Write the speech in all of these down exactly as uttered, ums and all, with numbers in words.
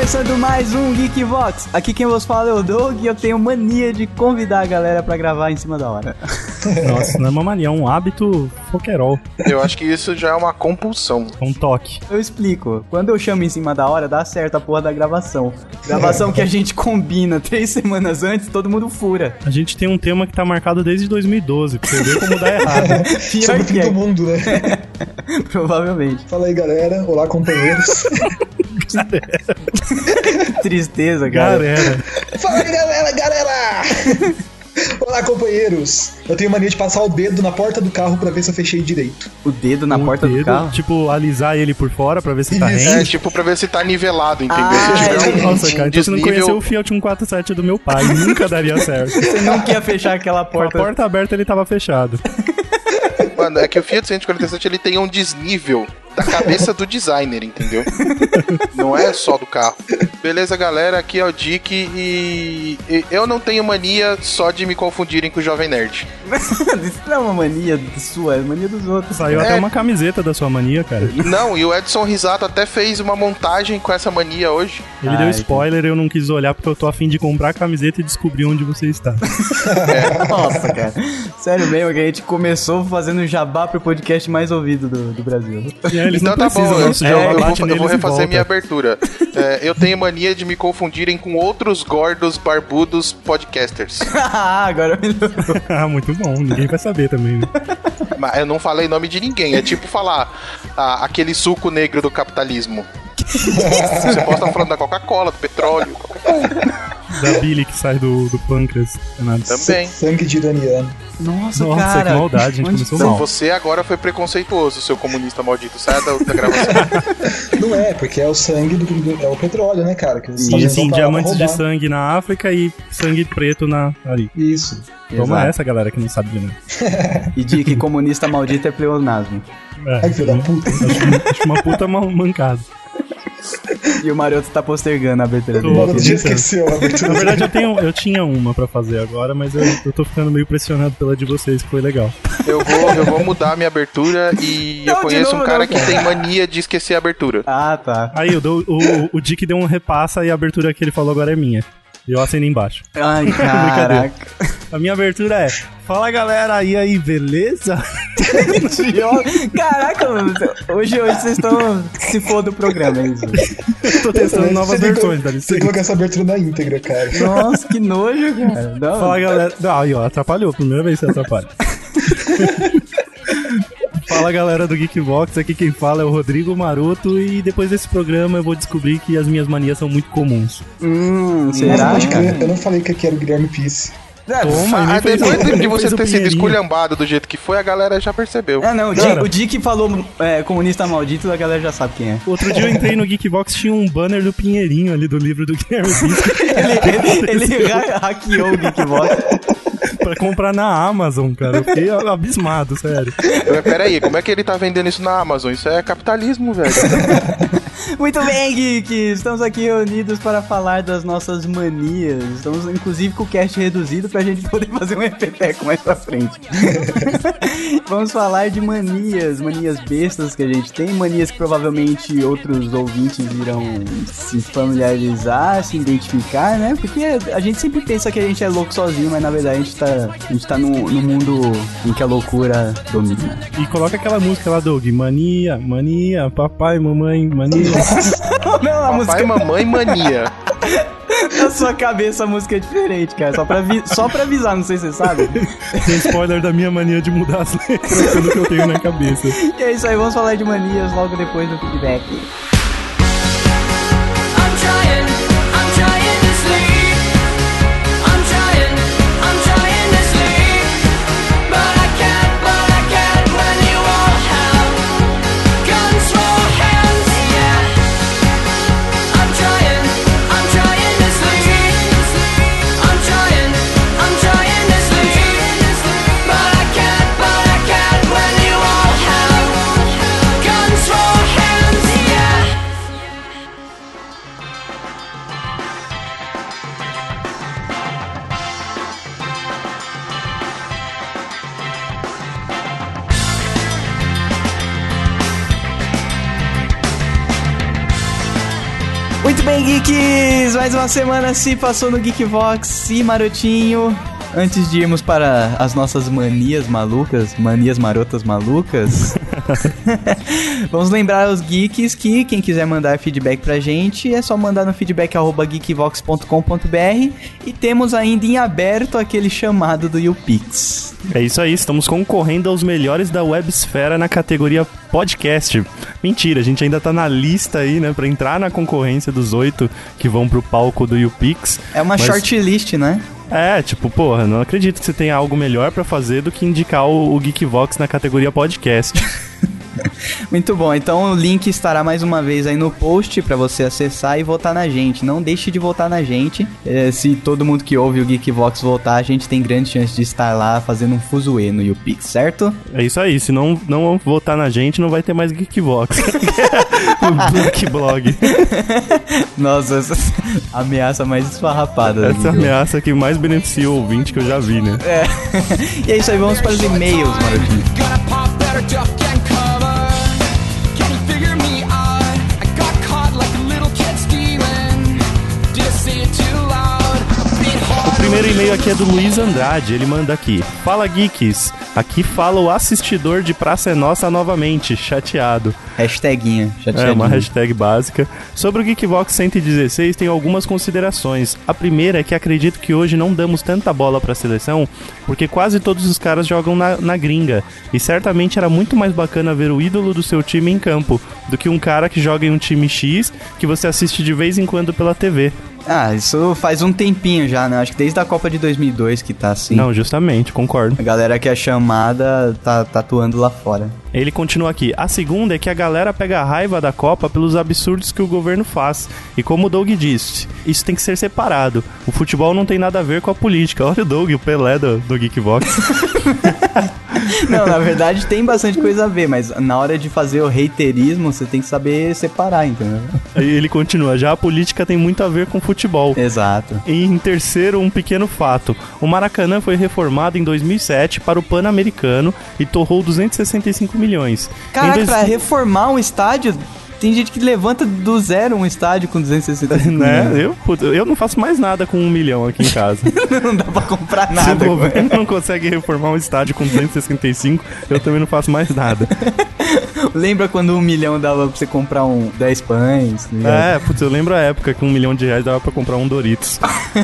Começando mais um Geekvox. Aqui quem vos fala é o Doug e eu tenho mania de convidar a galera pra gravar em cima da hora. Nossa, não é uma mania, é um hábito foquerol. Eu acho que isso já é uma compulsão. Um toque. Eu explico. Quando eu chamo em cima da hora, dá certo a porra da gravação. Gravação que a gente combina três semanas antes, todo mundo fura. A gente tem um tema que tá marcado desde dois mil e doze, pra você ver como dá errado. Sobre o fim do mundo, né? Provavelmente. Fala aí, galera. Olá, companheiros. Tristeza, cara. Galera. Fala aí, galera, galera! Olá, companheiros. Eu tenho mania de passar o dedo na porta do carro pra ver se eu fechei direito. O dedo na Um porta dedo, do carro? Tipo, alisar ele por fora pra ver se tá Isso. rente. É, tipo, pra ver se tá nivelado, entendeu? Ah, se tiver um, Nossa, cara, um então você não conheceu desnível... o Fiat cento e quarenta e sete do meu pai. Nunca daria certo. Você nunca ia fechar aquela Com a porta. porta aberta ele tava fechado. Mano, é que o Fiat cento e quarenta e sete, ele tem um desnível da cabeça do designer, entendeu? Não é só do carro. Beleza, galera, aqui é o Dick e... e eu não tenho mania só de me confundirem com o Jovem Nerd. Isso não é uma mania sua, é mania dos outros. Saiu É. até uma camiseta da sua mania, cara. Não, e o Edson Risato até fez uma montagem com essa mania hoje. Ele Ai, deu spoiler, eu não quis olhar porque eu tô afim de comprar a camiseta e descobrir onde você está. Nossa, cara. Sério mesmo que a gente começou fazendo jabá pro podcast mais ouvido do, do Brasil. E aí, eles Então não tá precisam, bom, eu, nosso eu- jabá eu bate vou, eu neles vou e refazer volta. minha abertura. É, eu tenho mania de me confundirem com outros gordos barbudos podcasters. Ah, agora me lembrou. Ah, muito bom, ninguém vai saber também, né? Mas eu não falei nome de ninguém. É tipo falar ah, aquele suco negro do capitalismo. Você pode estar falando da Coca-Cola, do petróleo, qualquer coisa. Da Billy que sai do, do pâncreas. Nada. Também. Sangue de iraniano. Nossa, Nossa, cara. que maldade, a gente Onde começou tá? mal. Você agora foi preconceituoso, seu comunista maldito. Saia da, da gravação. Não é, porque é o sangue do, do- é o petróleo, né, cara? Que eles E fazem sim, pra diamantes de roubar. sangue na África e sangue preto na ali. Isso. Toma Exato. essa, galera, que não sabe de nada. E de que comunista maldito é pleonasmo. É, Ai, filho da puta. acho, acho uma puta mal- mancada. E o Maroto tá postergando a abertura Tô. dele. Mano, tu já tentando. esqueceu a abertura. Na verdade, eu, tenho, eu tinha uma pra fazer agora, mas eu, eu tô ficando meio pressionado pela de vocês, que foi legal. Eu vou, eu vou mudar a minha abertura e Não, eu de conheço novo um cara não, que cara. tem mania de esquecer a abertura. Ah, tá. Aí, eu dou, o, o Dick deu um repassa e a abertura que ele falou agora é minha. E eu assino embaixo. Ai, caraca. A minha abertura é: fala galera, e aí, beleza? Idiota. Caraca, mano. Hoje, hoje vocês estão se for do programa, é isso. Eu tô testando novas Você tem que- versões, dá Você tem que licença. colocar essa abertura na íntegra, cara. Nossa, que nojo, cara. Não, Fala galera. Não, aí, ó, atrapalhou. Primeira vez que você atrapalha. Fala galera do Geekbox, aqui quem fala é o Rodrigo Maroto. E depois desse programa eu vou descobrir que as minhas manias são muito comuns. Hum, Mas será, pode crer, cara? eu não falei que aqui era o Guilherme Pisse. Toma, e nem Ah, fez depois o- de nem você fez o ter sido Pinheirinho. esculhambado do jeito que foi, a galera já percebeu. Ah, não, o Cara. Dick, o Dick falou é, comunista maldito, a galera já sabe quem é. Outro dia eu entrei no Geekbox, tinha um banner do Pinheirinho ali do livro do Guilherme Bisco Ele, ele, ele ha- hackeou o Geekbox. pra comprar na Amazon, cara. Eu fiquei abismado, sério. Mas Pera aí, como é que ele tá vendendo isso na Amazon? Isso é capitalismo, velho. Muito bem, Geek! Estamos aqui reunidos para falar das nossas manias. Estamos, inclusive, com o cast reduzido pra gente poder fazer um repeteco mais pra frente. Vamos falar de manias, manias bestas que a gente tem, manias que provavelmente outros ouvintes irão se familiarizar, se identificar, né? Porque a gente sempre pensa que a gente é louco sozinho, mas na verdade a gente tá, a gente tá no, no mundo em que a loucura domina. E coloca aquela música lá, Doug. Mania, mania, papai, mamãe, mania. Não, a Papai, música mamãe, mania. na sua cabeça a música é diferente, cara. Só pra, avi- só pra avisar, não sei se você sabe. Tem spoiler da minha mania de mudar as letras pelo que eu tenho na cabeça. E é isso aí, vamos falar de manias logo depois do feedback. I'm trying, I'm trying to sleep. I'm trying, I'm trying to sleep. But I can't, but I can't when you all have guns for hands, yeah. I'm trying, I'm trying to sleep. I'm trying, I'm trying to sleep. But I can't, but I can't when you all have guns for hands, yeah. Muito bem, geeks! Mais uma semana se passou no Geekvox e Marotinho. Antes de irmos para as nossas manias malucas, manias marotas malucas, vamos lembrar aos geeks que quem quiser mandar feedback pra gente é só mandar no feedback arroba geekvox ponto com ponto b r e temos ainda em aberto aquele chamado do YouPix. É isso aí, estamos concorrendo aos melhores da Websfera na categoria podcast. Mentira, a gente ainda tá na lista aí, né, pra entrar na concorrência dos oito que vão pro palco do YouPix. É uma mas... shortlist, né? É, tipo, porra, não acredito que você tenha algo melhor pra fazer do que indicar o, o Geekvox na categoria podcast. Muito bom, então o link estará mais uma vez aí no post pra você acessar e votar na gente. Não deixe de votar na gente. É, se todo mundo que ouve o Geekvox votar, a gente tem grande chance de estar lá fazendo um fuzuê no YouPix, certo? É isso aí, se não, não votar na gente, não vai ter mais Geekvox. O Black Blog. Nossa, essa ameaça mais esfarrapada. Essa é a ameaça que mais beneficia o ouvinte que eu já vi, né? É. E é isso aí, vamos para os e-mails, Marotinho. Gonna pop better duck and cover. Can you figure me out? I got caught like a little kid stealing. Did I say it too loud? A bit hard. O primeiro e-mail aqui é do Luiz Andrade, ele manda aqui: Fala geeks, aqui fala o assistidor de Praça é Nossa novamente, chateado. Hashtaguinha, chateadinho. É uma hashtag básica. Sobre o Geekvox cento e dezesseis, tenho algumas considerações. A primeira é que acredito que hoje não damos tanta bola pra seleção, porque quase todos os caras jogam na, na gringa. E certamente era muito mais bacana ver o ídolo do seu time em campo, do que um cara que joga em um time X, que você assiste de vez em quando pela T V. Ah, isso faz um tempinho já, né? Acho que desde a Copa de dois mil e dois que tá assim. Não, justamente, concordo. A galera que é chamada tá, tá atuando lá fora. Ele continua aqui: a segunda é que a galera pega a raiva da Copa pelos absurdos que o governo faz. E como o Doug disse, isso tem que ser separado. O futebol não tem nada a ver com a política. Olha o Doug, o Pelé do, do Geekvox. Não, na verdade tem bastante coisa a ver, mas na hora de fazer o haterismo, você tem que saber separar, entendeu? Aí ele continua: já a política tem muito a ver com futebol. Exato. E em terceiro, um pequeno fato: o Maracanã foi reformado em dois mil e sete para o Pan-Americano e torrou duzentos e sessenta e cinco milhões. Caraca, em dois... pra reformar um estádio, tem gente que levanta do zero um estádio com duzentos e sessenta e cinco né? milhões. Eu, puta, eu não faço mais nada com um milhão aqui em casa. Não dá pra comprar Se o nada. governo não consegue reformar um estádio com duzentos e sessenta e cinco, eu também não faço mais nada. Lembra quando um milhão dava pra você comprar um dez pães? Tá ligado? É, putz, eu lembro a época que um milhão de reais dava pra comprar um Doritos.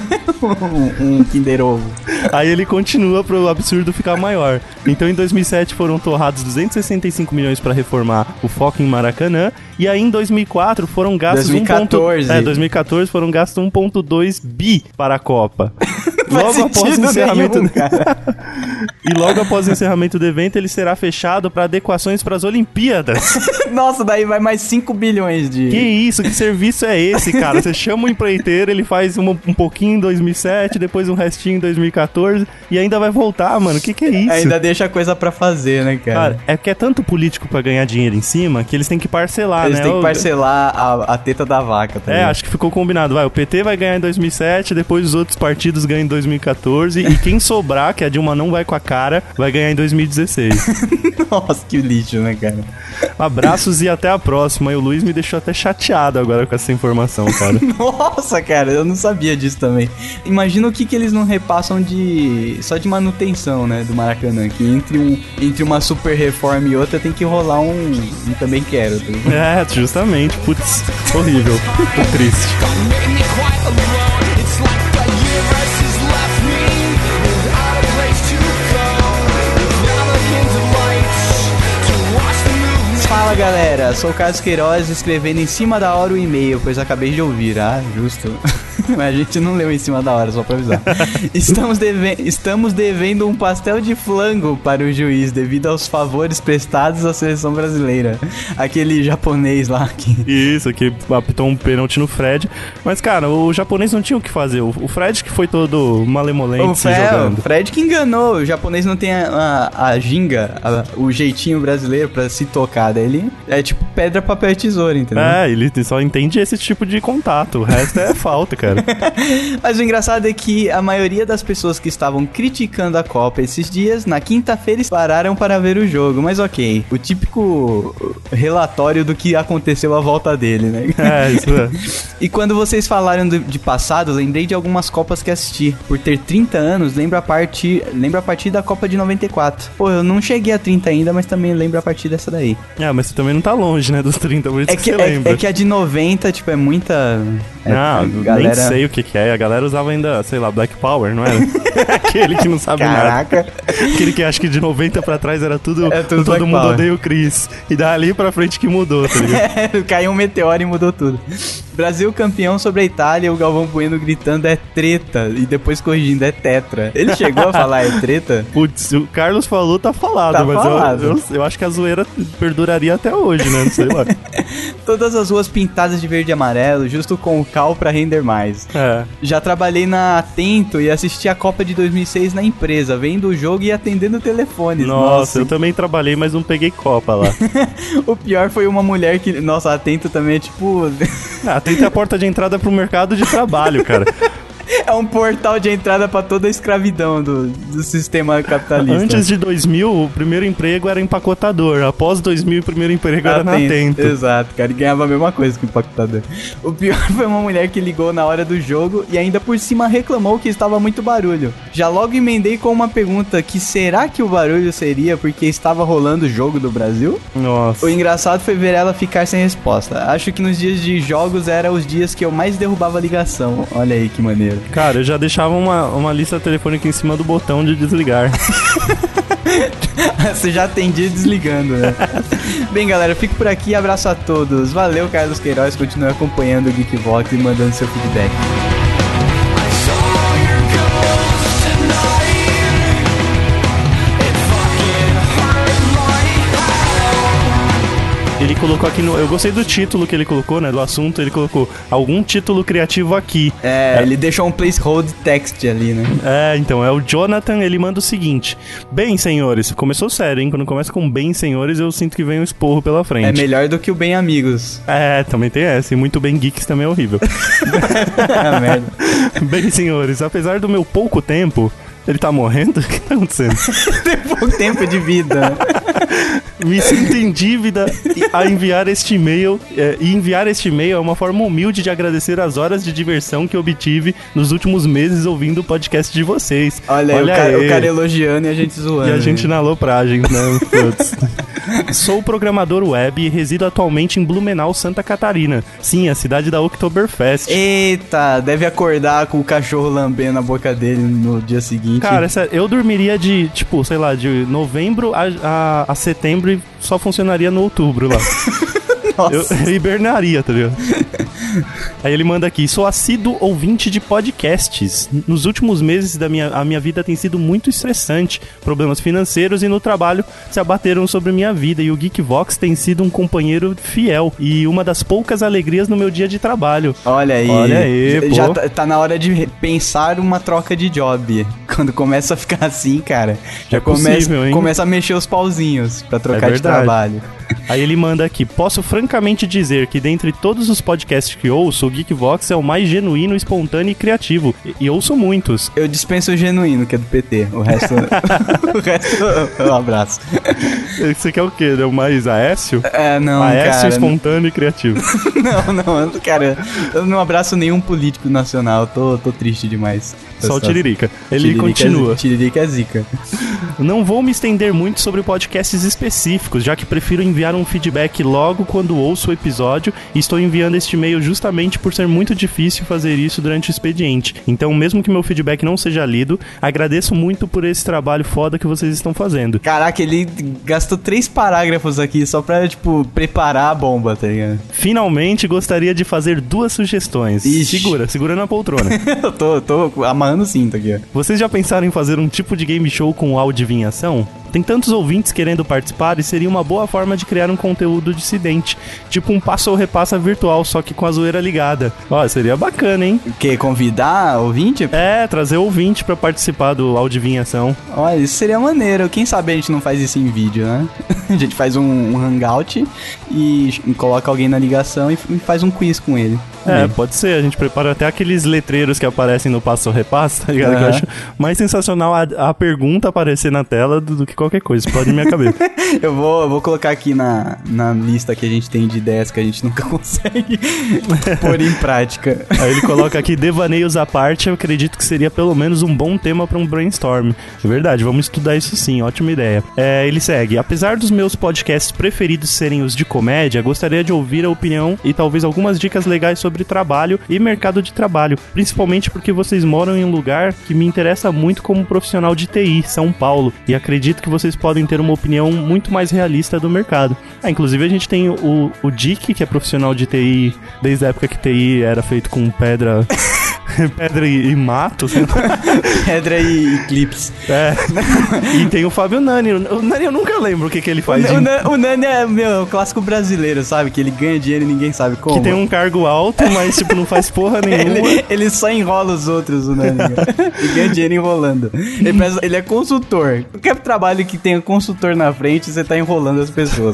um, um Kinder Ovo. Aí ele continua pro absurdo ficar maior. Então em dois mil e sete foram torrados duzentos e sessenta e cinco milhões pra reformar o fucking Maracanã. E aí em dois mil e quatro foram gastos... dois mil e quatorze. um ponto... É, dois mil e quatorze foram gastos um ponto dois bi para a Copa. Faz Logo após o sentido encerramento nenhum, cara. E logo após o encerramento do evento, ele será fechado para adequações para as Olimpíadas. Nossa, daí vai mais cinco bilhões de... Que isso? Que serviço é esse, cara? Você chama o empreiteiro, ele faz um, um pouquinho em dois mil e sete, depois um restinho em dois mil e quatorze e ainda vai voltar, mano. Que que é isso? Ainda deixa coisa pra fazer, né, cara? Cara, é que é tanto político pra ganhar dinheiro em cima que eles têm que parcelar, Eles né? têm que O- parcelar a, a teta da vaca, tá É, ligado? acho que ficou combinado. Vai, o P T vai ganhar em dois mil e sete, depois os outros partidos ganham em dois mil e quatorze e quem sobrar, que a Dilma não vai com a cara, vai ganhar em dois mil e dezesseis. Nossa, que lixo, né, cara? Abraços e até a próxima. E o Luiz me deixou até chateado agora com essa informação, cara. Nossa, cara, eu não sabia disso também. Imagina o que, que eles não repassam de só de manutenção, né, do Maracanã. Que entre, um, entre uma super reforma e outra tem que rolar um, um também quero. Tá ligado? É, justamente. Putz, horrível. Tô triste. Making me quite alone. It's like the universe has left me without a place to go, without a hint of light to watch the movement. Fala, galera, sou o Carlos Queiroz escrevendo em cima da hora o e-mail, pois acabei de ouvir. Ah, justo. Mas a gente não leu em cima da hora, só pra avisar. Estamos, deve... Estamos devendo um pastel de flango para o juiz devido aos favores prestados à seleção brasileira. Aquele japonês lá que... Isso, que apitou um pênalti no Fred. Mas, cara, o japonês não tinha o que fazer. O o Fred que foi todo malemolente O se Fred, jogando. o Fred que enganou. O japonês não tem a, a, a ginga, a- o jeitinho brasileiro pra se tocar. Daí ele, a é tipo pedra, papel e tesoura, entendeu? É, ele só entende esse tipo de contato, o resto é falta, cara. Mas o engraçado é que a maioria das pessoas que estavam criticando a Copa esses dias, na quinta-feira eles pararam para ver o jogo. Mas ok, o típico relatório do que aconteceu à volta dele, né? É, isso é. E quando vocês falaram de, de passado, lembrei de algumas Copas que assisti. Por ter trinta anos, lembro a, parte, lembro a partir da Copa de noventa e quatro. Pô, eu não cheguei a trinta ainda, mas também lembro a partir dessa daí. É, mas você também não tá longe, né, dos trinta, por isso É que, que, você é, lembra. é que a de noventa, tipo, é muita... É, Não, galera... nem sei o que que é. A galera usava ainda, sei lá, Black Power, não era? Aquele que não sabe Caraca. nada. Aquele que acha que de noventa pra trás era tudo, É tudo todo Black mundo Power. odeia o Chris. E dali pra frente que mudou, tá ligado? É, caiu um meteoro e mudou tudo. Brasil campeão sobre a Itália, o Galvão Bueno gritando é treta e depois corrigindo é tetra. Ele chegou a falar é treta? Putz, se o Carlos falou, tá falado. Tá mas falado. Eu, eu, eu acho que a zoeira perduraria até hoje, né? Não sei lá. Todas as ruas pintadas de verde e amarelo, justo com o cal pra render mais. É. Já trabalhei na Atento e assisti a Copa de dois mil e seis na empresa, vendo o jogo e atendendo telefones. Nossa, eu também trabalhei, mas não peguei Copa lá. O pior foi uma mulher que... Nossa, Atento também é tipo... Ah, tem que ter a porta de entrada pro mercado de trabalho, cara. É um portal de entrada pra toda a escravidão do, do sistema capitalista. Antes de dois mil, o primeiro emprego era empacotador. Após dois mil, o primeiro emprego era na Atento. Exato, cara, e ganhava a mesma coisa que o empacotador. O pior foi uma mulher que ligou na hora do jogo e ainda por cima reclamou que estava muito barulho. Já logo emendei com uma pergunta que será que o barulho seria porque estava rolando o jogo do Brasil? Nossa. O engraçado foi ver ela ficar sem resposta. Acho que nos dias de jogos eram os dias que eu mais derrubava a ligação. Olha aí que maneiro. Cara, eu já deixava uma, uma lista telefônica em cima do botão de desligar. Você já atendia desligando, né? Bem, galera, eu fico por aqui. Abraço a todos. Valeu, Carlos Queiroz. Continue acompanhando o Geekvox e mandando seu feedback. Ele colocou aqui no... Eu gostei do título que ele colocou, né? Do assunto. Ele colocou algum título criativo aqui. É, ele deixou um placeholder text ali, né? É, então, é o Jonathan, ele manda o seguinte. Bem, senhores, começou sério, hein? Quando começa com bem, senhores, eu sinto que vem um esporro pela frente. É melhor do que o Bem Amigos. É, também tem essa. E muito bem geeks também é horrível. Ah, merda. Bem, senhores, apesar do meu pouco tempo... Ele tá morrendo? O que tá acontecendo? Tem pouco tempo de vida. Me sinto em dívida a enviar este e-mail. É, e enviar este e-mail é uma forma humilde de agradecer as horas de diversão que obtive nos últimos meses ouvindo o podcast de vocês. Olha, Olha aí, o cara, aí. o cara elogiando e a gente zoando. E a gente né? na alopragem, né? Putz. Sou programador web e resido atualmente em Blumenau, Santa Catarina. Sim, a cidade da Oktoberfest. Eita, deve acordar com o cachorro lambendo a boca dele no dia seguinte. Cara, essa- eu dormiria de, tipo, sei lá, de novembro a, a, a setembro e só funcionaria no outubro lá. Nossa. Eu, eu hibernaria, tá ligado? Aí ele manda aqui: sou assíduo ouvinte de podcasts. Nos últimos meses da minha, a minha vida tem sido muito estressante. Problemas financeiros e no trabalho se abateram sobre minha vida. E o Geekvox tem sido um companheiro fiel e uma das poucas alegrias no meu dia de trabalho. Olha aí. Olha aí, Já pô. tá, tá na hora de pensar uma troca de job. Quando começa a ficar assim, cara, já É começa, possível, hein? começa a mexer os pauzinhos pra trocar É de verdade. trabalho. Aí ele manda aqui: posso francamente dizer que dentre todos os podcasts que ouço, o Geekvox é o mais genuíno, espontâneo e criativo. E, e ouço muitos. Eu dispenso o genuíno, que é do P T. O resto. o resto é um abraço. Você quer o quê? É o mais Aécio? É, não, Aécio, cara. espontâneo e criativo. Não, não, cara. Eu não abraço nenhum político nacional. Tô, tô triste demais. Só o Tiririca. Ele Tiririca continua. É, Tiririca é zica. Não vou me estender muito sobre podcasts específicos, já que prefiro enviar um feedback logo quando ouço o episódio e estou enviando este e-mail justamente por ser muito difícil fazer isso durante o expediente. Então, mesmo que meu feedback não seja lido, agradeço muito por esse trabalho foda que vocês estão fazendo. Caraca, ele gastou três parágrafos aqui só pra, tipo, preparar a bomba, tá ligado? Finalmente, gostaria de fazer duas sugestões. Ixi. Segura, segura na poltrona. Eu tô, tô amarrando o cinto aqui, ó. Vocês já pensaram em fazer um tipo de game show com audivinhação? Tem tantos ouvintes querendo participar e seria uma boa forma de criar um conteúdo dissidente, tipo um passa ou repassa virtual, só que com a zoeira ligada. Ó, seria bacana, hein? O quê? Convidar ouvinte? É, trazer ouvinte pra participar do Audivinhação. Olha, isso seria maneiro. Quem sabe a gente não faz isso em vídeo, né? A gente faz um, um hangout e coloca alguém na ligação e faz um quiz com ele. É, pode ser. A gente prepara até aqueles letreiros que aparecem no passo ou repassa, tá ligado? Uhum. Que eu acho mais sensacional a, a pergunta aparecer na tela do, do que qualquer coisa. Explode minha cabeça. eu, vou, eu vou colocar aqui na, na lista que a gente tem de ideias que a gente nunca consegue pôr em prática. Aí ele coloca aqui, devaneios à parte, eu acredito que seria pelo menos um bom tema pra um brainstorm. É verdade, vamos estudar isso sim, ótima ideia. É, ele segue, apesar dos meus podcasts preferidos serem os de comédia, gostaria de ouvir a opinião e talvez algumas dicas legais sobre sobre trabalho e mercado de trabalho, principalmente porque vocês moram em um lugar que me interessa muito como profissional de T I, São Paulo, e acredito que vocês podem ter uma opinião muito mais realista do mercado. Ah, inclusive a gente tem o, o Dick, que é profissional de T I desde a época que T I era feito com pedra... Pedra e, e mato. Pedra e eclipse. É. E tem o Fábio Nani. O Nani eu nunca lembro o que, que ele faz. O, de... Nani, o Nani é meu clássico brasileiro, sabe? Que ele ganha dinheiro e ninguém sabe como. Que tem um cargo alto, mas tipo, não faz porra nenhuma. Ele, ele só enrola os outros, o Nani. E ganha dinheiro enrolando. Ele, pensa, ele é consultor. Qualquer trabalho que tenha consultor na frente, você tá enrolando as pessoas.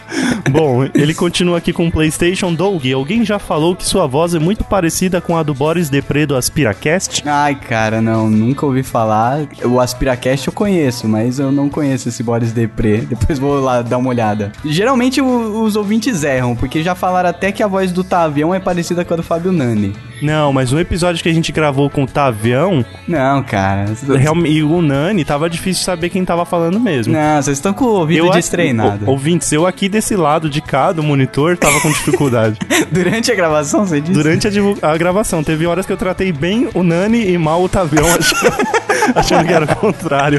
Bom, ele continua aqui com o PlayStation. Doug, alguém já falou que sua voz é muito parecida com a do Boris Depré do Aspiracast? Ai, cara, não, nunca ouvi falar. O Aspiracast eu conheço, mas eu não conheço esse Boris Depré. Depois vou lá dar uma olhada. Geralmente o, os ouvintes erram, porque já falaram até que a voz do Tavião é parecida com a do Fábio Nani. Não, mas o episódio que a gente gravou com o Tavião... Não, cara. Real, e o Nani, tava difícil saber quem tava falando mesmo. Não, vocês estão com o ouvido eu destreinado. O, ouvintes, eu aqui desse lado de cá do monitor tava com dificuldade. Durante a gravação, você disse? Durante a, a gravação. Teve horas que eu tratei bem o Nani e mal o Tavião, achando, achando que era o contrário.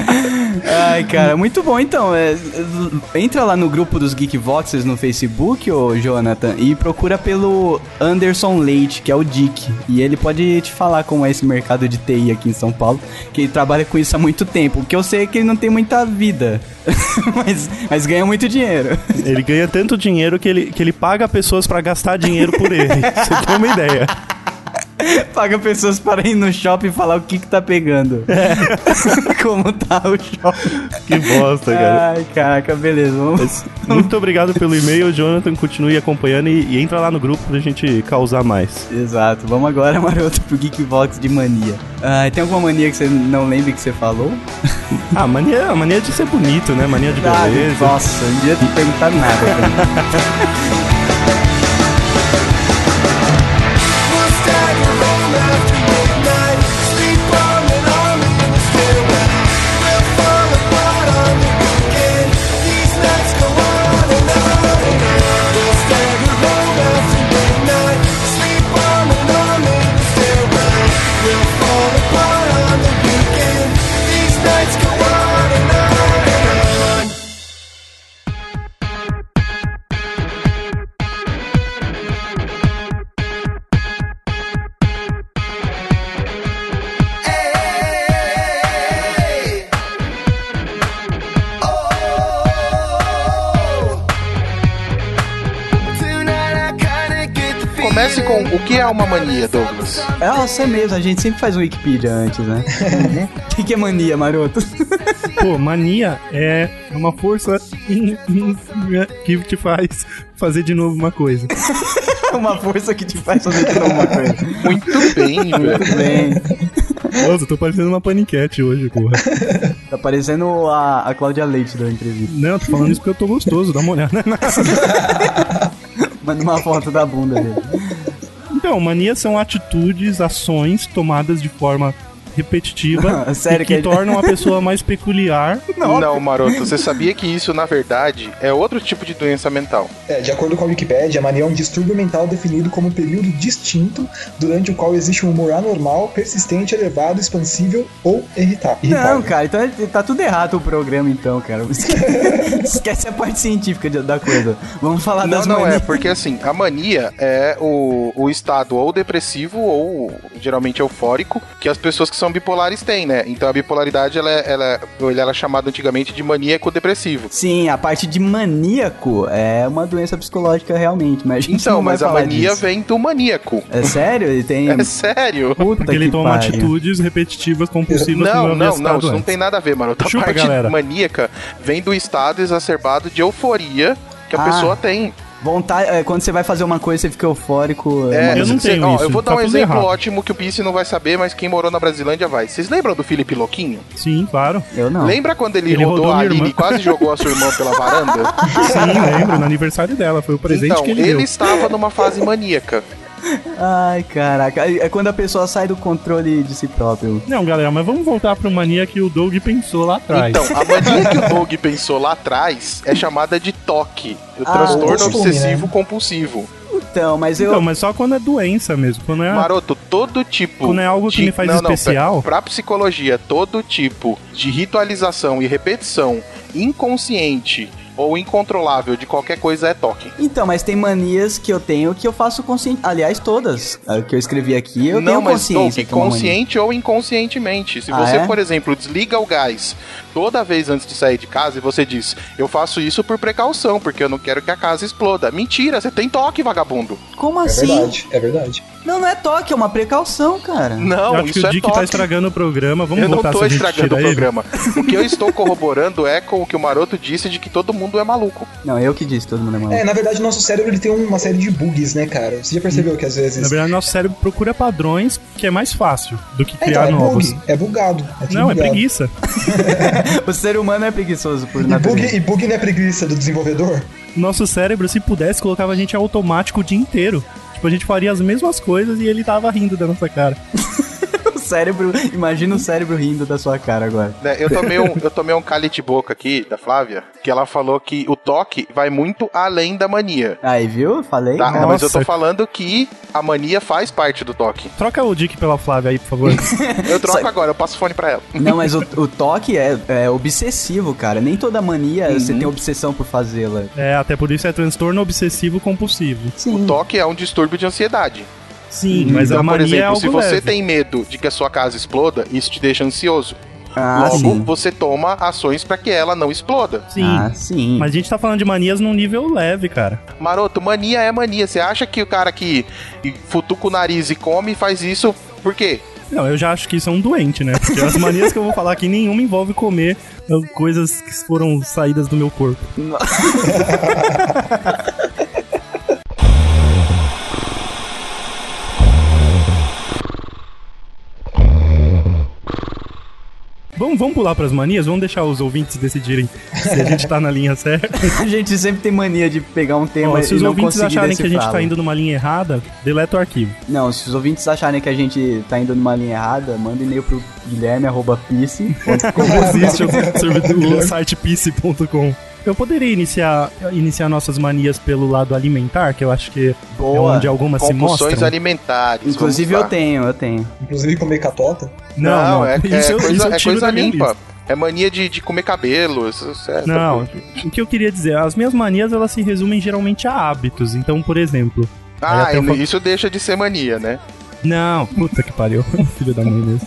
Ai, cara, muito bom. Então, é, entra lá no grupo dos Geekvoxers no Facebook, ô Jonathan, e procura pelo Anderson Leite, que é o Dick. E ele pode te falar como é esse mercado de T I aqui em São Paulo, que ele trabalha com isso há muito tempo. O que eu sei é que ele não tem muita vida, mas, mas ganha muito dinheiro. Ele ganha tanto dinheiro que ele, que ele paga pessoas pra gastar dinheiro por ele. Você tem uma ideia. Paga pessoas para ir no shopping e falar o que que tá pegando. É. Como tá o shopping. Que bosta, cara. Ai, caraca, beleza. Vamos... Muito obrigado pelo e-mail, Jonathan. Continue acompanhando e, e entra lá no grupo pra gente causar mais. Exato. Vamos agora, maroto, pro Geekvox de mania. Ah, tem alguma mania que você não lembra que você falou? Ah, mania, mania de ser bonito, né? Mania de beleza. Ah, nossa, não devia te perguntar nada. Comece com o que é uma mania, Douglas? É você mesmo, a gente sempre faz um Wikipedia antes, né? O que, que é mania, maroto? Pô, mania é uma força que te faz fazer de novo uma coisa. Uma força que te faz fazer de novo uma coisa. Muito bem, Muito bem. Nossa, eu tô parecendo uma paniquete hoje, porra. Tá parecendo a, a Cláudia Leite da entrevista. Não, eu tô falando isso porque eu tô gostoso, dá uma olhada. Manda uma foto da bunda dele. Então, manias são atitudes, ações tomadas de forma repetitiva Sério, que, que que... tornam a pessoa mais peculiar. Não, não, maroto, você sabia que isso, na verdade, é outro tipo de doença mental? É, de acordo com a Wikipedia, a mania é um distúrbio mental definido como um período distinto durante o qual existe um humor anormal, persistente, elevado, expansível ou irrita- irritável. Não, cara, então tá tudo errado o programa, então, cara. Esquece a parte científica de, da coisa. Vamos falar Não, das não, manias. é porque assim, a mania é o, o estado ou depressivo ou geralmente eufórico que as pessoas que são são bipolares têm, né? Então a bipolaridade, ela, é- ela, ela era chamada antigamente de maníaco depressivo. Sim, a parte de maníaco é uma doença psicológica realmente, mas a gente Então, não vai mas a falar mania disso. vem do maníaco. É sério? Ele tem... É sério? Puta Porque ele que toma pariu. atitudes repetitivas, compulsivas, como Não, eu havia não, não, citado isso não antes. tem nada a ver, mano. A Chupa, parte galera. maníaca vem do estado exacerbado de euforia que a Ah. pessoa tem. Vontade, é, quando você vai fazer uma coisa, você fica eufórico. É, uma- eu não cê- tenho ó, isso, Eu vou dar tá um tudo exemplo errado. ótimo que o Pisse não vai saber, mas quem morou na Brasilândia vai. Vocês lembram do Felipe Louquinho? Sim, claro. Eu não. Lembra quando ele, Ele rodou, rodou a minha Aline irmã. e quase jogou a sua irmã pela varanda? Sim, lembro, no aniversário dela. Foi o presente então, que ele, ele deu. estava numa fase maníaca. Ai, caraca. É quando a pessoa sai do controle de si próprio. Não, galera, mas vamos voltar pra mania que o Doug pensou lá atrás. Então, a mania que o Doug pensou lá atrás é chamada de TOC, o Ah, transtorno costume, obsessivo né? compulsivo. Então, mas eu... Então, mas só quando é doença mesmo, quando é... Maroto, todo tipo. Quando é algo que de- me faz não, não, especial. pra, pra psicologia, todo tipo de ritualização e repetição inconsciente ou incontrolável de qualquer coisa é toque. Então, mas tem manias que eu tenho que eu faço consciente. Aliás, todas a que eu escrevi aqui, eu não, tenho mas consciência. Doug, que é uma mania. consciente ou inconscientemente. Se Ah, você, é? por exemplo, desliga o gás toda vez antes de sair de casa e você diz, eu faço isso por precaução, porque eu não quero que a casa exploda. Mentira, você tem toque, vagabundo. Como É assim? verdade, é verdade. Não, não é toque, é uma precaução, cara. Não, Eu acho isso que o é Dick toque. tá estragando o programa. Vamos Eu não voltar tô se a gente estragando tira o ele. programa. O que eu estou corroborando é com o que o Maroto disse de que todo mundo é maluco. Não, eu que disse, todo mundo é maluco. É, na verdade, o nosso cérebro ele tem uma série de bugs, né, cara? Você já percebeu que às Na vezes. verdade, nosso cérebro procura padrões que é mais fácil do que É, então, criar é novos. bug, é bugado. É tudo Não, é bugado. preguiça. O ser humano é preguiçoso por E natureza. bug, e bug não é preguiça do desenvolvedor? Nosso cérebro, se pudesse, colocava a gente automático o dia inteiro. Tipo, a gente faria as mesmas coisas e ele tava rindo da nossa cara. O cérebro, imagina o cérebro rindo da sua cara agora. Né, Eu tomei um, eu tomei um calite boca aqui, da Flávia, que ela falou que o toque vai muito além da mania. Aí, viu? Falei. Tá? Nossa. Mas eu tô falando que a mania faz parte do toque. Troca o Dick pela Flávia aí, por favor. Eu troco Só- agora, eu passo o fone pra ela. Não, mas o, o toque é, é obsessivo, cara. Nem toda mania Uhum. você tem obsessão por fazê-la. É, até por isso é transtorno obsessivo compulsivo. Sim. O toque é um distúrbio de ansiedade. Sim, mas então, a por mania exemplo, é algo se você leve. tem medo de que a sua casa exploda, isso te deixa ansioso. Ah, Logo, sim. você toma ações pra que ela não exploda. Sim, Ah, sim. mas a gente tá falando de manias num nível leve, cara. Maroto, mania é mania. Você acha que o cara que futuca o nariz e come faz isso por quê? Não, eu já acho que isso é um doente, né? Porque as manias que eu vou falar aqui, nenhuma envolve comer uh, coisas que foram saídas do meu corpo. Vamos, vamos pular pras manias? Vamos deixar os ouvintes decidirem se a gente tá na linha certa. A gente sempre tem mania de pegar um tema Ó, e se os não ouvintes conseguir acharem que a gente decifrá-lo. tá indo numa linha errada, deleta o arquivo. Não, se os ouvintes acharem que a gente tá indo numa linha errada, manda e-mail pro guilherme arroba pice ponto com. Existe o, servidor- o site pice ponto com. Eu poderia iniciar, iniciar nossas manias pelo lado alimentar, que eu acho que Boa. é onde algumas se Compulsões mostram. alimentares. Inclusive vamos eu lá. tenho, eu tenho. Inclusive comer catota. Não, Não, não, é, é isso, eu- coisa, isso eu é tiro coisa da minha limpa. lista. É mania de, de comer cabelo. Isso, isso é Não, o que eu queria dizer, as minhas manias elas se resumem geralmente a hábitos. Então, por exemplo. aí Ah, até eu e fa- isso deixa de ser mania, né? Não, puta que pariu. Filho da mãe mesmo.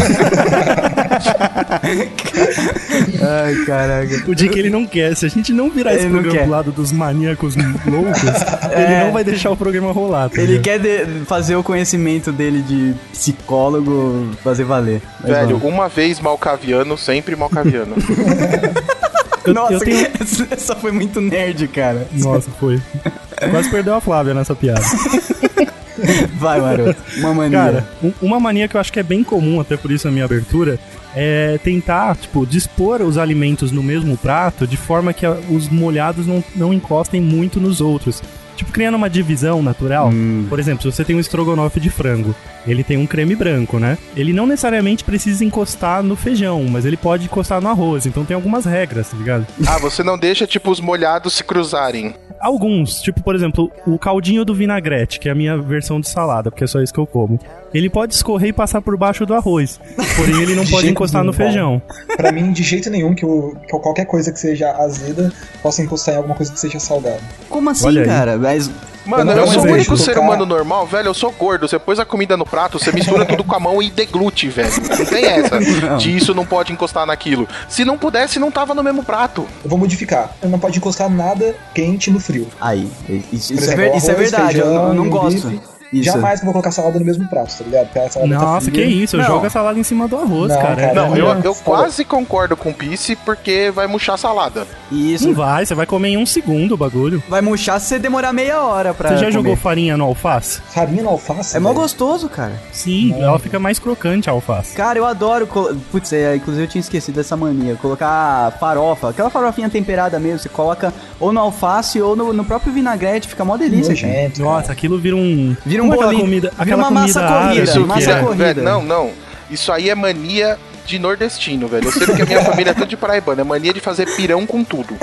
Ai, caraca. O Dick ele não quer. Se a gente não virar esse Ele não programa quer. pro lado dos maníacos loucos, É. ele não vai deixar o programa rolar. tá Ele ligado? quer de- fazer o conhecimento dele de psicólogo fazer valer. Mas Velho, vamos. uma vez malcaviano, sempre malcaviano. Eu- Nossa, eu tenho- essa- essa foi muito nerd, cara. Nossa, foi. Quase perdeu a Flávia nessa piada. Vai, maroto. Uma mania. Cara, um- uma mania que eu acho que é bem comum, até por isso a minha abertura, é tentar, tipo, dispor os alimentos no mesmo prato de forma que a- os molhados não, não encostem muito nos outros. Tipo, criando uma divisão natural. Hum. Por exemplo, se você tem um estrogonofe de frango, ele tem um creme branco, né? Ele não necessariamente precisa encostar no feijão, mas ele pode encostar no arroz. Então tem algumas regras, tá ligado? Ah, você não deixa, tipo, os molhados se cruzarem. Alguns, tipo, por exemplo, o caldinho do vinagrete, que é a minha versão de salada, porque é só isso que eu como. Ele pode escorrer e passar por baixo do arroz, porém ele não De pode jeito encostar nenhum, no feijão. Pra mim, de jeito nenhum que, eu, que eu- qualquer coisa que seja azeda possa encostar em alguma coisa que seja salgada. Como assim, Olha aí. cara? Mas Mano, Eu eu, não sou o desejo único ser colocar- humano normal, velho. Eu sou gordo. Você pôs a comida no prato, você mistura tudo com a mão e deglute, velho. Não tem essa Não. de isso não pode encostar naquilo. Se não pudesse, não tava no mesmo prato. Eu vou modificar. Não pode encostar nada quente no frio. Aí, isso, Por isso é, exemplo, ver- isso é arroz, verdade, eu, feijão eu não e um gosto. bife. Isso. Jamais que eu vou colocar salada no mesmo prato, tá ligado? Porque a salada tá Nossa, que fria. isso, eu Não. jogo a salada em cima do arroz, Não, cara. cara, Não, É eu, minha- eu quase concordo com o Pisse porque vai murchar a salada. Isso. Não vai, você vai comer em um segundo o bagulho. Vai murchar se você demorar meia hora pra Você já comer. jogou farinha no alface? Farinha no alface? É mó velho. gostoso, cara. Sim, ela fica mais crocante a alface. Cara, eu adoro. colo- Putz, é, inclusive eu tinha esquecido dessa mania. Colocar farofa, aquela farofinha temperada mesmo. Você coloca ou no alface ou no, no próprio vinagrete. Fica mó delícia, cara. Nojento, cara. Nossa, aquilo vira um. Vira um Como aquela bolinho. comida, Vira aquela uma comida massa árabe corrida, que massa é- corrida. Velho, não, não. Isso aí é mania de nordestino, velho. Eu sei porque a minha família é tudo de paraibano. É mania de fazer pirão com tudo.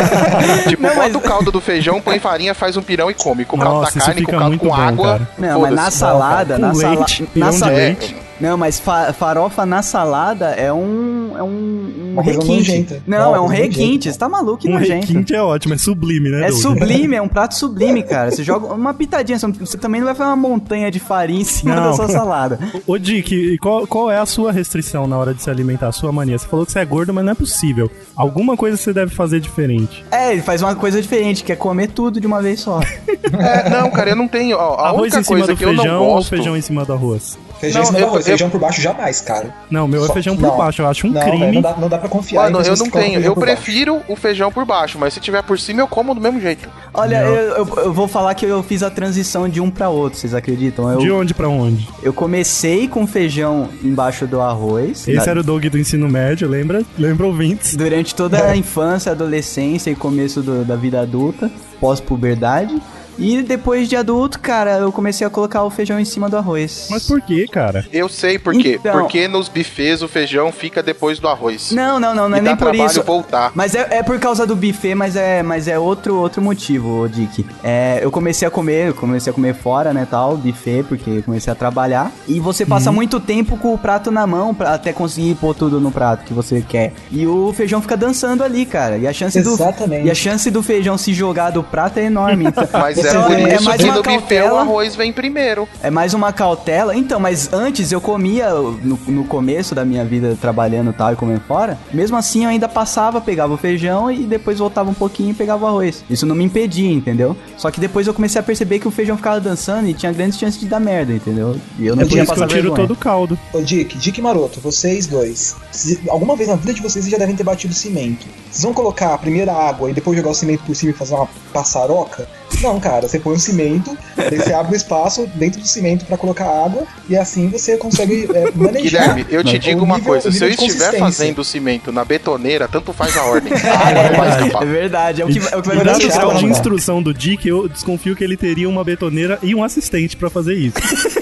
tipo, Não, bota mas- o caldo do feijão, põe farinha, faz um pirão e come. Com o caldo Nossa, da isso carne, com o fica caldo muito com bom, água. cara. Não, mas na foda-se. salada, Com na leite, salada. pirão Na de sa... leite. Não, mas fa- farofa na salada é um. É um, um Uma coisa requinte. nojenta. Não, Não, é um coisa nojenta, requinte. cara. Você tá maluco, que Um nojento. requinte é ótimo, é sublime, né, É Doug? sublime, é um prato sublime, cara. Você joga uma pitadinha, você não- você também não vai fazer uma montanha de farinha em cima Não. da sua salada. Ô, Dick, e qual, qual é a sua restrição na hora de se alimentar, a sua mania? Você falou que você é gordo, mas não é possível. Alguma coisa você deve fazer diferente. É, ele faz uma coisa diferente, que é comer tudo de uma vez só. É, não, cara, eu não tenho. Ó, a Arroz única em cima coisa do que eu não feijão ou gosto. feijão em cima do arroz? Feijão Não, em cima eu- do arroz, eu- feijão por baixo jamais, cara. Não, o meu é Só- feijão por não. baixo, eu acho um Não, crime. velho, não dá, não dá pra confiar em Mano, eu pessoas não que colocam tenho. feijão Eu por baixo. prefiro o feijão por baixo, mas se tiver por cima, eu como do mesmo jeito. Olha, Não. eu, eu, eu vou falar que eu fiz a transição de um pra outro, vocês acreditam? Eu, De onde pra onde? eu comecei com feijão embaixo do arroz. Esse na- era o Doug do ensino médio, lembra? Lembra, ouvintes? Durante toda a infância, adolescência e começo do- da vida adulta, pós-puberdade. E depois de adulto, cara, eu comecei a colocar o feijão em cima do arroz. Mas por que, cara? Eu sei por quê. Então- Porque nos buffets o feijão fica depois do arroz. Não, não, não, não E é dá nem por trabalho isso. voltar. Mas é, é por causa do buffet, mas é, mas é outro, outro motivo, ô Dick. É, eu comecei a comer, eu comecei a comer fora, né, tal, buffet, porque eu comecei a trabalhar. E você passa Uhum. muito tempo com o prato na mão pra até conseguir pôr tudo no prato que você quer. E o feijão fica dançando ali, cara. E a chance Exatamente. do e a chance do feijão se jogar do prato é enorme. Então, Mas é então, por isso mais que uma no buffet o cautela. arroz vem primeiro. É mais uma cautela. Então, mas antes eu comia, no, no começo da minha vida trabalhando e tal e comendo fora, mesmo assim eu ainda passava, pegava o feijão e depois voltava um pouquinho e pegava o arroz. Isso não me impedia, entendeu? Só que depois eu comecei a perceber que o feijão ficava dançando e tinha grandes chances de dar merda, entendeu? E eu não É por podia isso que eu passar tiro vergonha. todo o caldo. Ô Dick, Dick e Maroto, vocês dois, se- alguma vez na vida de vocês vocês já devem ter batido cimento. Vocês vão colocar a primeira água e depois jogar o cimento por cima e fazer uma passaroca? Não, cara, você põe o cimento, daí você abre um espaço dentro do cimento pra colocar água e assim você consegue é, manejar. Guilherme, eu te o digo uma nível- coisa: o se eu nível de estiver consistência. fazendo cimento na betoneira, tanto faz a ordem. A água não vai É escapar. verdade, é o que, é o que vai E dado o deixar, grau de mano. instrução do Dick, eu desconfio que ele teria uma betoneira e um assistente pra fazer isso.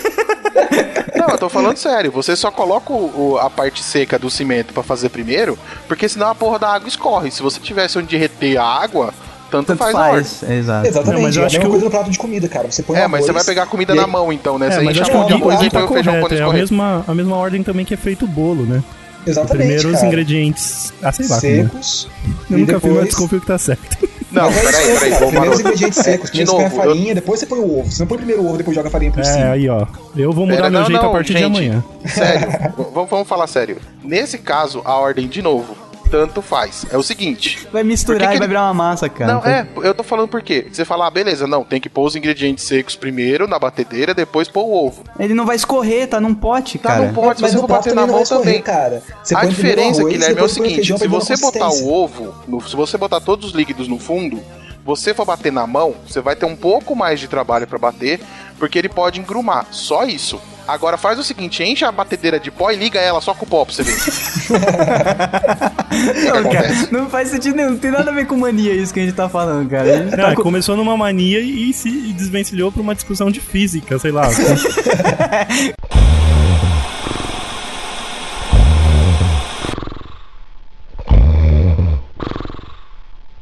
Não, eu tô falando sério. Você só coloca o- o- a parte seca do cimento pra fazer primeiro, porque senão a porra da água escorre. Se você tivesse onde reter a água, tanto, Tanto faz, a ordem. faz, é, exato. Exatamente, Não, mas eu é a acho mesma que coisa o- no prato de comida, cara. Você põe É, o mas você arroz vai pegar a comida e na aí- mão, então, né? É, Você mas enche a acho mão que de o Dick arroz e tá põe o feijão correto. quando É a escorrer. mesma, a mesma ordem também que é feito o bolo, né? Exatamente, Primeiro os cara. ingredientes... Ah, sei lá. como é. secos. Eu e nunca fiz, mas depois- desconfio que tá certo. Não, Mas é isso peraí, mesmo, peraí. cara. Ô, Primeiro os Maroto. ingredientes secos. De Primeiro você põe a novo, eu- farinha, depois você põe o ovo. Você não põe primeiro o ovo, depois joga a farinha por É, cima. aí, ó. Eu vou mudar Pera, meu não, jeito não, a partir de gente, amanhã. Sério, v- vamos, vamos falar sério. Nesse caso, a ordem, de novo, tanto faz. É o seguinte. Vai misturar Por que e que vai ele- virar uma massa, cara. Não, é, eu tô falando por quê? Você fala, ah, beleza, não, tem que pôr os ingredientes secos primeiro na batedeira, depois pôr o ovo. Ele não vai escorrer, tá num pote, Tá cara. num pote, Mas se você no for prato bater também na não mão vai escorrer, também. cara. Você A põe primeiro o diferença, arroz, Guilherme, é o depois põe seguinte: feijão se pra dar você botar consistência. o ovo, no- se você botar todos os líquidos no fundo, você for bater na mão, você vai ter um pouco mais de trabalho pra bater, porque ele pode engrumar. Só isso. Agora faz o seguinte: enche a batedeira de pó e liga ela só com o pó pra você ver. O que, que Não, cara, acontece? não faz sentido nenhum, não tem nada a ver com mania isso que a gente tá falando, cara. A gente Não, tá com- começou numa mania e se desvencilhou pra uma discussão de física, sei lá.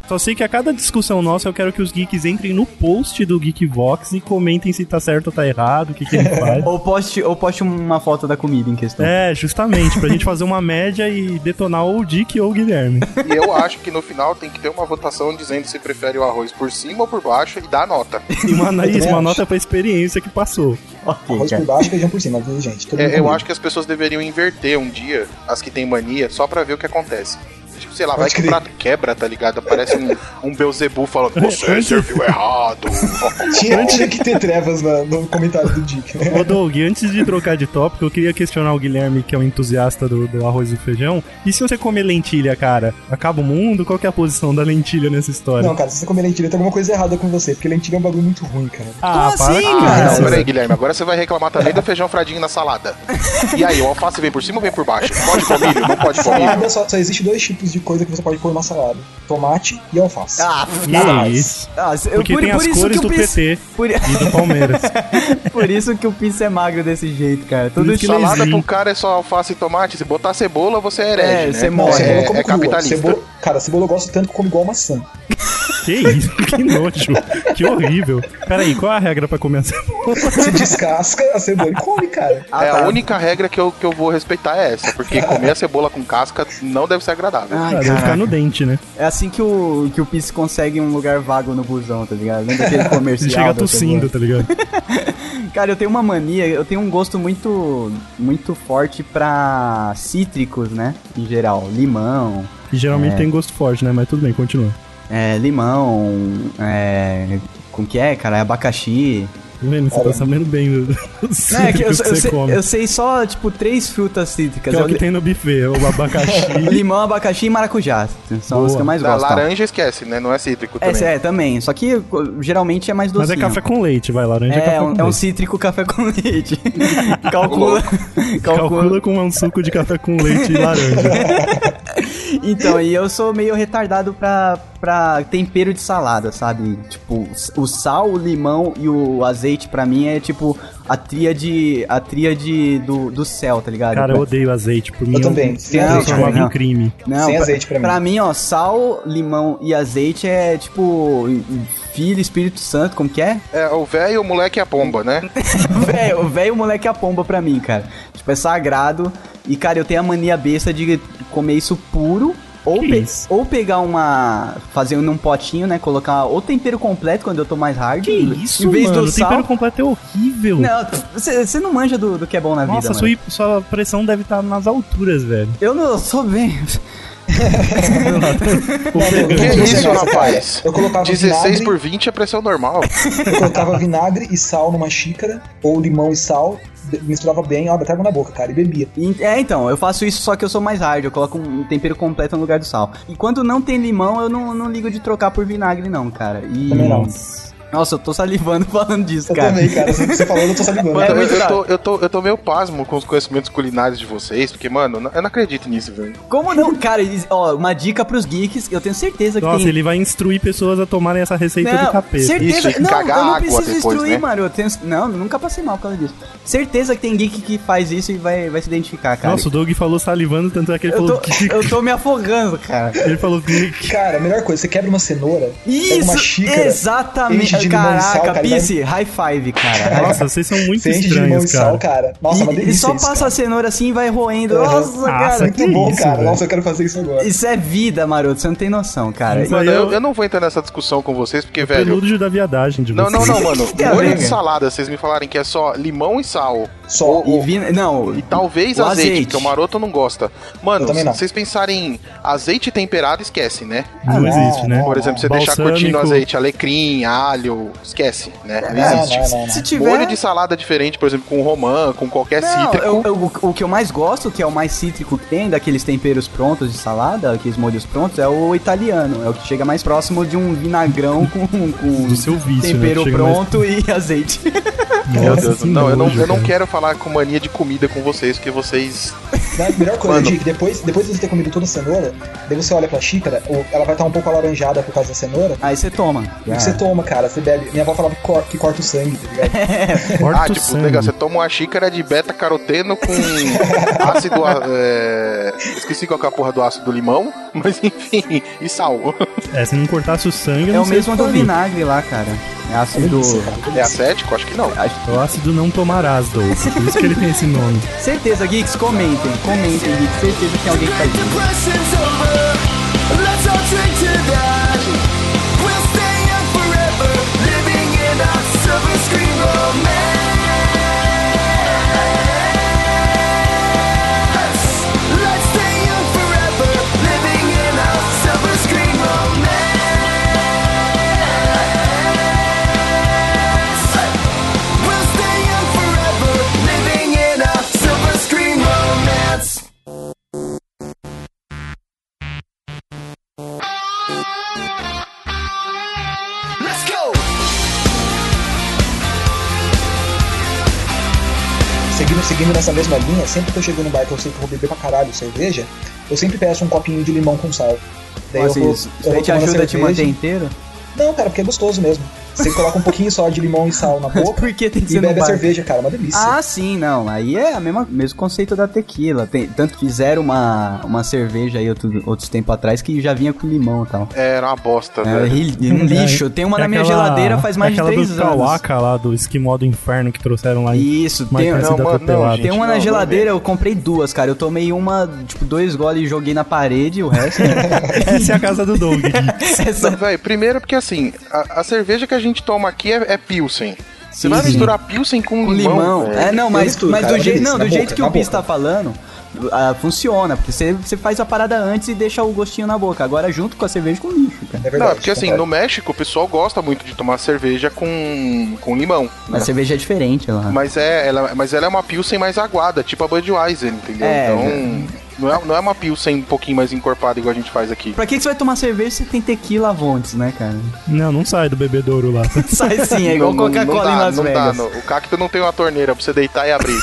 Só sei que a cada discussão nossa eu quero que os geeks entrem no post do Geekvox e comentem se tá certo ou tá errado, o que, que ele faz. Ou poste, ou poste uma foto da comida em questão. É, justamente, pra gente fazer uma média e detonar ou o Dick ou o Guilherme. E eu acho que no final tem que ter uma votação dizendo se prefere o arroz por cima ou por baixo e dar a nota. E uma, Eu isso, também uma acho. nota pra experiência que passou. Ok, Arroz cara. por baixo e feijão por cima, viu, gente? Todo mundo É, eu comigo. acho que as pessoas deveriam inverter um dia as que têm mania só pra ver o que acontece. Tipo, sei lá, Pode vai que o crer. prato quebra, tá ligado? Aparece um, um Beuzebu falando, você serviu errado. Tinha, tinha que ter trevas na- no comentário do Dick, né? Ô Doug, antes de trocar de tópico, eu queria questionar o Guilherme, que é um entusiasta do, do arroz e feijão. E se você comer lentilha, cara, acaba o mundo? Qual que é a posição da lentilha nessa história? Não, cara, se você comer lentilha, tem alguma coisa errada com você, porque lentilha é um bagulho muito ruim, cara. Ah, Como assim, com cara? Não, isso, peraí, velho. Guilherme, agora você vai reclamar também do feijão fradinho na salada. E aí, o alface vem por cima ou vem por baixo? Pode pôr milho? Não pode pôr milho? Salada, só, só existe dois tipos de coisa que você pode pôr numa salada: tomate e alface. Ah, Que Nada é mais. isso? ah, eu- Porque por, tem por as isso cores que o do Pis- P T Por, e do Palmeiras. por isso que o Pisse é magro desse jeito, cara. Tudo isso que isso. ele Salada existe. pro cara é só alface e tomate. Se botar cebola, você é herege, É, né? você Não, morre. cebola eu É, como é crua. capitalista. Cebola, cara, cebola eu gosto tanto que eu como igual maçã. Que isso? Que nojo. Que horrível. Peraí, qual é a regra pra comer a cebola? Você descasca a cebola e come, cara. Ah, é tá. a única regra que eu, que eu vou respeitar é essa, porque comer a cebola com casca não deve ser agradável. Ai, Ah, deve ficar caraca. no dente, né? É assim que o, que o Pisse consegue um lugar vago no busão, tá ligado? Lembra aquele Ele comercial? chega da tossindo, tá ligado? cebola? Cara, eu tenho uma mania, eu tenho um gosto muito, muito forte pra cítricos, né? Em geral. Limão, E geralmente É. tem gosto forte, né? Mas tudo bem, continua. é, limão, é... Como que é, cara? Abacaxi. Tá vendo? Você tá sabendo bem do, do Não, é que eu, cítricos que eu você sei, come. eu sei só, tipo, três frutas cítricas. Que é o Eu que li- tem no buffet, o abacaxi. Limão, abacaxi e maracujá. São Boa. os que eu mais Da gosto. tá? laranja esquece, né? Não é cítrico É, também. é, também. Só que geralmente é mais Mas docinho. é café com leite, vai, laranja é, É, café um, com é um leite. cítrico café com leite. calcula, calcula. Calcula com um suco de café com leite e laranja. Então, e eu sou meio retardado pra, pra tempero de salada, sabe? Tipo, o sal, o limão e o azeite pra mim é tipo a tríade, a tríade do, do céu, tá ligado? Cara, eu odeio azeite. Por mim, Eu também. Sem Não, azeite, transformava não. em crime. Não, Sem pra, azeite pra mim. Pra mim, ó, sal, limão e azeite é tipo Filho, Espírito Santo, como que é? É, o velho, o moleque e a pomba, né? Velho, o velho moleque é a pomba pra mim, cara. Tipo, é sagrado. E, cara, eu tenho a mania besta de comer isso puro. Ou, Que pe- isso? ou pegar uma. Fazer num potinho, né? Colocar ou tempero completo quando eu tô mais hard. Que em- isso, em vez mano? do O tempero sal. completo é horrível. Não, você você não manja do, do que é bom na Nossa, vida, sua, mano. sua pressão deve estar nas alturas, velho. Eu não eu sou bem. O eu- Que eu- isso, eu- rapaz? Eu colocava dezesseis vinagre, por vinte é pressão normal. eu colocava vinagre e sal numa xícara, ou limão e sal, de- misturava bem, ó, até água na boca, cara, e bebia. E- É, então, eu faço isso, só que eu sou mais hard. Eu coloco um tempero completo no lugar do sal. E quando não tem limão, eu não, não ligo de trocar por vinagre, não, cara. E... Também não. Nossa, eu tô salivando falando disso, Eu cara. também, cara, você falando, eu tô salivando. É Mano, muito eu, da- tô, eu, tô, eu tô meio pasmo com os conhecimentos culinários de vocês, porque, mano, eu não acredito nisso, velho. Como não? Cara, eles- ó, uma dica pros geeks, eu tenho certeza que Nossa, tem... ele vai instruir pessoas a tomarem essa receita Não, do capeta. certeza... Isso, e não, cagar eu não água preciso depois, instruir, né? mano. Eu tenho... Não, nunca passei mal por causa disso. Certeza que tem geek que faz isso e vai, vai se identificar, cara. Nossa, o Doug falou salivando, tanto é que ele eu falou tô, que... eu tô me afogando, cara. Ele falou que... Cara, a melhor coisa, você quebra uma cenoura, pega Isso, uma xícara, exatamente. enche de limão e sal, Caraca, cara, e Pisse, high five, cara. Nossa, vocês são muito você enche de limão e estranhos, sal, cara. cara. Nossa, uma e, delícia e só isso, passa cara. a cenoura assim e vai roendo. Uhum. Nossa, Nossa, cara. Muito que bom, isso, cara. velho. Nossa, eu quero fazer isso agora. Isso é vida, maroto. Você não tem noção, cara. Isso Mano, aí é eu, o- eu não vou entrar nessa discussão com vocês, porque, velho. Prelúdio da viadagem de Não, não, vocês. não, mano. tem a Molho ver, de cara? salada, vocês me falarem que é só limão e sal. Só. Ou- E ou- vina... Não, E talvez o azeite, azeite. porque o maroto não gosta. Mano, Eu também se não. vocês pensarem em azeite temperado, esquece, né? Não Ah, existe, né? não, Por exemplo, você deixar Balsâmico. curtindo azeite, alecrim, alho, esquece, né? Não Não, existe. não, não, não. se tiver... Molho de salada diferente, por exemplo, com romã, com qualquer Não, cítrico. eu- eu- o que eu mais gosto, que é o mais cítrico que tem, daqueles temperos prontos de salada, aqueles molhos prontos, é o italiano. É o que chega mais próximo de um vinagrão com, com Do seu vício, né? tempero Que chega mais- pronto e azeite. Meu Nossa, Deus, que não, eu não, nojo, eu não cara. quero falar com mania de comida com vocês, porque vocês... Não, a melhor coisa, Mano. Dick, depois, depois de você ter comido toda a cenoura, daí você olha pra xícara, o- ela vai estar um pouco alaranjada por causa da cenoura, Aí você toma. e você toma, cara, você bebe. Minha avó falava que, cor- que corta o sangue, tá ligado? Corta Ah, o tipo, sangue. legal, você toma uma xícara de beta-caroteno com ácido... é, Esqueci qual que é a porra do ácido limão, mas enfim, e sal. É, se não cortasse o sangue, eu É não o sei mesmo que do faria. vinagre lá, cara. É ácido. Isso, cara. É acético? Acho que não. Acho- O ácido não tomarás, Doug. Por isso que ele tem esse nome. Certeza, Geeks, comentem. Comentem, Geeks. Certeza que tem alguém que faz isso. Depression's over. Let's all drink to that. We'll stay young forever, living in our silver screen romance. Let's stay young forever, living in our silver screen romance. We'll stay young forever, living in our silver screen romance. Let's go! Seguindo, seguindo nessa mesma linha, sempre que eu chego no bar que eu sei que eu vou beber pra caralho cerveja, eu sempre peço um copinho de limão com sal. Daí Nossa, eu vou, isso, eu isso vou aí te tomando ajuda a te cerveja. manter inteiro? Não, cara, porque é gostoso mesmo. Você coloca um pouquinho só de limão e sal na boca Por que tem que e ser no bebe a bar? cerveja, cara, uma delícia. Ah, sim, não. Aí é o mesmo, mesmo conceito da tequila. Tem, tanto que fizeram uma, uma cerveja aí outro, outros tempos atrás que já vinha com limão e tal. Era uma bosta, É, velho. ri- um lixo. Tem uma É na minha aquela- geladeira faz mais é de aquela três do anos. Kawaka lá, do Esquimó do Inferno que trouxeram lá em Isso, mais tem, conhecida Não, mano, atropelada. não, tem gente, uma não, na não geladeira, vem. eu comprei duas, cara. Eu tomei uma, tipo, dois goles e joguei na parede, o resto. Essa é a casa do Doug. Essa- Não, velho, primeiro porque assim, a, a cerveja que a gente toma aqui é, é Pilsen. Você Sim, vai sim. misturar Pilsen com, Com limão. limão. velho. É, não, mas, misturo, mas cara, do, uma jeito, delícia, não, na do jeito boca, que na o Pis boca. tá falando, ah, funciona, porque você, você faz a parada antes e deixa o gostinho na boca. Agora junto com a cerveja com lixo, cara. É verdade. Não, é porque assim, concordo. no México o pessoal gosta muito de tomar cerveja com, com limão. A Né? cerveja é diferente lá. Mas, é, ela, mas ela é uma Pilsen mais aguada, tipo a Budweiser, entendeu? É, então, não é, não é uma Pilsen um pouquinho mais encorpada igual a gente faz aqui. Pra que, que você vai tomar cerveja se tem tequila Avontes, né, cara? Não, não sai do bebedouro lá. Sai sim, é igual Não- não- Coca-Cola não em dá, Las não dá, Vegas. não. O cacto não tem uma torneira pra você deitar e abrir.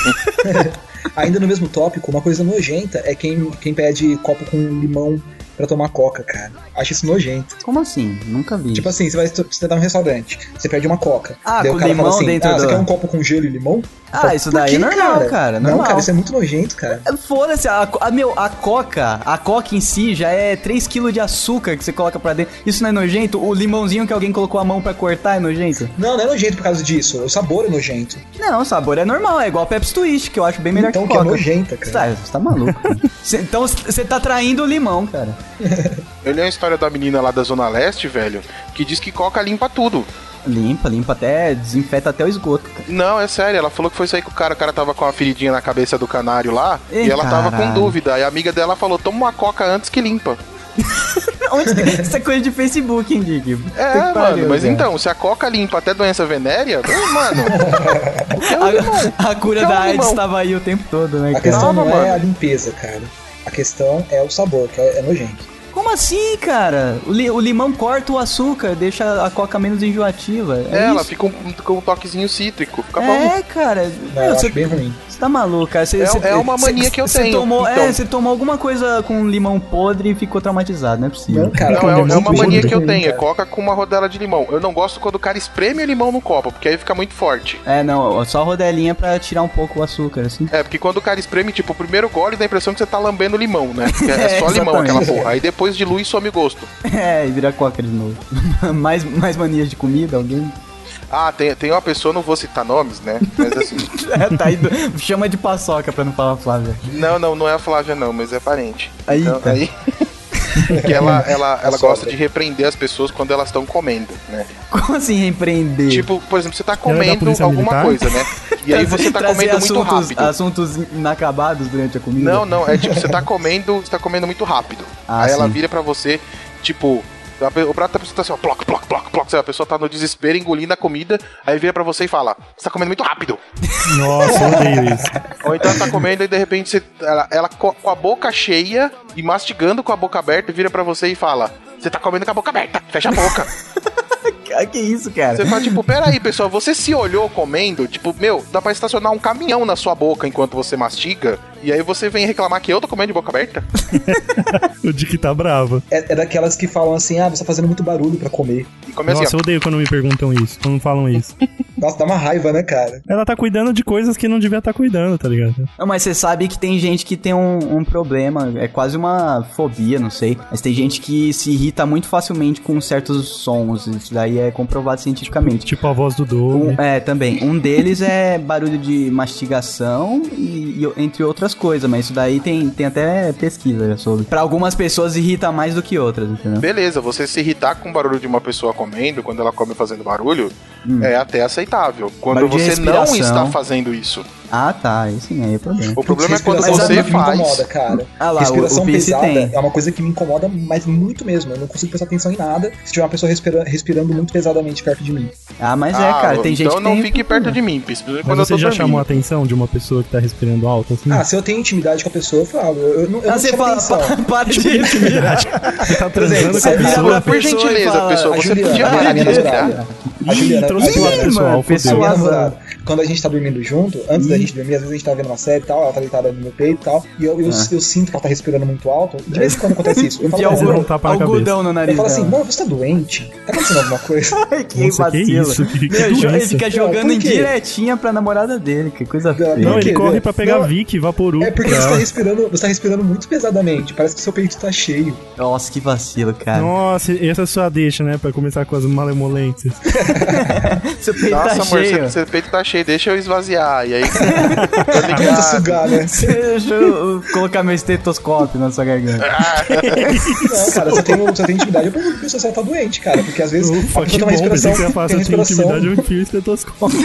Ainda no mesmo tópico, uma coisa nojenta é quem, quem pede copo com limão pra tomar coca, cara. Acho isso nojento. Como assim? Nunca vi. Tipo assim, você vai você tá num restaurante, você pede uma coca. Ah, daí com o cara limão fala assim, dentro ah, do- você quer um copo com gelo e limão? Ah, Fala, isso "Por daí quê, é normal, cara, Não, normal." cara, isso é muito nojento, cara. Foda-se, a, a, meu, a coca, a coca em si já é três quilos de açúcar que você coloca pra dentro. Isso não é nojento? O limãozinho que alguém colocou a mão pra cortar é nojento? Não, não é nojento por causa disso. O sabor é nojento. Não, o sabor é normal, é igual Pepsi Twist, que eu acho bem melhor Então que que é coca. nojenta, Você cara. tá, você tá maluco. cara. Cê- então você tá traindo o limão, cara. Eu li a história da menina lá da Zona Leste, velho, que diz que coca limpa tudo. Limpa, limpa até, desinfeta até o esgoto, cara. Não, é sério, ela falou que foi sair com o cara, o cara tava com uma feridinha na cabeça do canário lá, Ih, e ela tava com caralho. dúvida. E a amiga dela falou, toma uma coca antes que limpa. Onde que- Isso é coisa de Facebook, hein, Dick? Puta É, que mano, pariu, mas cara. então, se a coca limpa até doença venérea, mano, o que é o limão? A, a cura Que é da um AIDS limão? estava aí o tempo todo, né, A cara? questão Calma, não é mano. a limpeza, cara. A questão é o sabor, que é, é nojento. Como assim, cara? O, li- o limão corta o açúcar, deixa a coca menos enjoativa. É, É, ela isso. fica um, com um toquezinho cítrico, fica bom. É, cara. Não, Meu, eu você, acho bem ruim. você tá maluco, cara. Você, É- você- é uma mania você- que eu você tenho, Tomou, então. É, você tomou alguma coisa com limão podre e ficou traumatizado, não é possível. Não, cara, Não, com é, é limão uma tudo mania muito que eu ruim, tenho, é cara. coca com uma rodela de limão. Eu não gosto quando o cara espreme o limão no copo, porque aí fica muito forte. É, não, só rodelinha pra tirar um pouco o açúcar, assim. É, porque quando o cara espreme, tipo, o primeiro gole dá a impressão que você tá lambendo limão, né? Porque é, É, só limão exatamente. aquela porra. Aí depois dilui e some o gosto. É, e vira coca de novo. mais, mais manias de comida, alguém? Ah, tem, tem uma pessoa, não vou citar nomes, né? Mas assim. É, tá aí, do- chama de paçoca pra não falar Flávia. Não, não, não é a Flávia, não, mas é parente. Aí, Então, tá. aí que ela, ela, ela sogra. gosta de repreender as pessoas quando elas estão comendo, né? Como assim repreender? Tipo, por exemplo, você tá Ela é da comendo polícia alguma militar? coisa, né? E aí você tá Trazer comendo muito assuntos, rápido. assuntos inacabados durante a comida? Não, não, é tipo, você tá comendo, você tá comendo muito rápido. Ah, aí ela sim. vira pra você, tipo, a pe- o prato da pessoa tá assim, ó, ploc, ploc, ploc, ploc, sabe? A pessoa tá no desespero, engolindo a comida, aí vira pra você e fala, você tá comendo muito rápido. Nossa, eu odeio isso. Ou então ela tá comendo e de repente você, ela, ela co- com a boca cheia e mastigando com a boca aberta, vira pra você e fala, você tá comendo com a boca aberta, fecha a boca. cara, que isso, cara? Você fala, tipo, peraí, pessoal, você se olhou comendo? Tipo, meu, dá pra estacionar um caminhão na sua boca enquanto você mastiga? E aí você vem reclamar que eu tô comendo de boca aberta? O Dick tá bravo. É, é daquelas que falam assim, ah, você tá fazendo muito barulho pra comer. E come assim, Nossa, ó. eu odeio quando me perguntam isso, quando falam isso. Nossa, dá uma raiva, né, cara? Ela tá cuidando de coisas que não devia estar cuidando, tá ligado? Não, mas você sabe que tem gente que tem um, um problema, é quase uma fobia, não sei. Mas tem gente que se irrita muito facilmente com certos sons, isso daí é comprovado cientificamente. Tipo a voz do Doug. Um, é, também. Um deles é barulho de mastigação e, e entre outras coisas, mas isso daí tem, tem até pesquisa sobre. Pra algumas pessoas irrita mais do que outras, entendeu? Beleza, você se irritar com o barulho de uma pessoa comendo, quando ela come fazendo barulho, é até aceitável. Quando Barulho de você não respiração. está fazendo isso. Ah, tá, aí sim, aí é problema. O problema é quando Respiração você é uma coisa que me faz. incomoda, cara. Ah lá, Respiração o- o Pierce pesada tem. é uma coisa que me incomoda, mas muito mesmo. Eu não consigo prestar atenção em nada se tiver uma pessoa respira- respirando muito pesadamente perto de mim. Ah, mas é, Ah, cara, tem gente então que não tem fique perto de mim, principalmente Mas quando eu você tô já dormindo. chamou a atenção de uma pessoa que tá respirando alto, assim? Ah, se eu tenho intimidade com a pessoa, eu falo. Eu, eu não, eu Ah, não você chamo fala, atenção. pa- para de respirar. Você tá Por exemplo, transando com a você vira pessoa. pra Por pessoa e gentileza, fala, pessoa, A você Juliana, podia a minha, a minha respirar. namorada. A Juliana, trouxe a pro lado Juliana, pessoal, a minha fudeu. namorada. Quando a gente tá dormindo junto, antes da gente dormir, às vezes a gente tá vendo uma série e tal, ela tá deitada no meu peito e tal, e eu, eu, Ah. eu sinto que ela tá respirando muito alto. De vez em quando acontece isso. Eu Enfia falo, Você pra não ela, tapa na algodão no eu nariz falo assim, dela. mano, você tá doente? Tá acontecendo alguma coisa? Ai, que Nossa, que vacilo. isso? Que- que Meu, jo- ele doença. fica Ah, jogando por quê? indiretinha pra namorada dele, que coisa feia. Não, Por ele quê? corre pra pegar Não, Vic, Vaporu. É porque pra você ela. tá respirando, você tá respirando muito pesadamente. Parece que seu peito tá cheio. Nossa, que vacilo, cara. Nossa, essa é a sua deixa, né? Pra começar com as malemolências. Seu peito Nossa, tá amor, cheio. seu, seu peito tá cheio, deixa eu esvaziar. E aí, tô Começa a ligado. sugar, né? Deixa eu colocar meu estetoscópio na sua garganta. Não, cara, você tem, você tem intimidade, eu pergunto pra pessoa se ela tá doente, cara. Porque às vezes a Ufa, pessoa que tem bom, uma pensei respiração. que você ia falar, Tem se eu tenho respiração. intimidade, eu enfio o estetoscópio.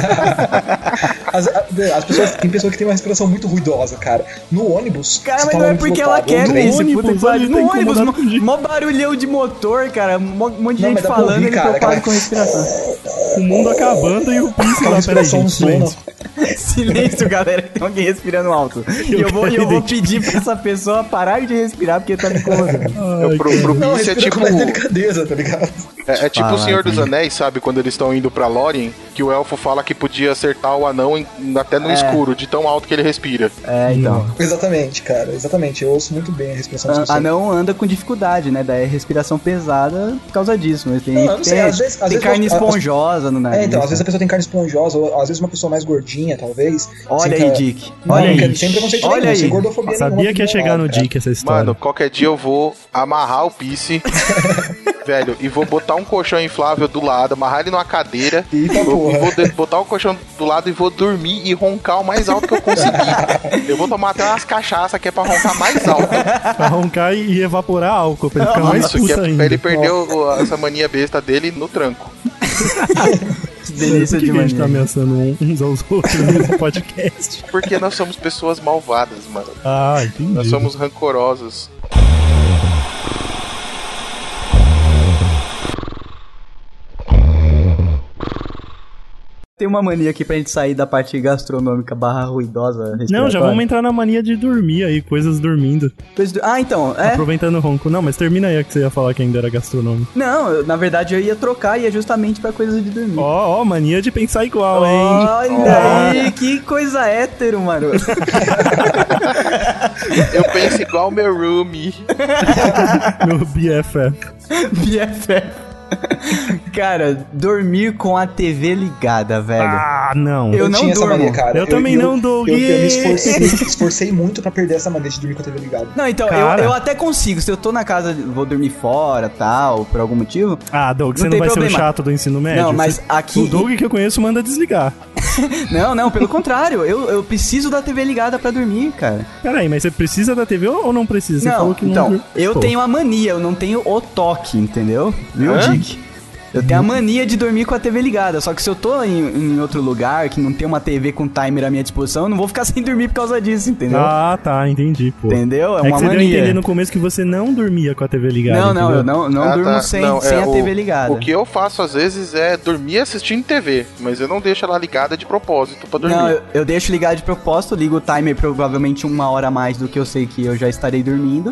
As, a- as pessoas, tem pessoa que tem uma respiração muito ruidosa, cara. No ônibus. Cara, você mas tá não lá é muito porque ela lotado, quer, no velho. Esse ônibus, puta que pariu. ele No tá ônibus, incomodado mó, com mó barulhão de motor, cara. Mó, um monte de Não, gente mas dá pra falando ouvir, e ele cara, preocupado cara. com respiração. O mundo acabando e o Pisse Aquela lá, peraí, respiração gente, zona. silêncio. Silêncio, galera, que tem alguém respirando alto. E eu vou, e eu vou pedir pra essa pessoa parar de respirar porque tá me incomodando. Ai, Pro, pro Não, Pisse é respira tipo. com mais delicadeza, tá ligado? É, é tipo Fala, o Senhor dos gente. Anéis, sabe? Quando eles estão indo pra Lórien, que o elfo fala que podia acertar o anão em- até no É. escuro, de tão alto que ele respira. É, então. Exatamente, cara. Exatamente. Eu ouço muito bem a respiração das A, a pessoas. não anda com dificuldade, né? Daí é respiração pesada por causa disso. Mas tem, Não, eu não sei, tem, às vezes- às tem vezes carne eu- as- esponjosa no nariz. É, então, às né? vezes a pessoa tem carne esponjosa, ou às vezes uma pessoa mais gordinha, talvez. Olha sinta- aí, Dick. Não, Olha não aí. quero- sem preconceito Olha nenhum, aí. sem gordofobia Sabia nenhuma, que ia não, chegar no cara. Dick essa história. Mano, qualquer dia eu vou amarrar o Pisse, velho, e vou botar um colchão inflável do lado, amarrar ele numa cadeira, Eita vou, porra. e vou de- botar o colchão do lado e vou dormir e roncar o mais alto que eu conseguir. Eu vou tomar até umas cachaças que é pra roncar mais alto. Pra roncar e e evaporar álcool, pra ele ficar mais Isso, que puto é pra ainda. ele perder o- essa mania besta dele no tranco. Que delícia Por que de que a gente tá mania. ameaçando um- uns aos outros nesse podcast? Porque nós somos pessoas malvadas, mano. Ah, entendi. Nós somos rancorosos. Tem uma mania aqui pra gente sair da parte gastronômica barra ruidosa. Não, já respiratória. vamos entrar na mania de dormir aí, coisas dormindo. Coisa do- Ah, então, é? Aproveitando o ronco. Não, mas termina aí a que você ia falar que ainda era gastronômico. Não, eu- na verdade eu ia trocar e é justamente pra coisas de dormir. Ó, ó, mania de pensar igual, hein? Olha aí, que coisa hétero, mano. Eu penso igual meu roomie. Meu B F F. B F F. Cara, dormir com a T V ligada, velho. Ah, não. Eu Eu, não tinha essa durmo. mania, cara. Eu também não, Doug. Eu, eu me esforcei, esforcei muito pra perder essa mania de dormir com a T V ligada. Não, então, eu, Cara. eu até consigo. Se eu tô na casa, vou dormir fora, tal, por algum motivo. Ah, Doug, você Não não, tem vai ser problema. o chato do ensino médio? Não, mas Você- aqui- O Doug que eu conheço manda desligar. Não, não, pelo contrário. Eu, eu preciso da T V ligada pra dormir, cara. Peraí, mas você precisa da T V ou ou não precisa? Você não, falou que não... então, eu Pô, tenho a mania, eu não tenho o toque, entendeu? Viu, Hã? Dick? Eu tenho a mania de dormir com a T V ligada, só que se eu tô em, em outro lugar que não tem uma T V com timer à minha disposição, eu não vou ficar sem dormir por causa disso, entendeu? Ah, tá, entendi, pô. Entendeu? É É, que uma você deu a entender mania. no começo que você não dormia com a T V ligada, Não, não, entendeu? eu não, não Ah, durmo tá. sem, Não, sem é, a o- T V ligada. O que eu faço às vezes é dormir assistindo T V, mas eu não deixo ela ligada de propósito pra dormir. Não, eu, eu deixo ligado de propósito, ligo o timer provavelmente uma hora a mais do que eu sei que eu já estarei dormindo.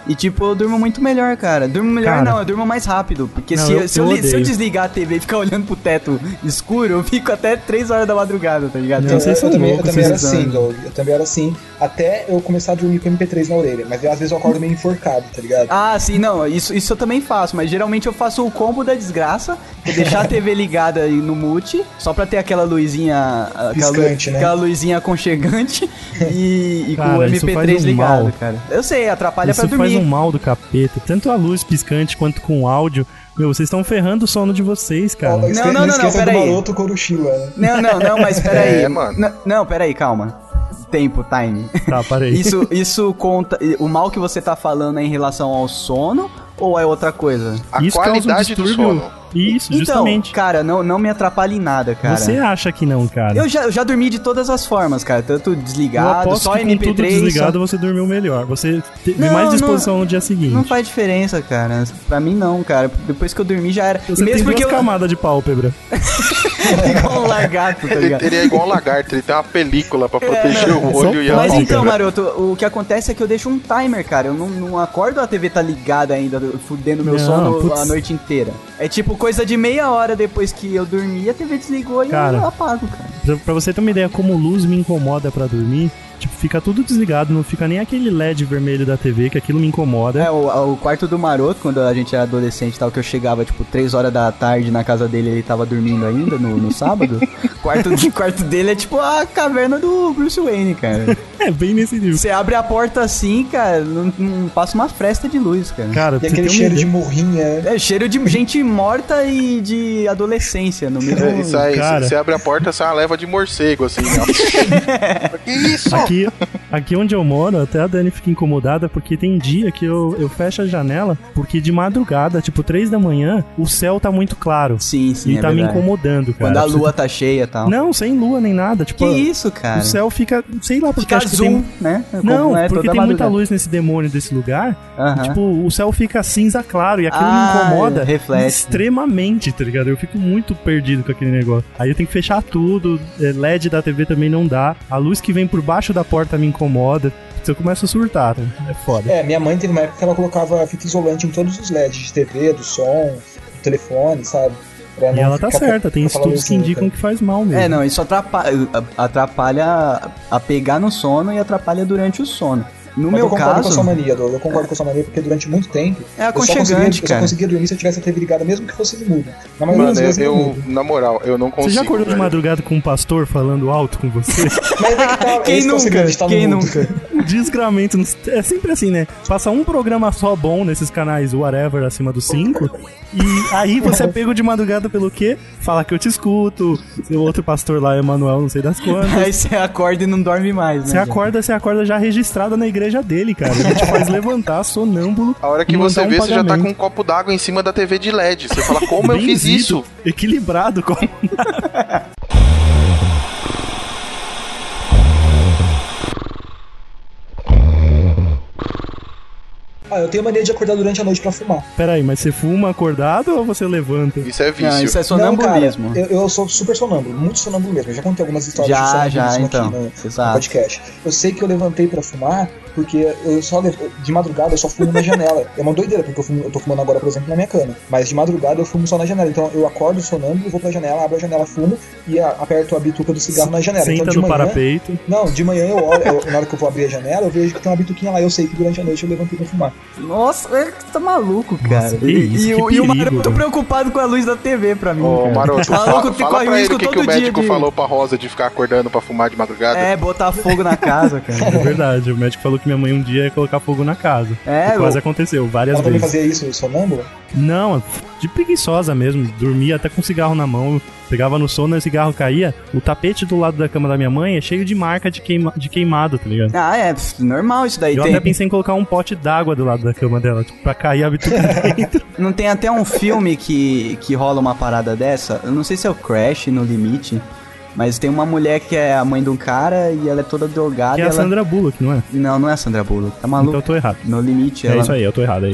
E tipo, eu durmo muito melhor, cara. Durmo melhor Cara. não, eu durmo mais rápido. Porque Não, se, eu- eu, se, eu, eu li- se eu odeio. desligar a T V e ficar olhando pro teto escuro, eu fico até três horas da madrugada, tá ligado? Não, Eu, vocês eu são também, eu loucos, também era vocês assim, usam. Doug. Eu também era assim. Até eu começar a dormir com M P três na orelha. Mas às vezes eu acordo meio enforcado, tá ligado? Ah, sim, não, isso, isso eu também faço, mas geralmente eu faço o combo da desgraça, que é deixar a T V ligada aí no mute, só pra ter aquela luzinha, aquela, Piscante, né? aquela luzinha aconchegante e, e com Cara, o isso M P faz três um ligado, mal. cara. Eu sei, atrapalha Isso pra faz dormir. um mal do capeta. Tanto a luz piscante quanto com o áudio. Meu, vocês estão ferrando o sono de vocês, cara. Ó, esque- não, não, não, esqueça pera do aí. Maroto Coruchila, né? Não, não, não, mas peraí. É, mano. N- Não, peraí, calma. Tempo, time. Tá, parei. Isso, isso conta. O mal que você tá falando é em relação ao sono ou é outra coisa? A Isso causa um qualidade do distúrbio. sono. Isso, Então, justamente. cara, não, não me atrapalha em nada, cara. Você acha que não, cara? Eu já, eu já dormi de todas as formas, cara. Tanto Eu desligado, aposto só que com M P três. tudo desligado só... você dormiu melhor. Você teve Não, mais não- disposição no dia seguinte. Não faz diferença, cara. Pra mim não, cara. Depois que eu dormi já era. Você Mesmo tem porque duas eu camadas de pálpebra. igual um lagarto, tá Ele, ligado? ele é igual um lagarto, ele tem uma película pra proteger não. o olho e a Só Mas pálpebra. então, Maroto, o que acontece é que eu deixo um timer, cara. Eu não, não acordo a T V tá ligada ainda, fudendo meu Não, sono putz. a noite inteira. É tipo coisa de meia hora depois que eu dormi, a T V desligou e Cara. eu apago, cara. Pra, pra você ter uma ideia como luz me incomoda pra dormir, tipo, fica tudo desligado, não fica nem aquele L E D vermelho da T V, que aquilo me incomoda. É, o, o quarto do Maroto, quando a gente era adolescente e tal, que eu chegava, tipo, três horas da tarde na casa dele, ele tava dormindo ainda no, no sábado. O quarto, o quarto dele é tipo a caverna do Bruce Wayne, cara. É, bem nesse nível. Você abre a porta assim, cara, não, não passa uma fresta de luz, cara. Cara, pra E você aquele ter uma cheiro de ideia- morrinha. É cheiro de gente morta e de adolescência no mesmo. É, isso aí, Cara. você abre a porta, sai uma leva de morcego, assim, né? Que isso? Aqui, aqui onde eu moro, até a Dani fica incomodada, porque tem dia que eu, eu fecho a janela, porque de madrugada, tipo três da manhã, o céu tá muito claro. Sim, sim, e é tá me verdade. incomodando, cara. Quando a Você- lua tá cheia e tal. Não, sem lua nem nada. Tipo, Que isso, cara? o céu fica, sei lá, porque Fica acho que azul, tem... né? Não, Como é porque toda tem muita madrugada. luz nesse demônio desse lugar. Aham. Tipo, o céu fica cinza claro e aquilo Ah, me incomoda reflete. extremamente, tá ligado? Eu fico muito perdido com aquele negócio. Aí eu tenho que fechar tudo, é, L E D da T V também não dá. A luz que vem por baixo da porta me incomoda. Eu começo a surtar, tá? É foda. É, minha mãe teve uma época que ela colocava fita isolante em todos os L E Ds de T V, do som, do telefone, sabe? Pra E não ela tá ficar- certa, tem ficar estudos que luzinha, indicam cara. que faz mal mesmo. É, não, isso atrapalha, atrapalha a pegar no sono e atrapalha durante o sono. No Mas meu eu concordo com a caso, sua mania, Doug. Eu concordo com a sua mania porque durante muito tempo é eu só aconchegante, conseguia, eu só cara. conseguia dormir se eu tivesse a T V ligada, mesmo que fosse no mudo. Na maioria Mano, das vezes eu, no eu- mudo. na moral, eu não consigo. Você já acordou de velho. madrugada com um pastor falando alto com você? Mas é que tá, Quem esse que é o nunca? segredo de estar no Quem mudo. nunca? Desgramento. nos- É sempre assim, né? Passa um programa só bom nesses canais whatever acima dos cinco. E aí você é pego de madrugada pelo quê? Fala que eu te escuto. Seu outro pastor lá, Emanuel, não sei das quantas. Aí você acorda e não dorme mais, né? Você acorda, você acorda já registrada na igreja dele, cara. Ele te faz levantar sonâmbulo. A hora que e você mandar um vê, você já tá com pagamento. um copo d'água em cima da T V de L E D. Você fala, como eu fiz Benzido, isso? Equilibrado, como. Ah, eu tenho mania de acordar durante a noite pra fumar. Pera aí, mas você fuma acordado ou você levanta? Isso é vício. Não, isso é Não, cara, sonambulismo. eu, eu sou super sonâmbulo, muito sonâmbulo mesmo. Eu já contei algumas histórias Já, de sonambulismo já, aqui então. no, no Exato. podcast. Eu sei que eu levantei pra fumar porque eu só lev- de madrugada eu só fumo na janela. É uma doideira, porque eu, fumo- eu tô fumando agora, por exemplo, na minha cama. Mas de madrugada eu fumo só na janela. Então eu acordo sonâmbulo, vou pra janela, abro a janela, fumo e a- aperto a bituca do cigarro na janela. Senta então de no manhã, parapeito. Não, de manhã eu olho, eu- na hora que eu vou abrir a janela, eu vejo que tem uma bituquinha lá. Eu sei que durante a noite eu levantei pra fumar. Nossa, é que tá maluco, cara. que e, isso, e que o- e o perigo, Maroto velho. preocupado com a luz da T V pra mim, Ô, cara. Maroto, Tá fala, louco, fala corre pra risco ele o que, que todo o médico dia de- falou pra Rosa de ficar acordando pra fumar de madrugada. É, botar fogo na casa, É cara. verdade, o médico falou que minha mãe um dia ia colocar fogo na casa. É, E quase eu- aconteceu, várias Ela também vezes. fazia isso sonâmbula? Não, de preguiçosa mesmo. Dormia até com cigarro na mão. Pegava no sono e o cigarro caía. O tapete do lado da cama da minha mãe é cheio de marca de, queima, de queimado, tá ligado? Ah, é, pff, normal isso daí. Eu Tem, até pensei em colocar um pote d'água do lado da cama dela, tipo, pra cair a bituca dentro. Não tem até um filme que, que rola uma parada dessa? Eu não sei se é o Crash, No Limite, mas tem uma mulher que é a mãe de um cara e ela é toda drogada. Que e é a ela... Sandra Bullock, não é? Não, não é a Sandra Bullock, tá maluco? Então eu tô errado. No Limite, É ela... isso aí, eu tô errado, é isso.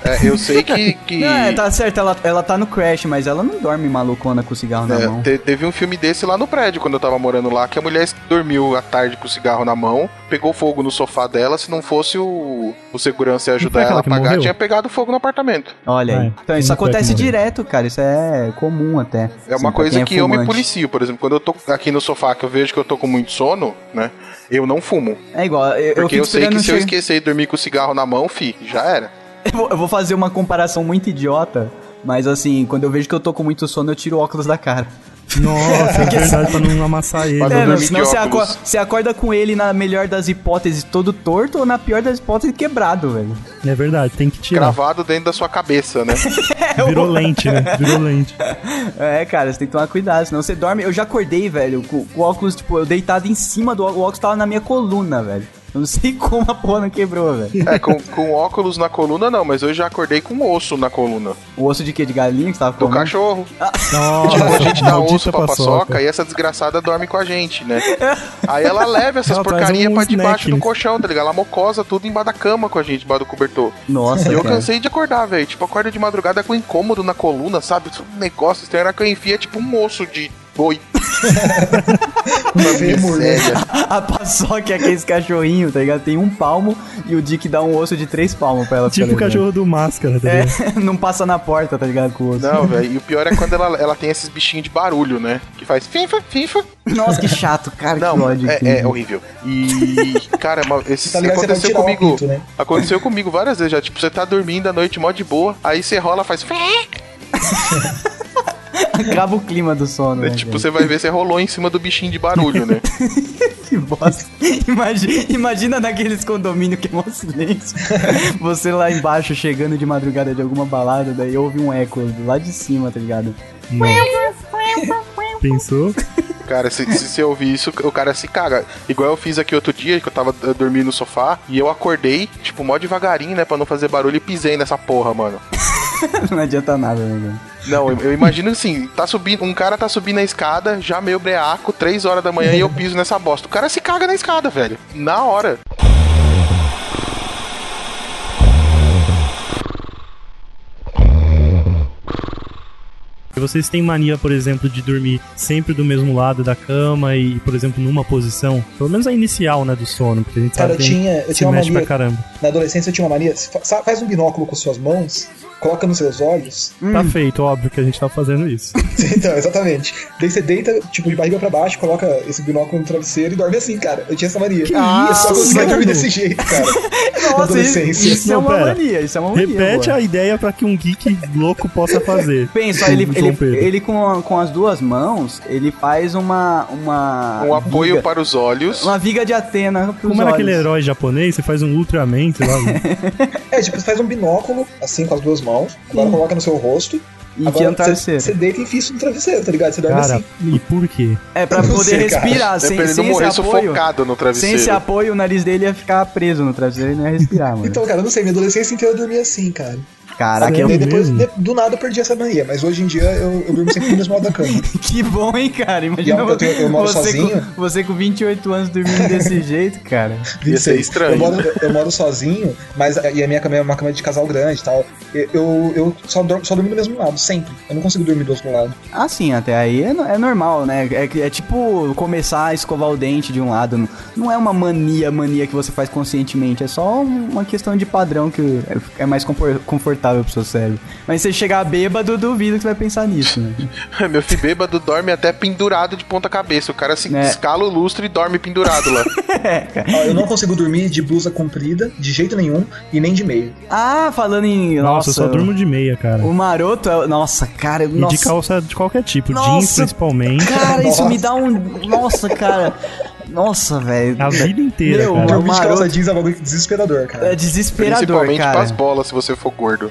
É, eu sei que... que... Não, é, tá certo, ela, ela tá no crash, mas ela não dorme malucona com o cigarro na É, mão. te- teve um filme desse lá no prédio, quando eu tava morando lá, que a mulher dormiu à tarde com o cigarro na mão, pegou fogo no sofá dela, se não fosse o, o segurança ia ajudar Não foi ela a aquela que apagar, morreu? tinha pegado fogo no apartamento. Olha aí. É, Então, isso não foi acontece que morreu. direto, cara. Isso é comum até. É Assim, uma pra coisa quem é que eu me fumante. policio, por exemplo, quando eu tô aqui no sofá, que eu vejo que eu tô com muito sono, né, eu não fumo. É igual, eu, eu Porque fico eu sei que esperando se eu che- esquecer de dormir com o cigarro na mão, fi, já era. Eu vou, eu vou fazer uma comparação muito idiota, mas assim, quando eu vejo que eu tô com muito sono, eu tiro o óculos da cara. Nossa, é verdade, pra não amassar ele. Pra não É, não, dormir senão de você, óculos. aco- você acorda com ele na melhor das hipóteses todo torto ou na pior das hipóteses quebrado, velho. É verdade, tem que tirar. Gravado dentro da sua cabeça, né? Virou lente, né? Virou lente. É, cara, você tem que tomar cuidado, senão você dorme. Eu já acordei, velho, com, com o óculos, tipo, eu deitado em cima do óculos, o óculos tava na minha coluna, velho. Eu não sei como a porra não quebrou, velho. É, com, com óculos na coluna não, mas eu já acordei com osso na coluna. O osso de quê? De galinha que você tava Do comendo? cachorro. Nossa, Tipo, a gente dá maldita osso pra paçoca e essa desgraçada dorme com a gente, né? Aí ela leva essas Ela traz porcarias um pra debaixo snack, do né? colchão, tá ligado? Ela mocosa tudo embaixo da cama com a gente, embaixo do cobertor. Nossa, E eu cara. cansei de acordar, velho. Tipo, acorda de madrugada com incômodo na coluna, sabe? Um negócio, tem hora que eu enfia tipo um osso de boi. Um fêmur, né? Miséria. A paçoca é aqueles cachorrinho, tá ligado? Tem um palmo e o Dick dá um osso de três palmos pra ela. ficar Tipo o levando. cachorro do Máscara, tá ligado? É, não passa na porta, tá ligado? Com o osso. Não, velho. E o pior é quando ela, ela tem esses bichinhos de barulho, né? Que faz fifa, fifa. Nossa, que chato, cara, que Não, ódio. que- é, é horrível. E, cara, uma- esse Tá ligado que você pode aconteceu tirar o comigo. apito, né? Aconteceu comigo várias vezes já. Tipo, você tá dormindo à noite mó de boa, aí você rola, faz. Acaba o clima do sono, né? Tipo, cara? você vai ver, você rolou em cima do bichinho de barulho, né? Que bosta. Imagina, imagina naqueles condomínios que é mó silêncio. Você lá embaixo chegando de madrugada de alguma balada, daí ouve um eco lá de cima, tá ligado? Pensou? Cara, se, se você ouvir isso, o cara se caga. Igual eu fiz aqui outro dia, que eu tava eh, dormindo no sofá, e eu acordei, tipo, mó devagarinho, né, pra não fazer barulho, e pisei nessa porra, mano. Não adianta nada, né, cara? Não, eu, eu imagino assim, tá subindo, um cara tá subindo a escada, já meio breaco, três horas da manhã, e eu piso nessa bosta. O cara se caga na escada, velho. Na hora. Vocês têm mania, por exemplo, de dormir sempre do mesmo lado da cama e, por exemplo, numa posição? Pelo menos a inicial, né, do sono, porque a gente Cara, sabe eu que tinha, eu se tinha uma mexe mania. pra caramba. Na adolescência eu tinha uma mania. Fa- Faz um binóculo com suas mãos, coloca nos seus olhos. Tá feito, óbvio que a gente tá fazendo isso. Então, exatamente. Daí você deita, tipo, de barriga pra baixo, coloca esse binóculo no travesseiro e dorme assim, cara. Eu tinha essa mania. Que Ah, isso, só conseguia mano? dormir desse jeito, cara. Na Nossa, isso, adolescência. isso é Não, uma pera. mania, isso é uma mania. Repete boa. a ideia pra que um geek louco possa fazer. Pensa, ele, João ele, Pedro. ele com, a- com as duas mãos, ele faz uma. uma Um apoio viga, para os olhos. Uma viga de Atena pros Como era aquele olhos. herói japonês? Você faz um Ultraman, sei lá. né? É, tipo, você faz um binóculo, assim, com as duas mãos, agora coloca no seu rosto. E agora que é um você- travesseiro. Você deita e enfia isso no travesseiro, tá ligado? Você dorme Cara, assim. e por quê? É pra Eu não poder sei, cara. respirar, É sem, pra ele não sem esse morrer apoio. sufocado no Sem travesseiro. esse apoio, o nariz dele ia ficar preso no travesseiro e não ia respirar, mano. Então, cara, eu não sei, minha adolescência inteira eu dormia assim, cara. Caraca, Sério? é Daí um... depois, mesmo? de- do nada eu perdi essa mania, mas hoje em dia eu, eu durmo sempre no mesmo lado da cama. que bom, hein, cara? E Imagina eu- eu tenho- eu moro você, sozinho. com, você com vinte e oito anos dormindo desse jeito, cara. Ia ser estranho. Eu moro, eu moro sozinho, mas e a minha cama é uma cama de casal grande e tal. Eu, eu, eu só, dormo, só dormo do mesmo lado, sempre. Eu não consigo dormir do outro lado. Ah, sim, até aí é, no- é normal, né? É, que- é tipo começar a escovar o dente de um lado. Não, não é uma mania, mania que você faz conscientemente. É só uma questão de padrão que é, é mais compor- confortável pro seu cérebro. Mas se você chegar bêbado, duvido que você vai pensar nisso, né? Meu filho bêbado dorme até pendurado de ponta cabeça. O cara se É. escala o lustre e dorme pendurado lá. Ó, eu não consigo dormir de blusa comprida, de jeito nenhum, e nem de meia. Ah, falando em... Nossa, Nossa, eu só durmo de meia, cara. O maroto é... Nossa, cara... E Nossa, de calça de qualquer tipo, jeans Nossa, principalmente. Cara, isso Nossa. me dá um... Nossa, cara... Nossa, velho. A vida inteira, Meu, cara. mano, Dormir de maroto- calça jeans é um bagulho desesperador, cara. É desesperador, Principalmente cara. pras bolas, se você for gordo.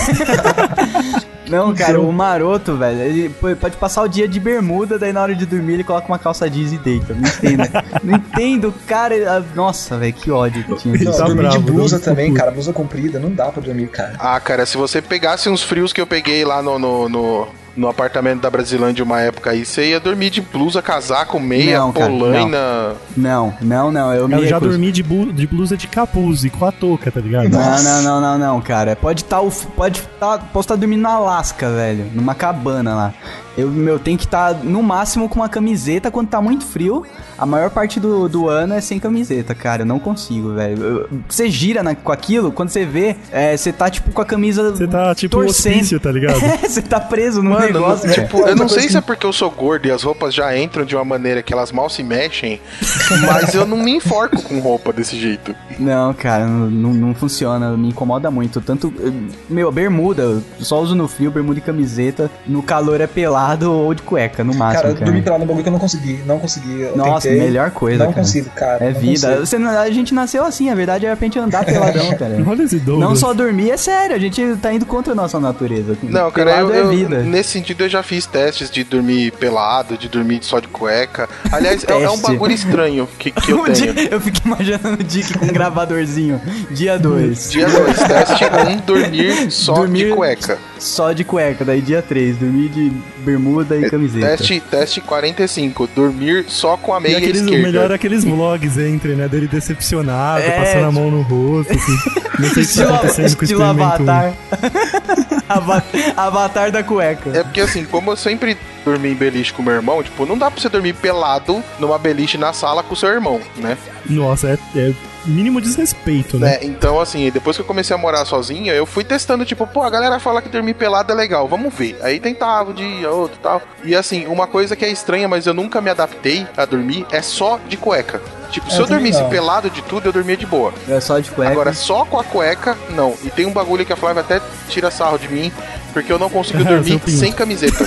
Não, cara, o maroto, velho, ele p- pode passar o dia de bermuda, daí na hora de dormir ele coloca uma calça jeans e deita. Não entendo. Não entendo, cara. ah, Nossa, velho, que ódio que tinha. Ele Não, tá dormir de bravo, blusa dorme também, com- cara. Blusa comprida, não dá pra dormir, cara. Ah, cara, se você pegasse uns frios que eu peguei lá no, no, no, no apartamento da Brasilândia uma época aí, você ia dormir de blusa, casaco, meia, Não, cara, polaina. Não, não, não, eu me Eu já recuso. dormi de, bu- de blusa de capuz e com a touca, tá ligado? Não, não, não, não, não, cara. Pode estar o pode tá, posso estar dormindo no Alasca, velho, numa cabana lá. Eu, meu, tem que estar no máximo com uma camiseta quando tá muito frio. A maior parte do, do ano é sem camiseta, cara. Eu não consigo, velho. Eu- Você gira na- com aquilo, quando você vê, é, você tá tipo com a camisa. Você tá tipo um torcendo. hospício, tá ligado? É, você tá preso no Mano, negócio, não- velho. tipo, eu não sei se é porque eu sou gordo e as roupas já entram de uma maneira que elas mal se mexem, mas eu não me enforco com roupa desse jeito. Não, cara, não, não, não funciona, me incomoda muito. Tanto, eh, meu, bermuda, eu só uso no frio, bermuda e camiseta. No calor é pelado ou de cueca, no máximo, Cara, cara. dormir pelado no bagulho que eu não consegui. Não consegui. Eu Nossa, tentei, melhor coisa, Não cara. consigo, cara. É não vida. consigo. Você não- a gente nasceu assim, a verdade é pra gente andar peladão, cara. Olha esse Douglas. Não só dormir, é sério, a gente tá indo contra a nossa natureza. Não, cara, eu, Pelado eu- é vida. nesse sentido eu já fiz testes de dormir pelado, de dormir só de cueca. Aliás, é, é um Teste. bagulho estranho que, que eu O dia- tenho. eu fico imaginando o Dick com um gravadorzinho. Dia dois. Dia dois, teste um, dormir só Dormir- de cueca. Só de cueca. Daí dia três, dormir de bermuda e camiseta. Teste, teste quarenta e cinco, dormir só com a E meia aqueles, o esquerda. melhor é aqueles vlogs entre, né? Dele decepcionado, É, passando a mão no rosto, assim. Não sei o que tá Estilo, acontecendo com o estilo experimento um. Avatar. Ava- Avatar da cueca. É porque assim, como eu sempre dormi em beliche com meu irmão, tipo, não dá pra você dormir pelado numa beliche na sala com o seu irmão, né? Nossa, é, é mínimo desrespeito, né? Né? Então, assim, depois que eu comecei a morar sozinho, eu fui testando, tipo, pô, a galera fala que dormir pelado é legal, vamos ver. Aí tentava um dia, outro e tal. E assim, uma coisa que é estranha, mas eu nunca me adaptei a dormir, é só de cueca. Tipo, se Eu eu dormisse também não. pelado de tudo, eu dormia de boa. É só de cueca. Agora, só com a cueca, não. E tem um bagulho que a Flávia até tira sarro de mim, porque eu não consigo É, dormir seu pinto. sem camiseta.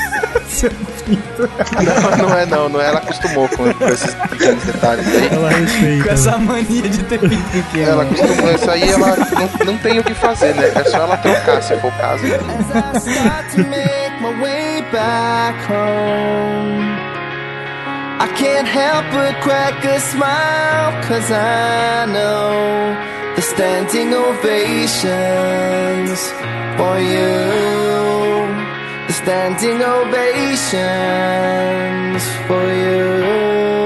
Não, não é não, não é. Ela acostumou com, com esses pequenos detalhes aí. Ela respeita. Com essa mania de ter pinto pequeno. Ela acostumou, isso aí ela não, não tem o que fazer, né? É só ela trocar, se for o caso. As I start to make my way back home, I can't help but crack a smile, cause I know the standing ovations for you, the standing ovations for you.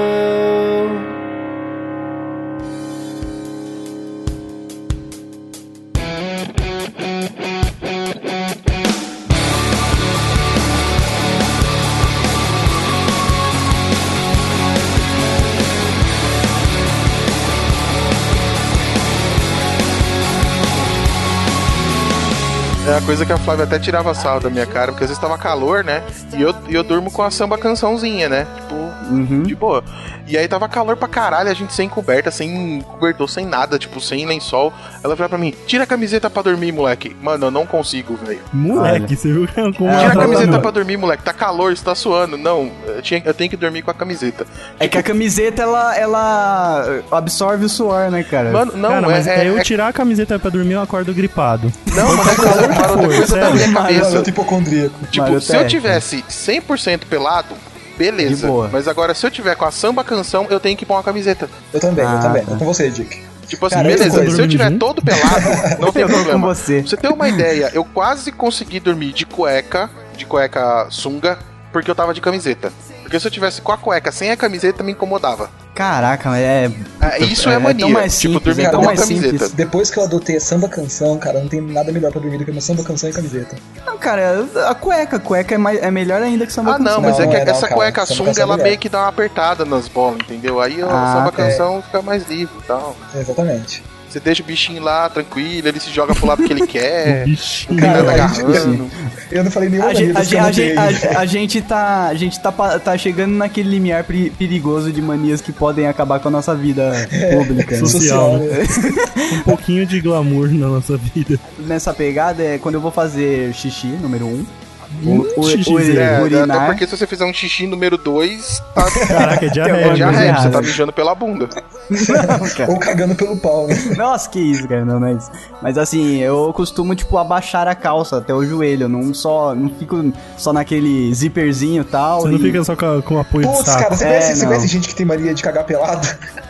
É a coisa que a Flávia até tirava sarro da minha cara, porque às vezes tava calor, né? E eu, e eu durmo com a samba cançãozinha, né? Tipo, Uhum. de boa. E aí tava calor pra caralho, a gente sem coberta, sem cobertor, sem nada, tipo, sem lençol. Ela falou pra mim, tira a camiseta pra dormir, moleque. Mano, eu não consigo, velho. Moleque, Olha. você viu como É, ela Tira a tá camiseta falando? pra dormir, moleque. Tá calor, você tá suando. Não, eu, tinha, eu tenho que dormir com a camiseta. É que a camiseta, ela, ela absorve o suor, né, cara? Mano, não, Cara, é, mas é, é eu é- tirar a camiseta pra dormir, eu acordo gripado. Não, mas é coisa, uma outra for, coisa da sério. minha Mano, eu cabeça. tô hipocondríaco. Tipo, Mario se eu Tech. tivesse cem por cento pelado, beleza. De boa. Mas agora, se eu tiver com a samba canção, eu tenho que pôr uma camiseta. Eu também, Ah, eu também. tá. Tô com você, Dick. Tipo assim, Cara, beleza, eu tô se eu dormindo tiver junto. todo pelado, não tem Eu tô com problema. você. Pra você ter uma ideia, eu quase consegui dormir de cueca, de cueca sunga, porque eu tava de camiseta. Porque se eu tivesse com a cueca sem a camiseta, me incomodava. Caraca, mas é... É, isso é, É mania. tão mais tipo, simples, dormir é tão com uma mais camiseta. simples. Depois que eu adotei a samba canção, cara, não tem nada melhor pra dormir do que uma samba canção e camiseta. Não, cara, a cueca, a cueca é, mais, é melhor ainda que samba Ah, não, canção. mas Não, é que é, não, essa cara. cueca Samba sunga, canção é ela melhor. meio que dá uma apertada nas bolas, entendeu? Aí a Ah, samba tá. canção fica mais livre e tal. Exatamente. Você deixa o bichinho lá, tranquilo, ele se joga pro lado que ele quer. Bichinho. Cara, tá a gente- agarrando. Eu não falei nenhuma A gente, a, das que gente, eu a, gente, anotei. a, a gente tá, a gente tá, pa- tá chegando naquele limiar peri- perigoso de manias que podem acabar com a nossa vida pública. né? Social, Social, né? Um pouquinho de glamour na nossa vida. Nessa pegada é quando eu vou fazer xixi, número um. Hum, o, xixizinho. É, até urinar. porque se você fizer um xixi número dois, tá Caraca, é diarreia. Tem já coisa é, você errada. tá mijando pela bunda. Não, cara. Ou cagando pelo pau, né? Nossa, que isso, cara, não, não é isso. Mas assim, eu costumo, tipo, abaixar a calça até o joelho. Eu não só, não fico só naquele zíperzinho e tal. Você não e- fica só com, com apoio de Putz, saco. cara, você É, conhece, você não. conhece gente que tem mania de cagar pelado?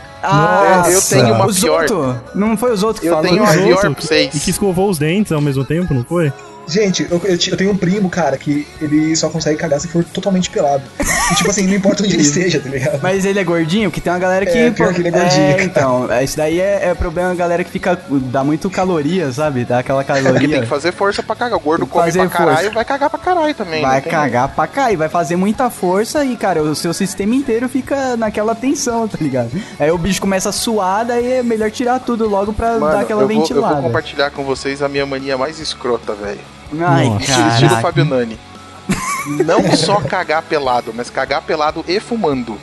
Ah, eu tenho uma os pior. outros. Não foi os outros que Eu falou tenho isso? uma pior Outro pra vocês. E que escovou os dentes ao mesmo tempo, não foi? Gente, eu, eu, eu tenho um primo, cara, que ele só consegue cagar se for totalmente pelado. E, tipo assim, não importa onde ele esteja, tá ligado? Mas ele é gordinho? Que tem uma galera que... É, pior que ele é gordinho, É, cara. então, isso daí é, é problema da galera que fica... Dá muito caloria, sabe? Dá aquela Porque tem caloria. que fazer força pra cagar. O gordo Tem que come fazer pra caralho, força. vai cagar pra caralho também. Vai não tem- cagar pra cair, vai fazer muita força e, cara, o seu sistema inteiro fica naquela tensão, tá ligado? Aí o bicho começa a suar, daí é melhor tirar tudo logo pra Mano, dar aquela eu vou, eu ventilada. vou compartilhar com vocês a minha mania mais escrota, velho. Ai, Nossa. Estilo, estilo caraca. Fábio Nani. Não só cagar pelado, mas cagar pelado e fumando.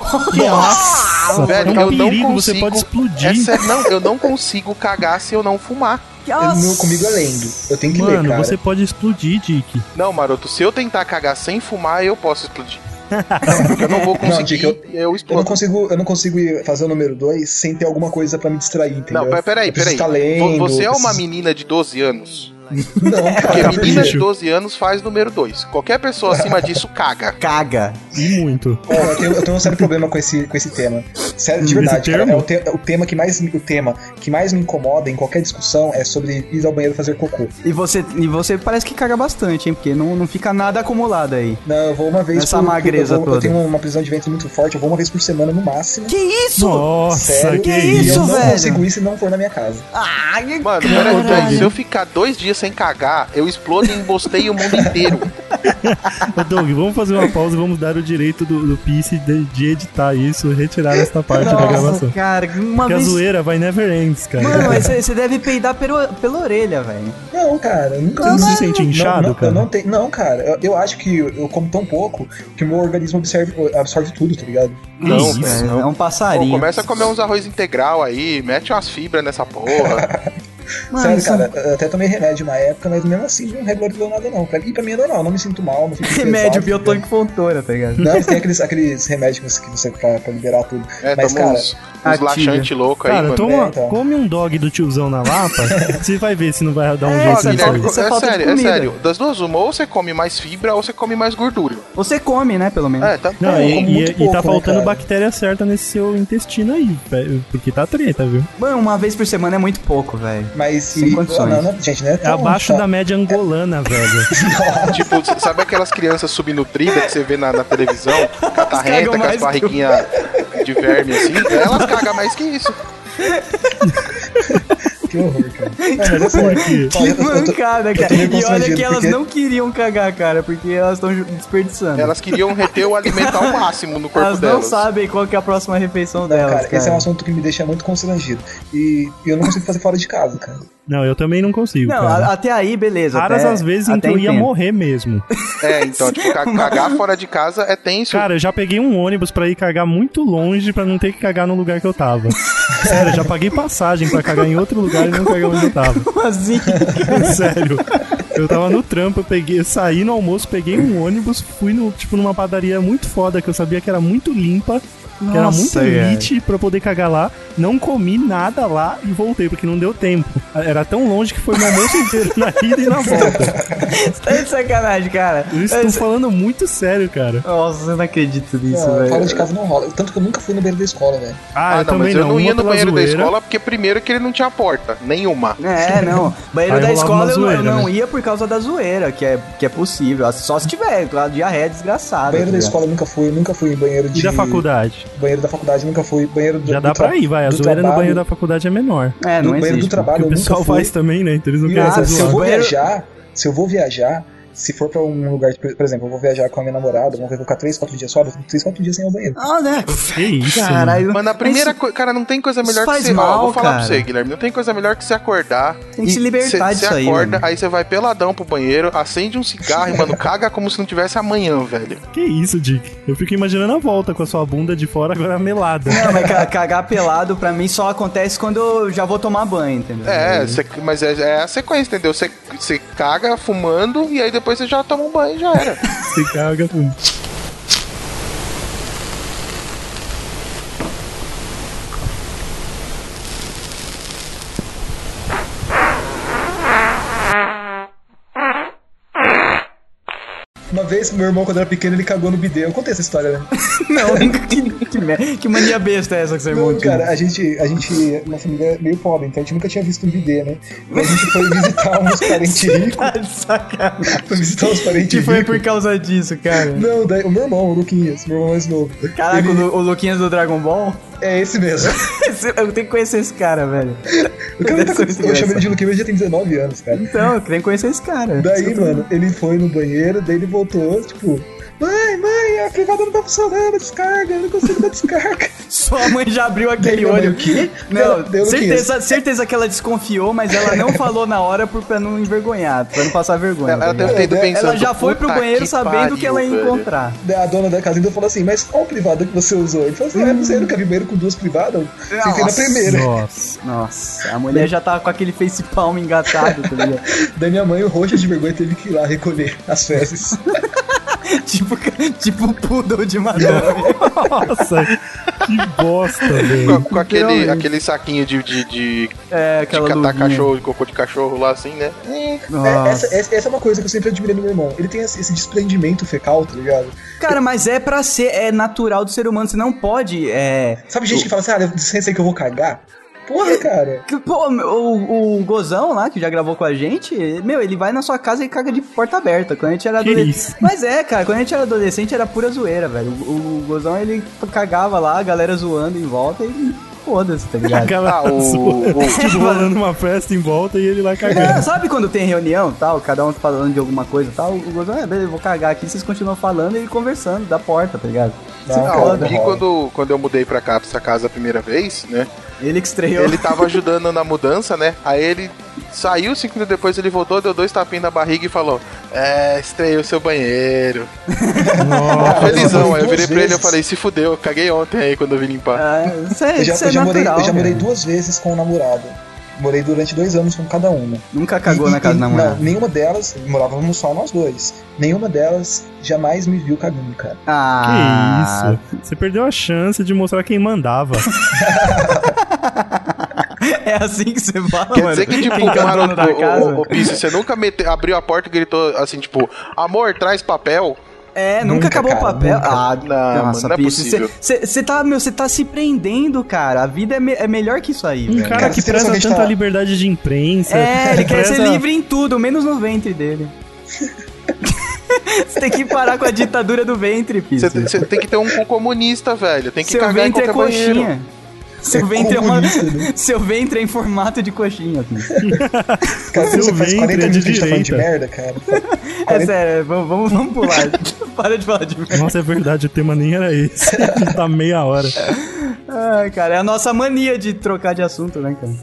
Nossa, Velho, é um eu não perigo, consigo. você pode explodir. É sério, não, eu não consigo cagar se eu não fumar. Nossa. Meu, comigo é lendo. Eu tenho que ler, Mano, cara. você pode explodir, Dick. Não, maroto, se eu tentar cagar sem fumar, eu posso explodir. Porque eu não vou Não, conseguir, Dick, eu- eu, Eu não explodo. consigo, eu não consigo ir fazer o número dois sem ter alguma coisa pra me distrair, entendeu? Não, peraí, Eu preciso peraí. estar lendo, Vo- Você é eu uma preciso- menina de doze anos. Não, Porque cara. menina de bicho. doze anos faz número dois. Qualquer pessoa acima disso caga. Caga. E muito. Ó, eu, tenho, eu tenho um sério problema com esse, com esse tema. Sério, de Esse verdade, cara. termo? É o, te- o tema que mais me- o tema que mais me incomoda em qualquer discussão é sobre ir ao banheiro fazer cocô. E você, e você parece que caga bastante, hein? Porque não, não fica nada acumulado aí. Não, eu vou uma vez Essa por magreza eu, vou- eu toda. tenho uma prisão de ventre muito forte, eu vou uma vez por semana no máximo. Que isso? Nossa, Sério, que e isso, eu não velho? consigo ir se não for na minha casa. Ai, Mano, caralho. peraí, se eu ficar dois dias sem cagar, eu explodo e embosteio o mundo inteiro. Ô, Doug, vamos fazer uma pausa e vamos dar o direito do, do Piece de, de editar isso, retirar essa parte da gravação. Nossa, cara, uma Porque a vez... zoeira vai never ends, cara. Mano, mas você você deve peidar pelo, pela orelha, velho. Não, cara, eu nunca Você não se sente inchado, não, não, cara? Eu não, tenho, não, cara, eu, eu acho que eu, eu como tão pouco que o meu organismo absorve, absorve tudo, tá ligado? Não, Isso, velho, é, não. é um Pô, passarinho. começa a comer uns arroz integral aí, mete umas fibras nessa porra. Mano, Sério, isso- cara, eu até tomei remédio uma época, mas mesmo assim não regularizou nada, não. Pra, e pra mim é normal, não me sinto mal, não fico Remédio pesado, biotônico fontoura, tá ligado? Não, tem aqueles, aqueles remédios que você, que você pra, pra liberar tudo. É, mas, toma cara, uns, uns Ativa. laxantes loucos aí, Cara, mano. toma, É, então. come um dog do tiozão na Lapa, você vai ver se não vai dar um É, jeito você nisso falta- aí. Guilherme, isso é é falta de sério, é comida. sério. Das duas, uma, ou você come mais fibra ou você come mais gordura. Você come, né, pelo menos. É, tá Não, eu e, como e- muito e pouco, tá né, faltando cara? bactéria certa nesse seu intestino aí, velho, porque tá treta, viu? Mano, uma vez por semana é muito pouco, velho. mas Sem e, condições. não, não, gente, não é É tão abaixo chato. da média angolana, velho. Tipo, sabe aquelas crianças subnutridas que você vê na, na televisão? Catarrenta, cagam com as mais que o- barriguinhas de verme assim? Elas cagam mais que isso. Que horror, cara. Não, mas é sério. quê? Ó, eu- eu- eu tô- Mancada, eu tô cara. meio E olha constrangido, que elas porque- não queriam cagar, cara, porque elas estão desperdiçando. Elas queriam reter o alimento ao máximo no corpo Elas não delas. sabem qual que é a próxima refeição Não, delas, cara, cara. esse é um assunto que me deixa muito constrangido. E eu não consigo fazer fora de casa, cara. Não, eu também não consigo, Não, cara. a- até aí, beleza. Raras até- as vezes em que até eu ia entendo. morrer mesmo. É, então, tipo, ca- cagar fora de casa é tenso. Cara, eu já peguei um ônibus pra ir cagar muito longe pra não ter que cagar no lugar que eu tava. Sério, eu já paguei passagem pra cagar em outro lugar e não cagar onde eu tava. Como assim? Sério. Eu tava no trampo, eu peguei, eu saí no almoço, peguei um ônibus, fui no, tipo, numa padaria muito foda, que eu sabia que era muito limpa, que era muito Nossa, elite pra eu poder cagar lá. Não comi nada lá e voltei, porque não deu tempo. Era tão longe que foi meu almoço inteiro na ida e na volta. Você tá de sacanagem, cara. Eu estou falando muito sério, cara. Nossa, eu não acredito nisso, Não, velho. fora de casa não rola. Tanto que eu nunca fui no banheiro da escola, velho. Ah, Ah, eu não, também mas eu não. não ia Uma no pela banheiro da zoeira. escola porque primeiro que ele não tinha porta, nenhuma. É, não. Banheiro Aí da rolava escola uma eu, não- zoeira, eu não né? ia por causa da zoeira, que é, que é possível. Só se tiver, a diarreia é desgraçada. Banheiro tá da ligado? escola eu nunca fui, nunca fui em banheiro de. E da faculdade? Banheiro da faculdade nunca fui. Banheiro do, Já dá do tra- pra ir, vai. A do zoeira no trabalho- banheiro da faculdade é menor. É, do não banheiro do existe. trabalho Que o eu nunca pessoal fui. faz também, né? Então eles não E querem outra, ser se eu zoados. vou Banheiro- viajar, se eu vou viajar, se for pra um lugar, por por exemplo, eu vou viajar com a minha namorada, vamos ver, vou ficar três, quatro dias só, eu fico três, quatro dias sem ir ao banheiro. Ah, né? Que isso, Caralho. Mas na primeira Isso- coisa, cara, não tem coisa melhor isso que faz você. Ó, mal, vou falar cara. pra você, Guilherme, não tem coisa melhor que você acordar. Tem que e se libertar cê- disso Você aí, acorda, mano. aí você vai peladão pro banheiro, acende um cigarro e, mano, caga como se não tivesse amanhã, velho. Que isso, Dick? Eu fico imaginando a volta com a sua bunda de fora agora melada. Não, mas ca- cagar pelado pra mim só acontece quando eu já vou tomar banho, entendeu? É, cê- mas é, é a sequência, entendeu? Você você caga fumando e aí depois você já toma um banho e já era. Você caga com... Uma vez, meu irmão, quando era pequeno, ele cagou no bidê. Eu contei essa história, né? Não, nunca. Que, que, mer- que mania besta é essa que você Não, monta? cara, a gente, a gente, uma família meio pobre, então a gente nunca tinha visto um bidê, né? E a gente foi visitar uns parentes ricos. Tá de sacanagem. Foi visitar uns parentes Que foi ricos. por causa disso, cara. Não, daí, o meu irmão, o Luquinhas, meu irmão mais novo. Caraca, Ele- o, Lu- o Luquinhas do Dragon Ball? É esse mesmo. Eu tenho que conhecer esse cara, velho. O cara tá com... Deve ser muito Eu chamo ele de engraçado. Luquinhas, mas ele já tem dezenove anos, cara. Então, eu tenho que conhecer esse cara. Daí, mano, ele foi no banheiro, daí ele voltou, tipo... Mãe, mãe, a privada não tá funcionando, descarga, eu não consigo dar descarga. Sua mãe já abriu Daí aquele minha mãe, olho. o quê? Não, Deu no certeza, certeza que ela desconfiou, mas ela não falou na hora por, pra não envergonhar, pra não passar vergonha. Ela, tá ela deve ligado? ter ido pensando. Ela já foi pro "Puta banheiro que sabendo que ela ia pariu, velho." encontrar. Daí a dona da casa ainda falou assim, mas qual privada que você usou? Ele falou assim, ah, não sei, eu nunca vi banheiro com duas privadas. Você foi na Nossa. primeira. Nossa. Nossa, a mulher já tava com aquele face palm engatado, tá ligado? Daí minha mãe, roxa de vergonha, teve que ir lá recolher as fezes. tipo, tipo um poodle de madame. Nossa, que bosta, Com, velho. com aquele, Literalmente. aquele saquinho de, de, de, É, de aquela catar luvinha. cachorro, de cocô de cachorro lá assim, né? É, Nossa. essa, essa, essa é uma coisa que eu sempre admirei no meu irmão. Ele tem esse, esse desprendimento fecal, tá ligado? Cara, mas é pra ser, é natural do ser humano, você não pode, é... Sabe gente que fala assim, ah, eu sei que eu vou cagar? Porra, cara. Que, Pô, o, o Gozão lá, que já gravou com a gente, meu, ele vai na sua casa e caga de porta aberta. Quando a gente era Que adolescente. isso? Mas é, cara, quando a gente era adolescente era pura zoeira, velho. O, o Gozão, ele cagava lá, a galera zoando em volta e foda-se, tá ligado? Aquela Ah, o- zoa- o- tipo, rolando uma festa em volta e ele lá É, cagando. sabe quando tem reunião tal, cada um falando de alguma coisa e tal, o Gozão, é, beleza, eu vou cagar aqui, vocês continuam falando e conversando da porta, tá ligado? Não, Você cara, Ah, o foda. Gui, rola. quando, quando eu mudei pra cá, pra essa casa a primeira vez, né? Ele que estreou. Ele tava ajudando na mudança, né? Aí ele saiu, cinco minutos depois ele voltou, deu dois tapinhas na barriga e falou: É, estreiei o seu banheiro. Nossa. Felizão. Aí eu duas virei pra ele e vezes. falei: Se fudeu, eu caguei ontem aí quando eu vim limpar. Ah, isso é, Eu já, isso eu é já morei, natural, eu já morei velho. duas vezes com o namorado. Morei durante dois anos com cada uma. Nunca cagou E- na e- casa e- da namorada. Não, nenhuma delas, morávamos só nós dois. Nenhuma delas jamais me viu cagando, cara. Ah, Que isso? Você perdeu a chance de mostrar quem mandava. É assim que você fala, Quer mano? dizer que, tipo, Quem que é o mano, dono da casa? o, o, o Pisse, você nunca mete, abriu a porta e gritou assim, tipo, amor, traz papel. É, nunca, Nunca, acabou cara, o papel. nunca. Ah, Não, nossa, não é Pisse, possível. Você tá, meu, você tá se prendendo, cara. A vida é, me- é melhor que isso aí, Um velho. cara, Cara, que você preza pensa que tanta tá- liberdade de imprensa. É, ele quer ser preza- livre em tudo, menos no ventre dele. Você tem que parar com a ditadura do ventre, Pisse. Você você tem que ter um cu comunista, velho. Tem que Seu cagar em ventre é qualquer banheiro. coxinha. Seu É ventre é uma... comunista, né? Seu ventre é em formato de coxinha, Pisse. Cara, Seu você faz ventre quarenta é de minutos que a gente tá falando de direita. merda, cara. É quarenta sério, vamos, vamos, vamos pular. Para de falar de merda. Nossa, é verdade, o tema nem era esse. Tá meia hora. Ai, cara, é a nossa mania de trocar de assunto, né, cara?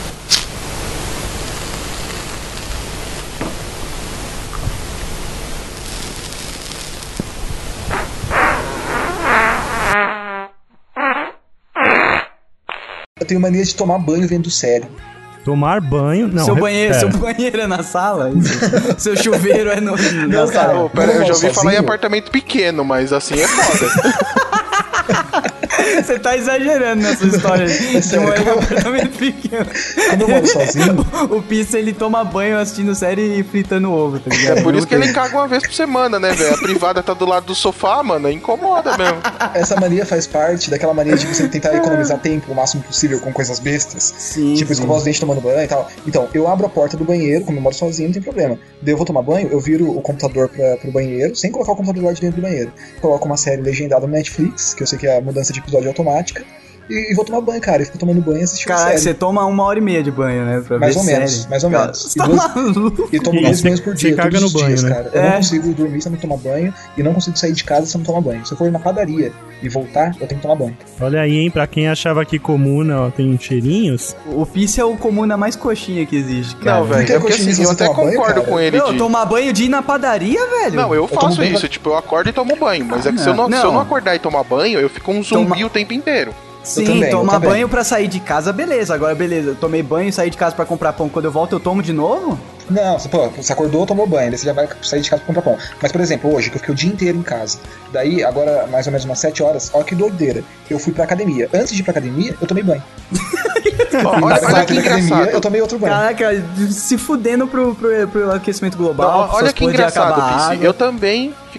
Eu tenho mania de tomar banho vendo série. Tomar banho. Não, seu, re- banheiro, pera. seu banheiro é na sala? Isso. Seu chuveiro é no, na Não, cara, sala? Pô, pera, eu já ouvi Sozinho? falar em apartamento pequeno, mas assim é foda. Você tá exagerando nessa história de sério, morar em como- apartamento pequeno. Quando eu moro sozinho, O Pisse, ele toma banho assistindo série e fritando ovo, tá ligado? É por isso que Não ele tem- caga uma vez por semana, né, velho? A privada tá do lado do sofá, mano, incomoda mesmo. essa mania faz parte daquela mania de você tentar economizar tempo o máximo possível com coisas bestas. Sim, Tipo, sim. escovar os dentes tomando banho e tal. Então, eu abro a porta do banheiro, como eu moro sozinho, não tem problema. Daí eu vou tomar banho, eu viro o computador pra, pro banheiro, sem colocar o computador lá de dentro do banheiro. Coloco uma série legendada no Netflix, que eu sei que é a mudança de episódio automática, e, e vou tomar banho, cara. E fico tomando banho e assistindo Caraca, série. você toma uma hora e meia de banho, né? Pra Mais ver ou menos, série. mais ou Cara, menos. Você E tá duas- maluco? E tomo E dois você- banhos por você dia, caga todos no os banho, dias, né? cara. Eu É. não consigo dormir se eu não tomar banho, e não consigo sair de casa se eu não tomar banho. Se eu for na padaria e voltar, eu tenho que tomar banho. Olha aí, hein, pra quem achava que comuna ó, tem cheirinhos. O Pisse é o comuna mais coxinha que existe, cara. Não, velho, que é é porque coxinha assim, se eu você até toma banho, concordo cara? com ele Meu, de... tomar banho de ir na padaria, velho? Não, eu tomo faço banho isso, pra- tipo, eu acordo e tomo banho, mas é que Ah, se, eu não, não. se eu não acordar e tomar banho, eu fico um zumbi Toma- o tempo inteiro. Sim, também, eu tomar também. banho pra sair de casa, beleza. Agora, beleza, eu tomei banho, saí de casa pra comprar pão. Quando eu volto, eu tomo de novo? Não, você, pô, você acordou, tomou banho, daí você já vai sair de casa pra comprar pão. Mas, por exemplo, hoje, que eu fiquei o dia inteiro em casa. Daí, agora, mais ou menos umas sete horas, ó que doideira. Eu fui pra academia. Antes de ir pra academia, eu tomei banho. Ó, olha, Mas olha na que academia, engraçado. eu tomei outro banho. Caraca, se fudendo pro, pro, pro aquecimento global. Não, olha essas que coisas de acabar engraçado, a Pisse. água. Eu também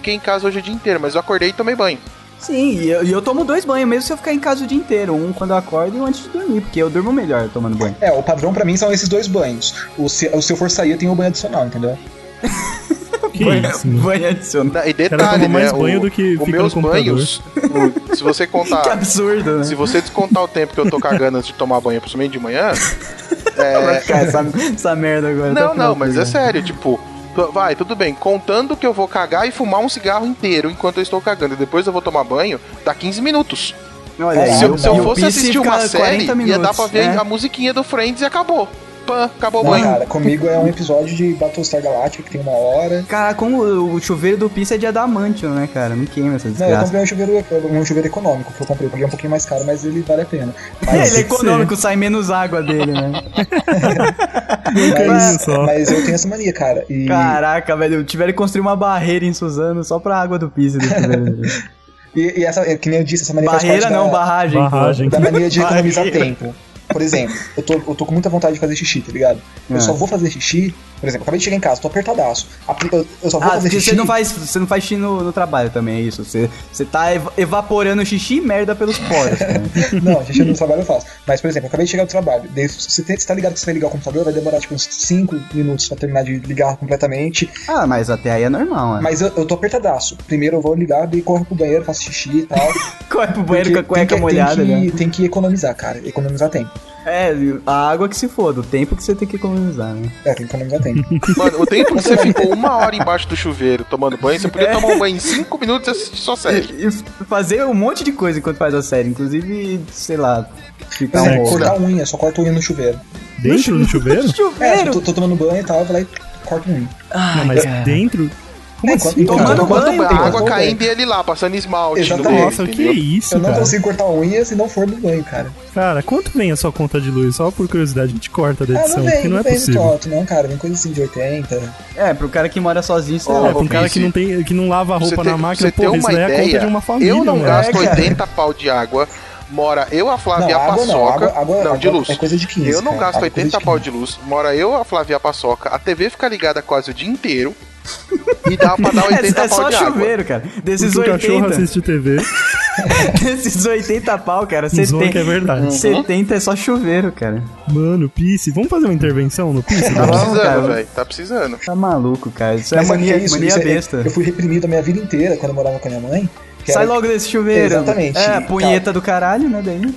fiquei em casa hoje o dia inteiro, mas eu acordei e tomei banho. Sim, e eu, e eu tomo dois banhos, mesmo se eu ficar em casa o dia inteiro. Um quando eu acordo e um antes de dormir, porque eu durmo melhor tomando banho. É, o padrão pra mim são esses dois banhos. O se, o se eu for sair, eu tenho o banho adicional, entendeu? Que banho, isso, mano. banho adicional. E Cara, detalhe, toma mais né? banho o, do que os fica meus no computador. banhos, o- se você contar... Que absurdo, né? Se você descontar o tempo que eu tô cagando antes de tomar banho, principalmente de manhã... Vai É... ficar essa, essa merda agora. até Não, o final não, do mas é programa. sério, tipo... tu- Vai, tudo bem, contando que eu vou cagar e fumar um cigarro inteiro enquanto eu estou cagando e depois eu vou tomar banho, dá quinze minutos. Olha aí, Se eu, o- se eu e o fosse Pisse assistir fica uma série, quarenta minutos, ia dar pra ver né? a musiquinha do Friends e acabou. Pã, acabou o Não, banho. cara, comigo é um episódio de Battlestar Galactica que tem uma hora. Cara, como o, o chuveiro do Pisse é de adamantium, né, cara? Não queima essa Não, eu desgraça. comprei um chuveiro, um chuveiro econômico que eu comprei, porque é um pouquinho mais caro, mas ele vale a pena. Mas, Ele é econômico, sai menos água dele, né? mas, só. mas eu tenho essa mania, cara. E Caraca, velho, tiveram que construir uma barreira em Suzano só pra água do Pisse do chuveiro. E, e essa, que nem eu disse, essa mania faz Barreira parte não, da, barragem. pô. Barragem. da mania de economizar Barreira. tempo. Por exemplo, eu tô, eu tô com muita vontade de fazer xixi, tá ligado? Eu Ah. só vou fazer xixi, por exemplo, eu acabei de chegar em casa, tô apertadaço. Apli- Eu, eu só vou Ah, fazer porque xixi. você não faz, você não faz xixi no, no trabalho também, é isso? Você, você tá ev- evaporando xixi e merda pelos poros, cara. Não, xixi no trabalho eu faço. Mas, por exemplo, eu acabei de chegar do trabalho. Daí, você, tem- você tá ligado que você vai ligar o computador, vai demorar tipo uns cinco minutos pra terminar de ligar completamente. Ah, mas até aí é normal, né? Mas eu, eu tô apertadaço. Primeiro eu vou ligar, daí corro pro banheiro, faço xixi e tal. Corre pro banheiro Porque com a cueca tem que, molhada, tem que, né? tem que economizar, cara. Economizar tempo. É, a água que se foda, o tempo que você tem que economizar, né? É, tem que economizar tempo. Mano, o tempo que você ficou uma hora embaixo do chuveiro tomando banho, você podia tomar um banho em cinco minutos e assistir sua série. E f- fazer um monte de coisa enquanto faz a série, inclusive, sei lá, ficar Não, um pouco. cortar unha, só corto unha no chuveiro. Dentro do chuveiro? É, Chuveiro! tô, tô tomando banho e tal, eu vou lá e corto unha. Não, mas dentro? Como É, assim? enquanto- cara? Tomando Enquanto banho, a pô. água Enquanto caindo banho. e ele lá, passando esmalte no Exatamente. dedo, Nossa, que entendeu? isso, Eu não cara? consigo cortar unha se não for no banho, cara. Cara, quanto vem a sua conta de luz? Só por curiosidade, a gente corta da Ah, edição, não vem, porque não não é vem muito possível. alto, não, cara. Vem coisa assim de oitenta. É, pro cara que mora sozinho, sei Ô, lá. É, pra um cara Pisse, que não, tem, que não lava a Pra você roupa ter- na pra máquina, você ter porra, isso uma daí é a conta ideia, de uma família, eu não mano. gasto É, cara. oitenta pau de água, mora eu, a Flávia e Não, a água não, Paçoca. água- água- não, de água luz. é coisa de quinze, Eu não cara, gasto água é coisa oitenta de pau quinze. de luz, mora eu, a Flávia e a Paçoca. A T V fica ligada quase o dia inteiro e dá pra dar É, oitenta é pau só de água. chuveiro, cara. Desses Porque o cachorro oitenta, assiste T V, desses oitenta pau, cara, zoa que é setenta, verdade. setenta é só chuveiro, cara. Mano, Pisse, vamos fazer uma intervenção no Pisse? Tá Não, precisando, cara. velho, tá precisando. Tá maluco, cara. Isso Mas é sabe o que mania, é isso? mania Isso é- besta. Eu fui reprimido a minha vida inteira quando eu morava com a minha mãe. que Sai era- logo desse chuveiro. Exatamente. É, a punheta do caralho, né, daí.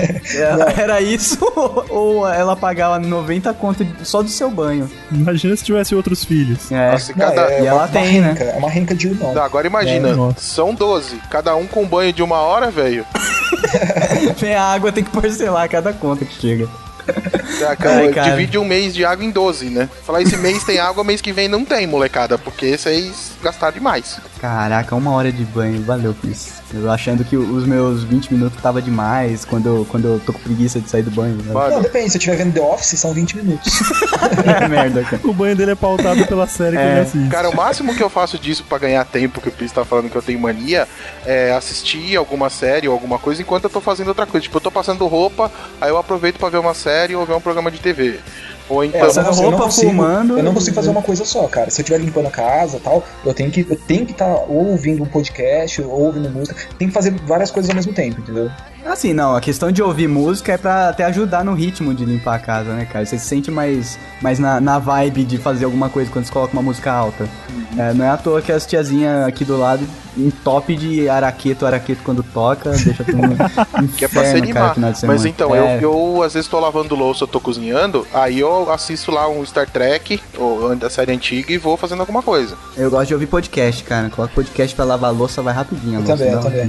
É, era isso ou ela pagava noventa conto só do seu banho. Imagina se tivesse outros filhos. É. Nossa, e Não, cada... é E ela uma, tem, uma né? renca, É uma renca de irmão. Não, agora imagina, É, nossa. são doze, cada um com banho de uma hora, velho. Vem a água, tem que parcelar cada conta que chega. Cara, cara. divide um mês de água em doze, né? Falar esse mês tem água, mês que vem não tem, molecada, porque vocês gastaram demais. Caraca, uma hora de banho, valeu por isso. Eu achando que os meus vinte minutos tava demais quando eu, quando eu tô com preguiça de sair do banho. Né? Não, Mano, depende, se eu estiver vendo The Office, são vinte minutos. É merda, cara. O banho dele é pautado pela série que É. ele assiste. cara, o máximo que eu faço disso pra ganhar tempo, que o Pris tá falando que eu tenho mania, é assistir alguma série ou alguma coisa enquanto eu tô fazendo outra coisa. Tipo, eu tô passando roupa, aí eu aproveito pra ver uma série ou ver um programa de T V. Ou então... É, eu, não Passando consigo, eu, não roupa, consigo, fumando. eu não consigo fazer uma coisa só, cara. Se eu estiver limpando a casa e tal, eu tenho que eu tenho que estar ou ouvindo um podcast, ou ouvindo música. Tem que fazer várias coisas ao mesmo tempo, entendeu? Assim, não, a questão de ouvir música é pra até ajudar no ritmo de limpar a casa, né, cara? Você se sente mais, mais na, na vibe de fazer alguma coisa quando você coloca uma música alta. É, não é à toa que as tiazinhas aqui do lado em top de araqueto, araqueto quando toca, deixa todo mundo Que é pra se inferno, cara, animar. final de semana. Mas então, É. eu, eu às vezes tô lavando louça, eu tô cozinhando, aí eu assisto lá um Star Trek, ou da série antiga, e vou fazendo alguma coisa. Eu gosto de ouvir podcast, cara. Coloca podcast pra lavar a louça, vai rapidinho. a Eu louça, também, eu dá- também.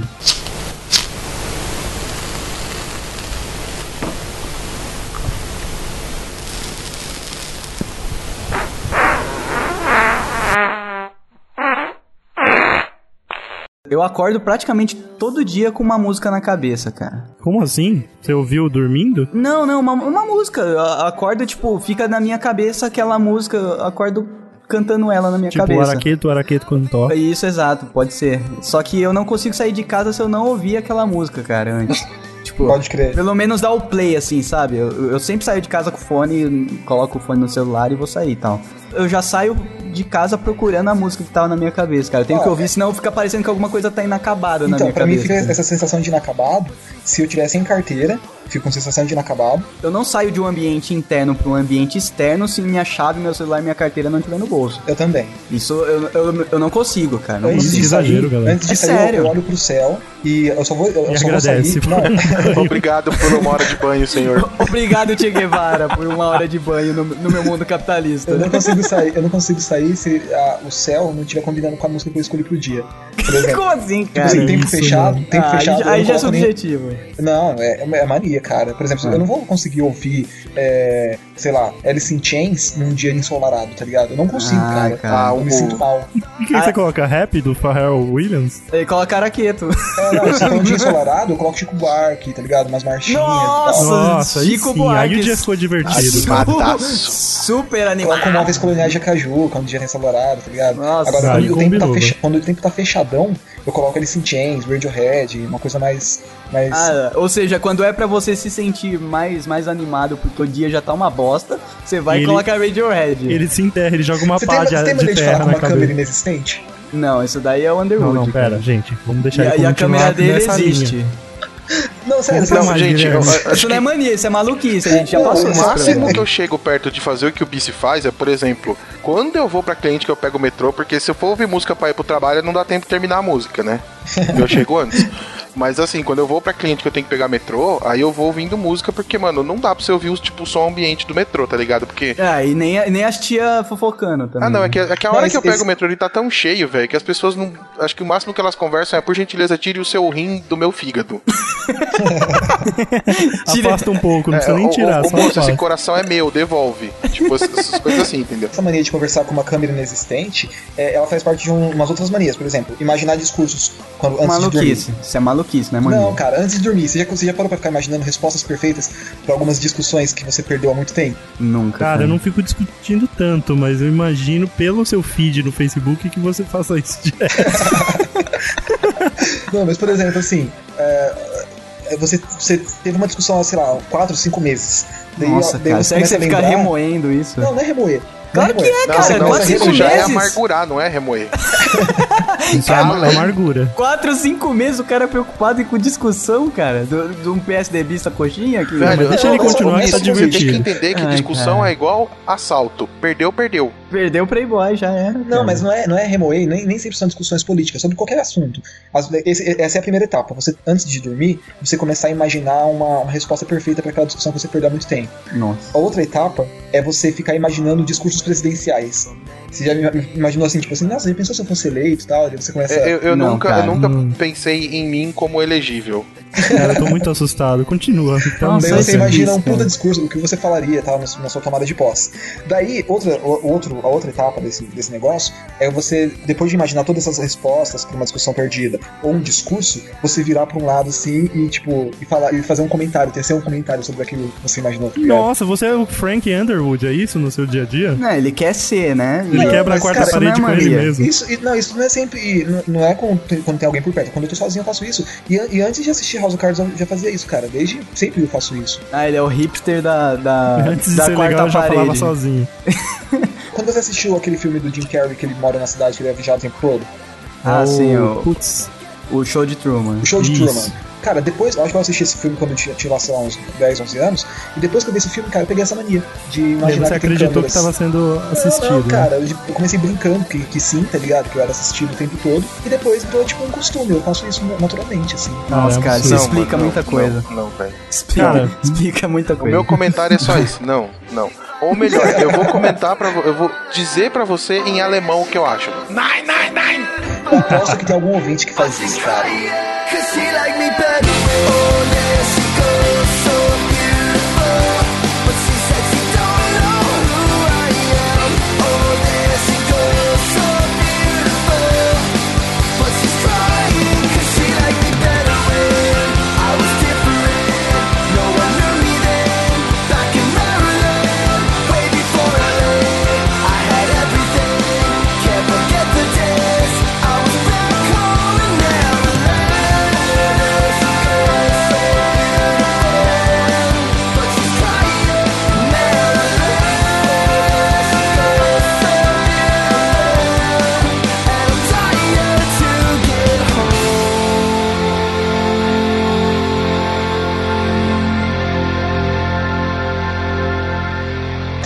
Eu acordo praticamente todo dia com uma música na cabeça, cara. Como assim? Você ouviu dormindo? Não, não, uma, uma música. Eu acordo, tipo, fica na minha cabeça aquela música, eu acordo cantando ela na minha Tipo, o cabeça. araqueto, o araqueto quando toca. Isso, exato, pode ser. Só que eu não consigo sair de casa se eu não ouvir aquela música, cara, antes. Tipo, Pode crer. pelo menos dar o play, assim, sabe? Eu, eu sempre saio de casa com o fone, coloco o fone no celular e vou sair e tal. Eu já saio de casa procurando a música que tava na minha cabeça, cara. Eu tenho Ah, que ouvir, é. senão fica parecendo que alguma coisa tá inacabada na Então, minha pra mim cabeça. fica essa sensação de inacabado se eu tiver sem carteira, fico com sensação de inacabado. Eu não saio de um ambiente interno pra um ambiente externo se minha chave, meu celular e minha carteira não estiver no bolso. Eu também. Isso eu, eu, eu não consigo, cara. Não Antes consigo. de sair, exagero, galera. antes de É sair eu- sério. eu olho pro céu e eu só vou, eu E só vou agradece. sair. Não, Obrigado por uma hora de banho, senhor. Obrigado, Che Guevara, por uma hora de banho no, no meu mundo capitalista. eu não consigo sair, eu não consigo sair se a- o céu não estiver combinando com a música que eu escolhi pro dia. Por exemplo, Como assim, tipo cara? assim, tempo isso, fechado, mano. tempo Ah, aí, fechado. eu aí não já é coloco nem- subjetivo. Não, é, é mania, cara. Por exemplo, Ah. eu não vou conseguir ouvir, é, sei lá, Alice in Chains num dia ensolarado, tá ligado? Eu não consigo, Ah, cara. cara. Eu me sinto mal. O que, que você Ah. coloca? Rap do Pharrell Williams? Ele coloca araqueto. É, não, se for um dia ensolarado, eu coloco Chico Buarque, tá ligado? Umas marchinhas e Nossa! tal. Nossa, aí Chico sim, Buarque. aí o dia ficou divertido. Animadaço. Super animado. Coloco Móveis Coloniais de Acaju, quando o dia tá ensolarado, tá ligado? Nossa, Agora, aí quando o, tempo tá combinou, fecha- velho. quando o tempo tá fechadão, eu coloco Alice in Chains, Radiohead, uma coisa mais... mais... Ah, ou seja, quando é pra você se sentir mais, mais animado porque o dia já tá uma bosta, você vai e Ele- coloca Radiohead. Ele se enterra, ele joga uma Você pá tem, de, você tem de mania de falar terra com na uma câmera cabeça. inexistente? Não, isso daí é o Underwood. Não, não, pera, cara. gente, vamos deixar E, a- ele e a continuar câmera dele nessa existe. linha. Não, sério, Não, sério. Não, mais, gente, eu, Guilherme. eu acho Isso não é que mania, isso é maluquice. A gente já Não, passou o isso isso. é máximo problema. que eu chego perto de fazer o que o Bici faz é, por exemplo, quando eu vou pra cliente que eu pego o metrô, porque se eu for ouvir música pra ir pro trabalho, não dá tempo de terminar a música, né? Eu chego antes. Mas assim, quando eu vou pra cliente que eu tenho que pegar metrô, aí eu vou ouvindo música, porque, mano, não dá pra você ouvir os, tipo, o som ambiente do metrô, tá ligado? Porque. É, e nem, a- nem as tia fofocando também. Ah, não, é que, é que a Não, hora esse- que eu pego esse- o metrô ele tá tão cheio, velho, que as pessoas não. Acho que o máximo que elas conversam é, por gentileza, tire o seu rim do meu fígado. Tira- Afasta um pouco, não É, precisa nem ô, tirar, ô, ô, só moço, esse afasta. coração é meu, devolve. Tipo, essas, essas coisas assim, entendeu? Essa mania de conversar com uma câmera inexistente, é, ela faz parte de um- umas outras manias. Por exemplo, imaginar discursos quando, antes de dormir. Maluquice. Isso é maluquice, né, mano? Não, cara, antes de dormir, você já, você já parou pra ficar imaginando respostas perfeitas pra algumas discussões que você perdeu há muito tempo? Nunca. Cara, eu não fico discutindo tanto, mas eu imagino pelo seu feed no Facebook que você faça isso direto. Não, mas por exemplo, assim, é, é, você, você teve uma discussão há, sei lá, quatro, cinco meses. Daí, Nossa, daí cara, você será que começa você a fica lembrar... remoendo isso? Não, não é remoer. Claro não é que remoer. é, Não, cara, você não, quatro, isso cinco já é meses. amargurar, não é remoer. Isso é uma amargura. Quatro, cinco meses o cara é preocupado com discussão, cara, do- de um PSDBista coxinha que... Velho, deixa ele não, continuar, mas tá você tem que divertido. entender que Ai, discussão cara. é igual assalto. Perdeu, perdeu. Perdeu o Playboy, já era. Não, cara. mas não é, não é remoer, nem, nem sempre são discussões políticas, sobre qualquer assunto. As- esse- essa é a primeira etapa. Você, antes de dormir, você começar a imaginar uma, uma resposta perfeita para aquela discussão que você perdeu há muito tempo. Nossa. A outra etapa é você ficar imaginando discursos presidenciais. Você já ima- imaginou assim, tipo assim, nossa, já pensou se eu fosse eleito e tal? Aí você começa. É, Eu, eu Não, nunca, cara, eu nunca não. pensei em mim como elegível. Cara, eu tô muito assustado. Continua. Então, Nossa, Daí Nossa, você isso, imagina um cara. puta discurso do que você falaria tal, na su- na sua tomada de posse. Daí, outra, o- outro, a outra etapa desse, desse negócio é você, depois de imaginar todas essas respostas para uma discussão perdida ou um discurso, você virar pra um lado assim e tipo, e, falar, e fazer um comentário, tecer um comentário sobre aquilo que você imaginou. Tá ligado? Nossa, você é o Frank Underwood, é isso no seu dia a dia? Não, ele quer ser, né? Ele Não, quebra a mas, quarta cara, parede isso não com é ele mania. mesmo. Isso, e- não, isso não é sempre. Não, não é quando tem, quando tem alguém por perto. Quando eu tô sozinho, eu faço isso. E, an- e antes de assistir House of Cards, eu já fazia isso, cara. Desde sempre eu faço isso. Ah, ele é o hipster da, da, Antes de da ser quarta legal, eu já falava parede. sozinho. Quando você assistiu aquele filme do Jim Carrey que ele mora na cidade, que ele é vigiado o tempo todo, Ah, Oh, sim, o, Putz. o show de Truman. o show de Isso. Truman. Cara, depois, eu acho que eu assisti esse filme quando eu tinha, tinha lá, sei lá, uns dez, onze anos. E depois que eu vi esse filme, cara, eu peguei essa mania de E aí imaginar você que tem acreditou que câmeras. tava sendo assistido. Não, não, né? cara, eu eu comecei brincando que, que sim, tá ligado? Que eu era assistido o tempo todo. E depois virou tipo um costume, eu faço isso naturalmente, assim. Nossa, Caramba, cara, isso Não, explica mano, muita não, coisa. Não, não, velho. Explica, Cara, explica muita O coisa. meu comentário é só isso. Não, não. Ou melhor, eu vou comentar para eu vou dizer pra você em alemão o que eu acho. Nein, nein, nein. Eu aposto que tem algum ouvinte que faz isso, cara. Cause she like me better. Oh, there she goes, so beautiful. But she said she don't know who I am. Oh, there she goes, so beautiful. But she's crying cause she like me better when I was different. No one knew me then. Back in Maryland, way before L A, I had everything. Can't forget the days I was back home in Maryland.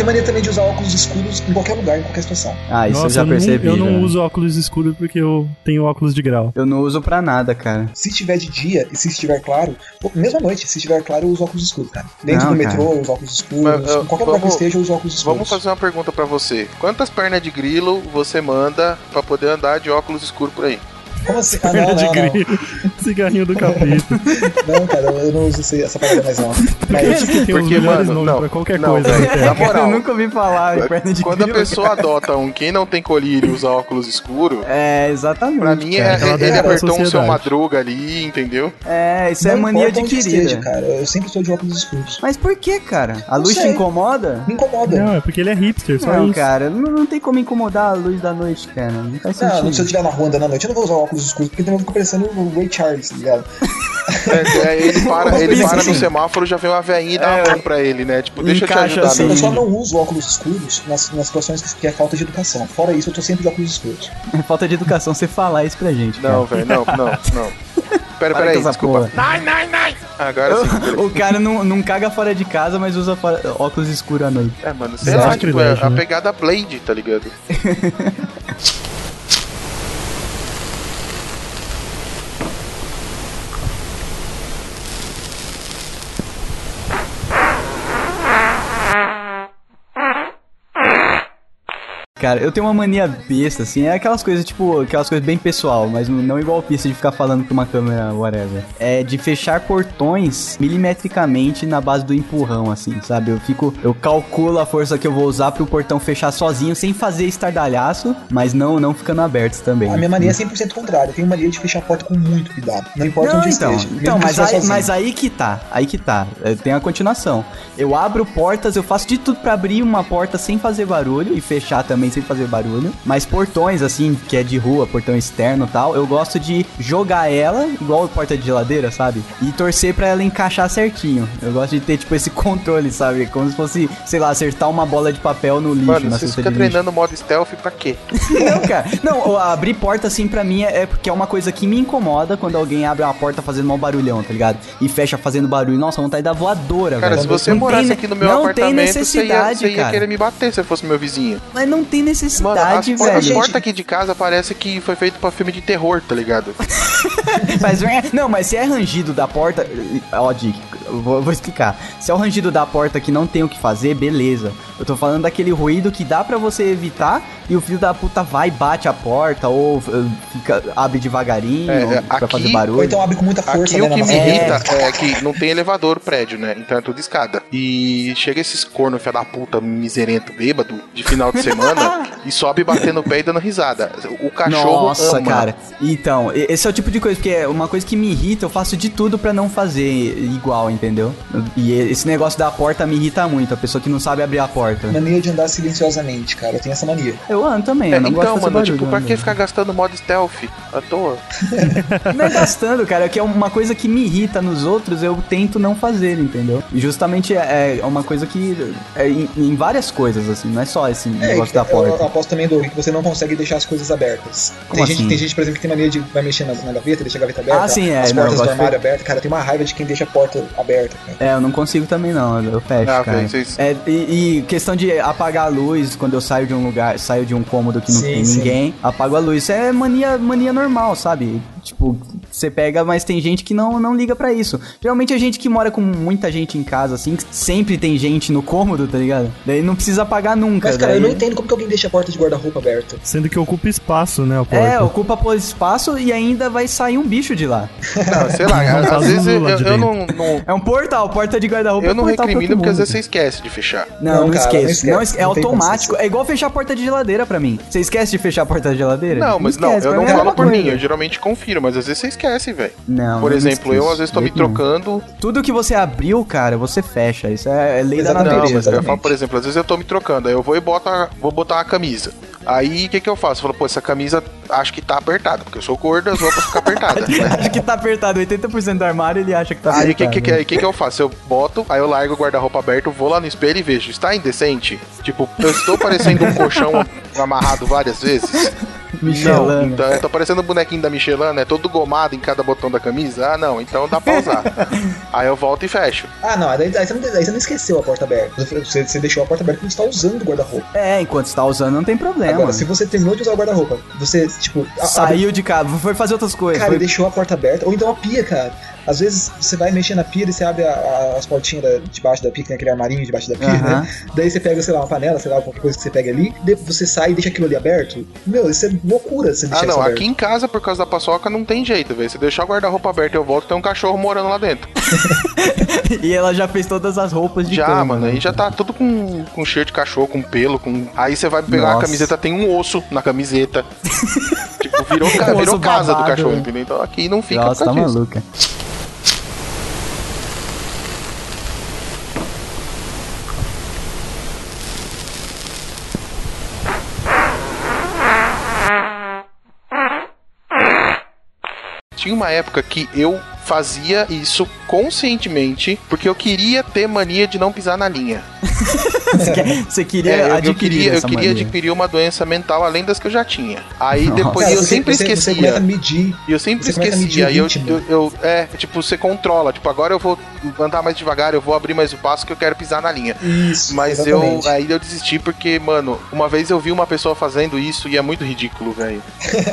tenho mania também de usar óculos escuros em qualquer lugar, em qualquer situação. Ah, isso Nossa, eu já percebi. Não, eu não velho. uso óculos escuros porque eu tenho óculos de grau. Eu não uso pra nada, cara. Se estiver de dia e se estiver claro, ou mesmo à noite, se estiver claro, eu uso óculos escuros, cara. Dentro Não, do cara. metrô, eu uso óculos escuros. Mas, uh, em qualquer vamos- lugar que eu esteja, eu uso óculos escuros. Vamos fazer uma pergunta pra você. Quantas pernas de grilo você manda pra poder andar de óculos escuros por aí? Como assim? Ah, Perna não, de não, não. grilo. Cigarrinho do capeta. Não, cara, eu não uso esse- essa parada mais não. Mas, Tem Porque, os melhores mano, nomes não, pra qualquer não, coisa. velho, né? na moral, eu nunca ouvi falar em perna de quando a grilo, pessoa cara. adota um quem não tem colírio e usa óculos escuros, É, exatamente. pra mim é, cara. Ela é, deve ele pra apertou um seu sociedade. madruga ali, entendeu? É, isso é não mania importa onde adquirida. esteja, cara. Eu sempre estou de óculos escuros. Mas por que, cara? A Não luz te sei. incomoda? Me incomoda. Não, é porque ele é hipster, só Não, isso. cara, não, não tem como incomodar a luz da noite, cara. Não faz Não, sentido. se eu estiver na rua andando à noite, eu não vou usar óculos escuros, porque também eu fico parecendo o Ray Charles, tá ligado? É, é, ele para, ele Isso, para assim. no semáforo, já vem uma veinha e dá É, a mão pra ele, né? Tipo, deixa eu te encaixa ajudar. assim. meu. Eu só não uso óculos escuros nas, nas situações que, que é falta de educação. Fora isso, eu tô sempre de óculos escuros. É falta de educação você falar isso pra gente, Não, cara. velho, não, não, não. Pera, Para pera aí, com essa desculpa. porra. Nine, nine, nine. Agora sim. O cara não, não caga fora de casa, mas usa fora- óculos escuros à noite. É, mano, sei lá, tipo, é Sacrilégio, a né? pegada Blade, tá ligado? Cara, eu tenho uma mania besta, assim, é aquelas coisas, tipo, aquelas coisas bem pessoal, mas não- não igual pista de ficar falando pra uma câmera, whatever. É de fechar portões milimetricamente na base do empurrão, assim, sabe? Eu fico, eu calculo a força que eu vou usar pro portão fechar sozinho, sem fazer estardalhaço, mas não, não ficando abertos também. A minha mania é cem por cento contrária. Eu tenho mania de fechar a porta com muito cuidado. Não importa Não, onde então, esteja. mesmo então que mas, eu esteja aí, sozinho. mas aí que tá, aí que tá, é, tem a continuação. Eu abro portas, eu faço de tudo pra abrir uma porta sem fazer barulho e fechar também sem fazer barulho, mas portões, assim, que é de rua, portão externo e tal, eu gosto de jogar ela, igual porta de geladeira, sabe? E torcer pra ela encaixar certinho. Eu gosto de ter, tipo, esse controle, sabe? Como se fosse, sei lá, acertar uma bola de papel no lixo, Mano, na você cesta fica de lixo. treinando modo stealth pra quê? Não, cara. Não, o- abrir porta assim pra mim é, é porque é uma coisa que me incomoda quando alguém abre uma porta fazendo mau barulhão, tá ligado? E fecha fazendo barulho. Nossa, vontade da voadora, Cara, velho. se você Não morasse tem- aqui no meu não apartamento, tem você ia, necessidade, você ia cara. querer me bater se fosse meu vizinho. Mas não tem Mano, necessidade, as, por- as velho. portas aqui de casa parece que foi feito pra filme de terror, tá ligado? Mas, não, mas se é rangido da porta. Ó, Dick, eu vou, eu vou explicar. Se é o rangido da porta que não tem o que fazer, beleza. Eu tô falando daquele ruído que dá pra você evitar e o filho da puta vai e bate a porta ou uh, fica, abre devagarinho É, ou é, pra aqui- fazer Ou barulho. então abre com muita força, Aqui né, o que na me maçaneta. irrita é que não tem elevador o prédio, né? Então é tudo escada. E chega esses corno filha da puta, miserento, bêbado, de final de semana e sobe batendo o pé e dando risada. O cachorro Nossa, ama. cara. Então, e- esse é o tipo de coisa, porque é uma coisa que me irrita, eu faço de tudo pra não fazer igual, entendeu? E esse negócio da porta me irrita muito, a pessoa que não sabe abrir a porta. Mania de andar silenciosamente, cara. Eu tenho essa mania. Eu ando também, É, eu não gosto então, de fazer mano, barulho, tipo, pra né? que ficar gastando modo stealth à toa? Não é gastando, cara, que é uma coisa que me irrita nos outros, eu tento não fazer, entendeu? E justamente é é uma coisa que é em, em várias coisas, assim, não é só esse negócio da eu, porta. eu aposto também, Doug, que você não consegue deixar as coisas abertas. Como Tem, assim? gente, tem gente, por exemplo, que tem mania de vai mexer na, na gaveta, deixa a gaveta aberta. Ah, sim, é, As não, eu portas do gosto de armário fe- abertas. Cara, tem uma raiva de quem deixa a porta aberta, cara. É, eu não consigo também não, eu fecho, Ah, cara. velho, vocês- É, e, e questão de apagar a luz quando eu saio de um lugar, saio de um cômodo que não Sim, tem sim. ninguém, apago a luz. Isso é mania, mania normal, sabe? Tipo, você pega, mas tem gente que não, não liga pra isso. Geralmente a gente que mora com muita gente em casa, assim, sempre tem gente no cômodo, tá ligado? Daí não precisa apagar nunca. Mas, cara, daí... eu não entendo como que alguém deixa a porta de guarda-roupa aberta. Sendo que ocupa espaço, né, a porta. É, ocupa por espaço e ainda vai sair um bicho de lá. Não, sei lá, Não às faz vezes um eu, lá de eu não, dentro. não- É um portal, porta de guarda-roupa. eu é não portal pra recrimino outro porque às mundo. vezes você esquece de fechar. Não, Não, não, cara, esqueço. não esquece. Não esque- É Não tem como automático. esquecer. É igual fechar a porta de geladeira pra mim. Você esquece de fechar a porta de geladeira? Não, mas não, esquece, eu pra não mim é a falo mesma por mim, coisa. eu geralmente confiro, mas às vezes você esquece, velho. Não, Por não exemplo, esqueço. eu às vezes tô me Jeito nenhum. trocando. Tudo que você abriu, cara, você fecha. Isso é, é lei Exatamente. da Não, natureza. mas eu exatamente. falo, por exemplo, às vezes eu tô me trocando, aí eu vou e boto a, vou botar uma camisa. Aí o que que eu faço? Eu falo, pô, essa camisa acho que tá apertada, porque eu sou gordo, as roupas ficam apertadas. né? Acho que tá apertado. oitenta por cento do armário ele acha que tá Aí o que, apertado. que, que, que que eu faço? Eu boto, aí eu largo o guarda-roupa aberto, vou lá no espelho e vejo, está indecente? Tipo, eu estou parecendo um colchão amarrado várias vezes? Michelin. Então, eu tô parecendo o bonequinho da Michelin, né? Todo gomado em cada botão da camisa. Ah, não, então dá pra usar. Aí eu volto e fecho. Ah, não, aí, aí, você não, aí você não esqueceu a porta aberta. Você, você deixou a porta aberta porque você tá usando o guarda-roupa. É, enquanto você tá usando não tem problema. Agora, se você terminou de usar o guarda-roupa, você, tipo... a- Saiu de casa, foi fazer outras coisas. Cara, foi... deixou a porta aberta, ou então a pia, cara. Às vezes você vai mexer na pia e você abre a- a- as portinhas da- debaixo da pia, que tem aquele armarinho debaixo da pia, Aham. né? Daí você pega, sei lá, uma panela, sei lá, qualquer coisa que você pega ali, daí você sai e deixa aquilo ali aberto. Meu, isso é loucura você deixar Ah, isso não, aberto. aqui em casa, por causa da paçoca, não tem jeito, velho. Se deixar o guarda-roupa aberto e eu volto, tem um cachorro morando lá dentro. E ela já fez todas as roupas de Já, cama, mano, né? aí já tá tudo com, com cheiro de cachorro, com pelo, com... Aí você vai pegar Nossa. a camiseta, tem um osso na camiseta. Tipo, virou, ca- Um virou osso casa do babado, cachorro, né? entendeu? Então aqui não fica Nossa, por tá causa disso. maluca. Tinha uma época que eu fazia isso conscientemente porque eu queria ter mania de não pisar na linha. Você, quer- você queria É, eu, eu adquirir queria, eu essa queria mania. adquirir uma doença mental além das que eu já tinha. Aí Nossa. depois Cara, eu você- sempre você, esquecia. Você começa a medir. E eu sempre Você começa a medir esquecia. o Aí eu, ritmo. eu, eu- É, tipo, você controla. Tipo, agora eu vou andar mais devagar, eu vou abrir mais o passo que eu quero pisar na linha. Isso, Mas exatamente. eu. Aí eu desisti porque, mano, uma vez eu vi uma pessoa fazendo isso e é muito ridículo, velho.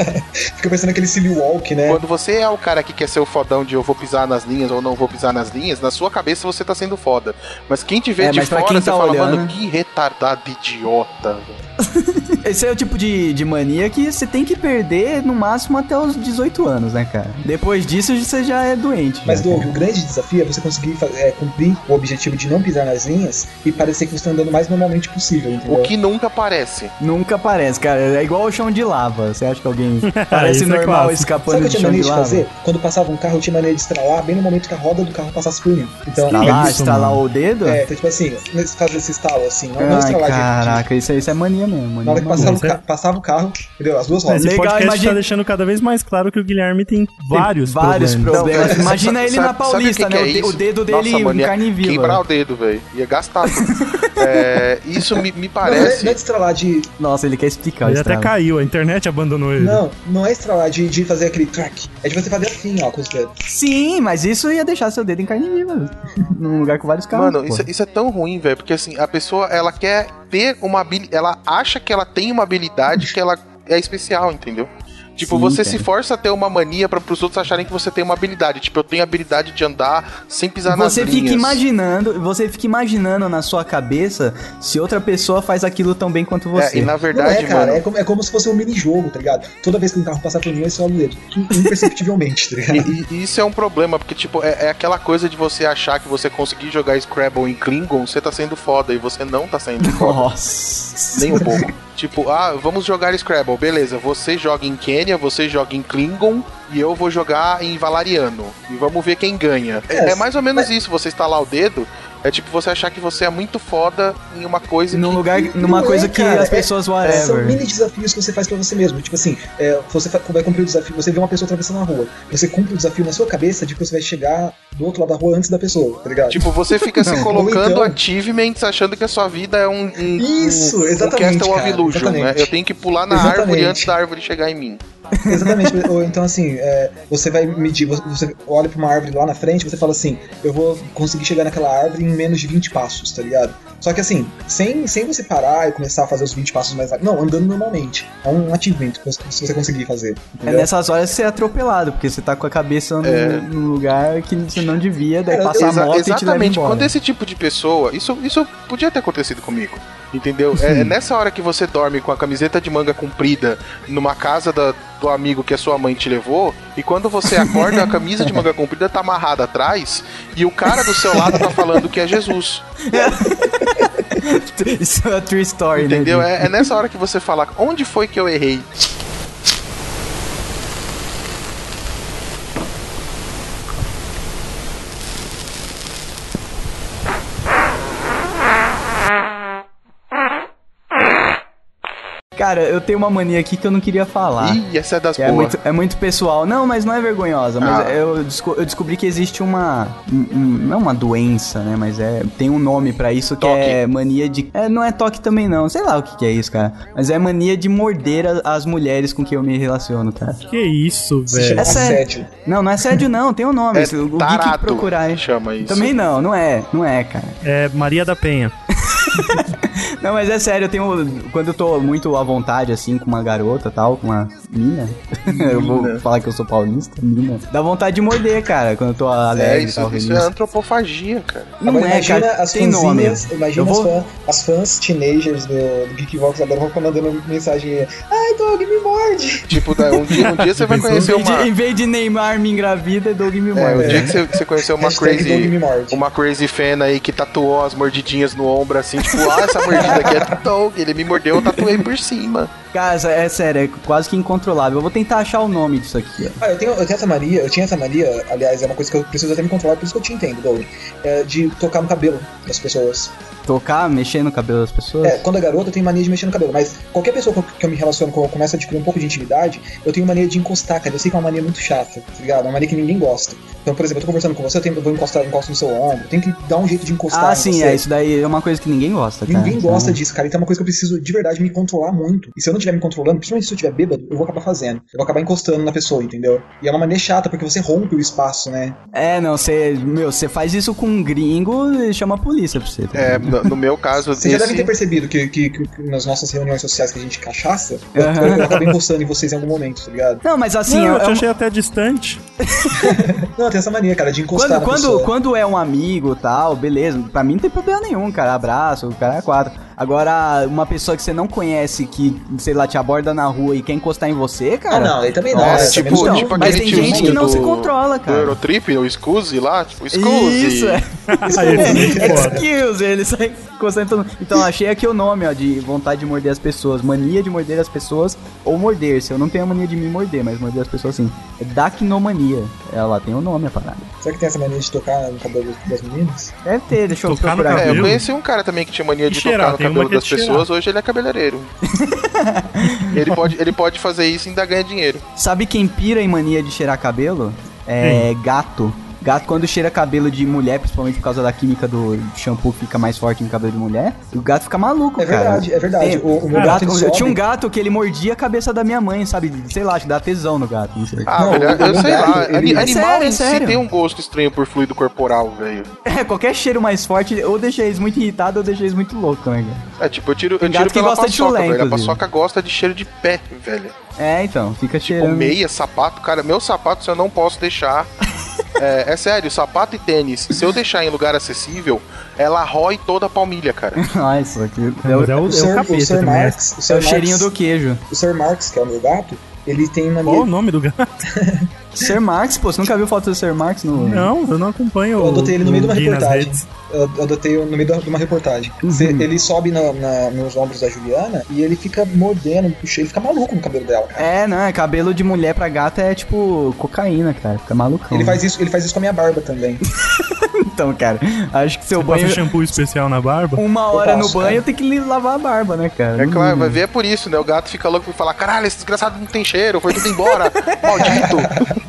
Fica parecendo aquele silly walk, né? Quando você é o cara que quer ser o fodão de eu vou pisar nas linhas ou não vou pisar nas linhas, na sua cabeça você tá sendo foda. Mas quem te vê É, de mas pra fora, quem você tá fala, olhando- mano, que retardado idiota, velho. Esse é o tipo de, de mania que você tem que perder no máximo até os dezoito anos, né, cara? Depois disso você já é doente. Mas, já, Doug, cara. o grande desafio é você conseguir fa- é, cumprir o objetivo de não pisar nas linhas e parecer que você está andando o mais normalmente possível, entendeu? O que nunca parece. Nunca aparece, cara. É igual o chão de lava. Você acha que alguém parece Isso é normal clássico. escapando Sabe o de que eu tinha chão mania de de lava? fazer? Quando passava um carro, eu tinha mania de estralar bem no momento que a roda do carro passasse por mim. Então, Estralar, Isso, estralar mano. o dedo? é, então, tipo assim, fazer esse estalo assim, não, não Ai, estralar de- de, caraca, isso, é- isso é mania mesmo. Mania Na hora que maluca. passava o, Isso é- ca- passava o carro, entendeu? As duas rodas. Esse Legal, podcast imagina- tá deixando cada vez mais claro que o Guilherme tem vários, vários problemas. problemas. velho, Imagina sabe- ele sabe- na Paulista, sabe o que né? que é O de- o isso? dedo dele Nossa, mano, em ia carne viva. Quebrar o dedo, velho. Ia gastar tudo. É, isso me, me Não, não, é, parece. não é de estralar de. Nossa, ele quer explicar Ele o até estrago. caiu, a internet abandonou ele. Não, não é estralar de, de fazer aquele track. É de você fazer assim, ó, com os dedos. Sim, mas isso ia deixar seu dedo em carne viva. Num lugar com vários carros. Mano, pô. isso, isso é tão ruim, velho, porque assim, a pessoa, ela quer ter uma habilidade, ela acha que ela tem uma habilidade que ela é especial, entendeu? Tipo, Sim, você cara. se força a ter uma mania para pros outros acharem que você tem uma habilidade. Tipo, eu tenho a habilidade de andar sem pisar nas Você linhas. fica imaginando, você fica imaginando na sua cabeça se outra pessoa faz aquilo tão bem quanto você. É, e na Não verdade, é, cara, mano... é como, é como se fosse um mini-jogo, tá ligado? Toda vez que um carro passar por mim, eu só o dedo. Imperceptivelmente, tá ligado? E, e isso é um problema, porque, tipo, é, é aquela coisa de você achar que você conseguir jogar Scrabble em Klingon, você tá sendo foda, e você não tá sendo foda. Nossa. Nem um pouco. Tipo, ah, vamos jogar Scrabble, beleza. Você joga em Quênia, você joga em Klingon e eu vou jogar em Valariano. E vamos ver quem ganha. É, É, é mais ou menos isso, você estalar o dedo. É tipo você achar que você é muito foda em uma coisa Num que... lugar, numa Não coisa é, que cara, as é- pessoas São whatever. mini desafios que você faz pra você mesmo. Tipo assim, é, você fa- vai cumprir o desafio, você vê uma pessoa atravessando a rua. Você cumpre o desafio na sua cabeça de que você vai chegar do outro lado da rua antes da pessoa, tá ligado? Tipo, você fica se Não, colocando ou então- achievements achando que a sua vida é um... um Isso, um, exatamente, Um Castle of cara, Illusion, né? exatamente. Eu tenho que pular na Exatamente. árvore antes da árvore chegar em mim. Exatamente. Ou então assim, é, você vai medir, você- você olha pra uma árvore lá na frente e você fala assim, eu vou conseguir chegar naquela árvore em menos de vinte passos, tá ligado? Só que assim, sem, sem você parar e começar a fazer os vinte passos mais rápido, não, andando normalmente. É um achievement que você- se você conseguir fazer. É Entendeu? nessas horas que você é atropelado, porque você tá com a cabeça no, É. num lugar que você não devia, daí Cara, passa a Exa- moto e te leva exatamente, embora. quando esse tipo de pessoa, isso, isso podia ter acontecido comigo, entendeu? É, é nessa hora que você dorme com a camiseta de manga comprida numa casa da- do amigo que a sua mãe te levou, e quando você acorda, a camisa de manga comprida tá amarrada atrás, e o cara do seu lado tá falando que é Jesus, Isso é uma true story, entendeu? né? É, é nessa hora que você fala, onde foi que eu errei? Cara, eu tenho uma mania aqui que eu não queria falar. Ih, essa é das Que é boas. muito, é muito pessoal. Não, mas não é vergonhosa. Mas Ah. eu, desco- eu descobri que existe uma... um- um- não uma doença, né? Mas é tem um nome pra isso que Toque. é mania de... É, não é toque também não. Sei lá o que, que é isso, cara. Mas é mania de morder a- as mulheres com quem eu me relaciono, cara. Que isso, Se chama velho. É sério. assédio. Não, não é sério não. Tem um nome. É o Gui que tarado, procurar. chama isso. Também não. Não é. Não é, cara. É Maria da Penha. Não, mas é sério, eu tenho. Quando eu tô muito à vontade, assim, com uma garota tal, com uma mina. eu vou falar que eu sou paulista, mina. Dá vontade de morder, cara, quando eu tô É, alegre e isso, tal, isso feliz. é antropofagia, cara. Não Agora é, imagina cara, as tem nome. fãzinhas, imagina Eu as, vou- fã- as fãs teenagers do, do Geekvox agora vão ficar mandando mensagem. Ai, Doug, me morde! Tipo, da- um dia, um dia você vai Em conhecer vez, uma... de, em vez de Neymar me engravida, Doug me É, morde. o dia que você, que você conheceu uma Hashtag Doug me crazy... morde. Uma crazy fan aí que tatuou as mordidinhas no ombro, assim, tipo, ah, essa mordida aqui é do Doug, ele me mordeu, eu tatuei por cima. Cara, é sério, é quase que incontrolável. Eu vou tentar achar o nome disso aqui, ó. Ah, eu tenho, eu tenho essa mania, eu tinha essa mania, aliás, é uma coisa que eu preciso até me controlar, por isso que eu te entendo, Doug. É de tocar no cabelo das pessoas. Tocar, mexer no cabelo das pessoas. É, quando é garota eu tenho mania de mexer no cabelo, mas qualquer pessoa que eu, que eu me relaciono com, eu começo a adquirir um pouco de intimidade, eu tenho mania de encostar, cara. Eu sei que é uma mania muito chata, tá ligado? É uma mania que ninguém gosta. Então, por exemplo, eu tô conversando com você, eu, tenho, eu vou encostar, eu encosto no seu ombro, eu tenho que dar um jeito de encostar Ah, em sim, você. é, isso daí é uma coisa que ninguém gosta, cara. Ninguém gosta Então, disso, cara. Então é uma coisa que eu preciso de verdade me controlar muito. E se eu não estiver me controlando, principalmente se eu estiver bêbado, eu vou acabar fazendo. Eu vou acabar encostando na pessoa, entendeu? E é uma mania chata, porque você rompe o espaço, né? É, não, você, meu, você faz isso com um gringo e chama a polícia pra você. Tá É, ligado? no, no meu caso, Vocês já devem ter esse... percebido que, que, que- que nas nossas reuniões sociais que a gente cachaça, eu, Aham. eu acabei encostando em vocês em algum momento, tá ligado? Não, mas assim, Não, é, eu é te um- achei até distante. Não, tem essa mania, cara, de encostar quando, na quando, pessoa. quando é um amigo e tal, beleza, pra mim não tem problema nenhum, cara, abraço, o cara é quatro. Agora, uma pessoa que você não conhece, que, sei lá, te aborda na rua e quer encostar em você, cara... Ah, não, aí também não. É, essa tipo, menos não. tipo mas aquele tem gente tiozinho que não do, se controla, do cara. Eurotrip, o Scuse lá, tipo, Scuse. Isso, é. Aí, é muito foda. Excuse, ele sai encostando em todo mundo. Então, achei aqui o nome, ó, de vontade de morder as pessoas. Mania de morder as pessoas ou morder-se. Eu não tenho a mania de me morder, mas morder as pessoas sim. É dacnomania. Ela tem o nome, a parada. Será que tem essa mania de tocar no cabelo das meninas? Deve ter, deixa eu Tocar no procurar É, aqui. eu cabelo? conheci um cara também que tinha mania E de cheirar, tocar no tem uma cabelo que é das de cheirar. pessoas, hoje ele é cabeleireiro. ele, pode, ele pode fazer isso e ainda ganha dinheiro. Sabe quem pira em mania de cheirar cabelo? É gato. Gato, quando cheira cabelo de mulher, principalmente por causa da química do shampoo que fica mais forte no cabelo de mulher, o gato fica maluco, É cara. verdade, é verdade. Tem- O- o meu o gato, gato, ele eu tinha um sobe. gato que ele mordia a cabeça da minha mãe, sabe? Sei lá, acho que dá tesão no gato, não sei. Ah, Não, velho, o- eu o sei gato, lá. ele- ani- É Animal sério, é em si sério. tem um gosto estranho por fluido corporal, velho. É, qualquer cheiro mais forte, ou deixa eles muito irritados, ou deixa eles muito loucos, né, cara? É, tipo, eu tiro, eu Tem tiro gato que pela gosta de paçoca, chulé, velho. A inclusive. paçoca gosta de cheiro de pé, velho. É, então, fica Tipo, cheirando. meia, sapato. Cara, meu sapato eu não posso deixar... é, é sério, sapato e tênis, se eu deixar em lugar acessível, ela rói toda a palmilha, cara. Ah, isso aqui. É Mas o, é o, O é Sir, o o capeta Sir também. né? Marx, o Sir é o cheirinho Marx- do queijo. O Sir Marx, que é o meu gato, ele tem uma Qual o mania... nome do gato? Sir Marx, pô, você nunca viu foto do Sir Marx no... Não, eu não acompanho Eu o adotei ele no meio de uma Gui nas reportagem. redes. Eu eu adotei no meio de uma reportagem. Uhum. Cê- Ele sobe na- na- nos ombros da Juliana e ele fica mordendo, puxa, ele fica maluco no cabelo dela, cara. É, não, é cabelo de mulher pra gata é tipo cocaína, cara. Fica malucão. Ele faz isso, ele faz isso com a minha barba também. Então, cara, acho que seu Você banho... passa shampoo especial na barba? Uma hora Eu no passo, banho cara. tem que lavar a barba, né, cara? É Não- claro, vai ver é por isso, né? O gato fica louco e fala: caralho, esse desgraçado não tem cheiro, foi tudo embora, maldito.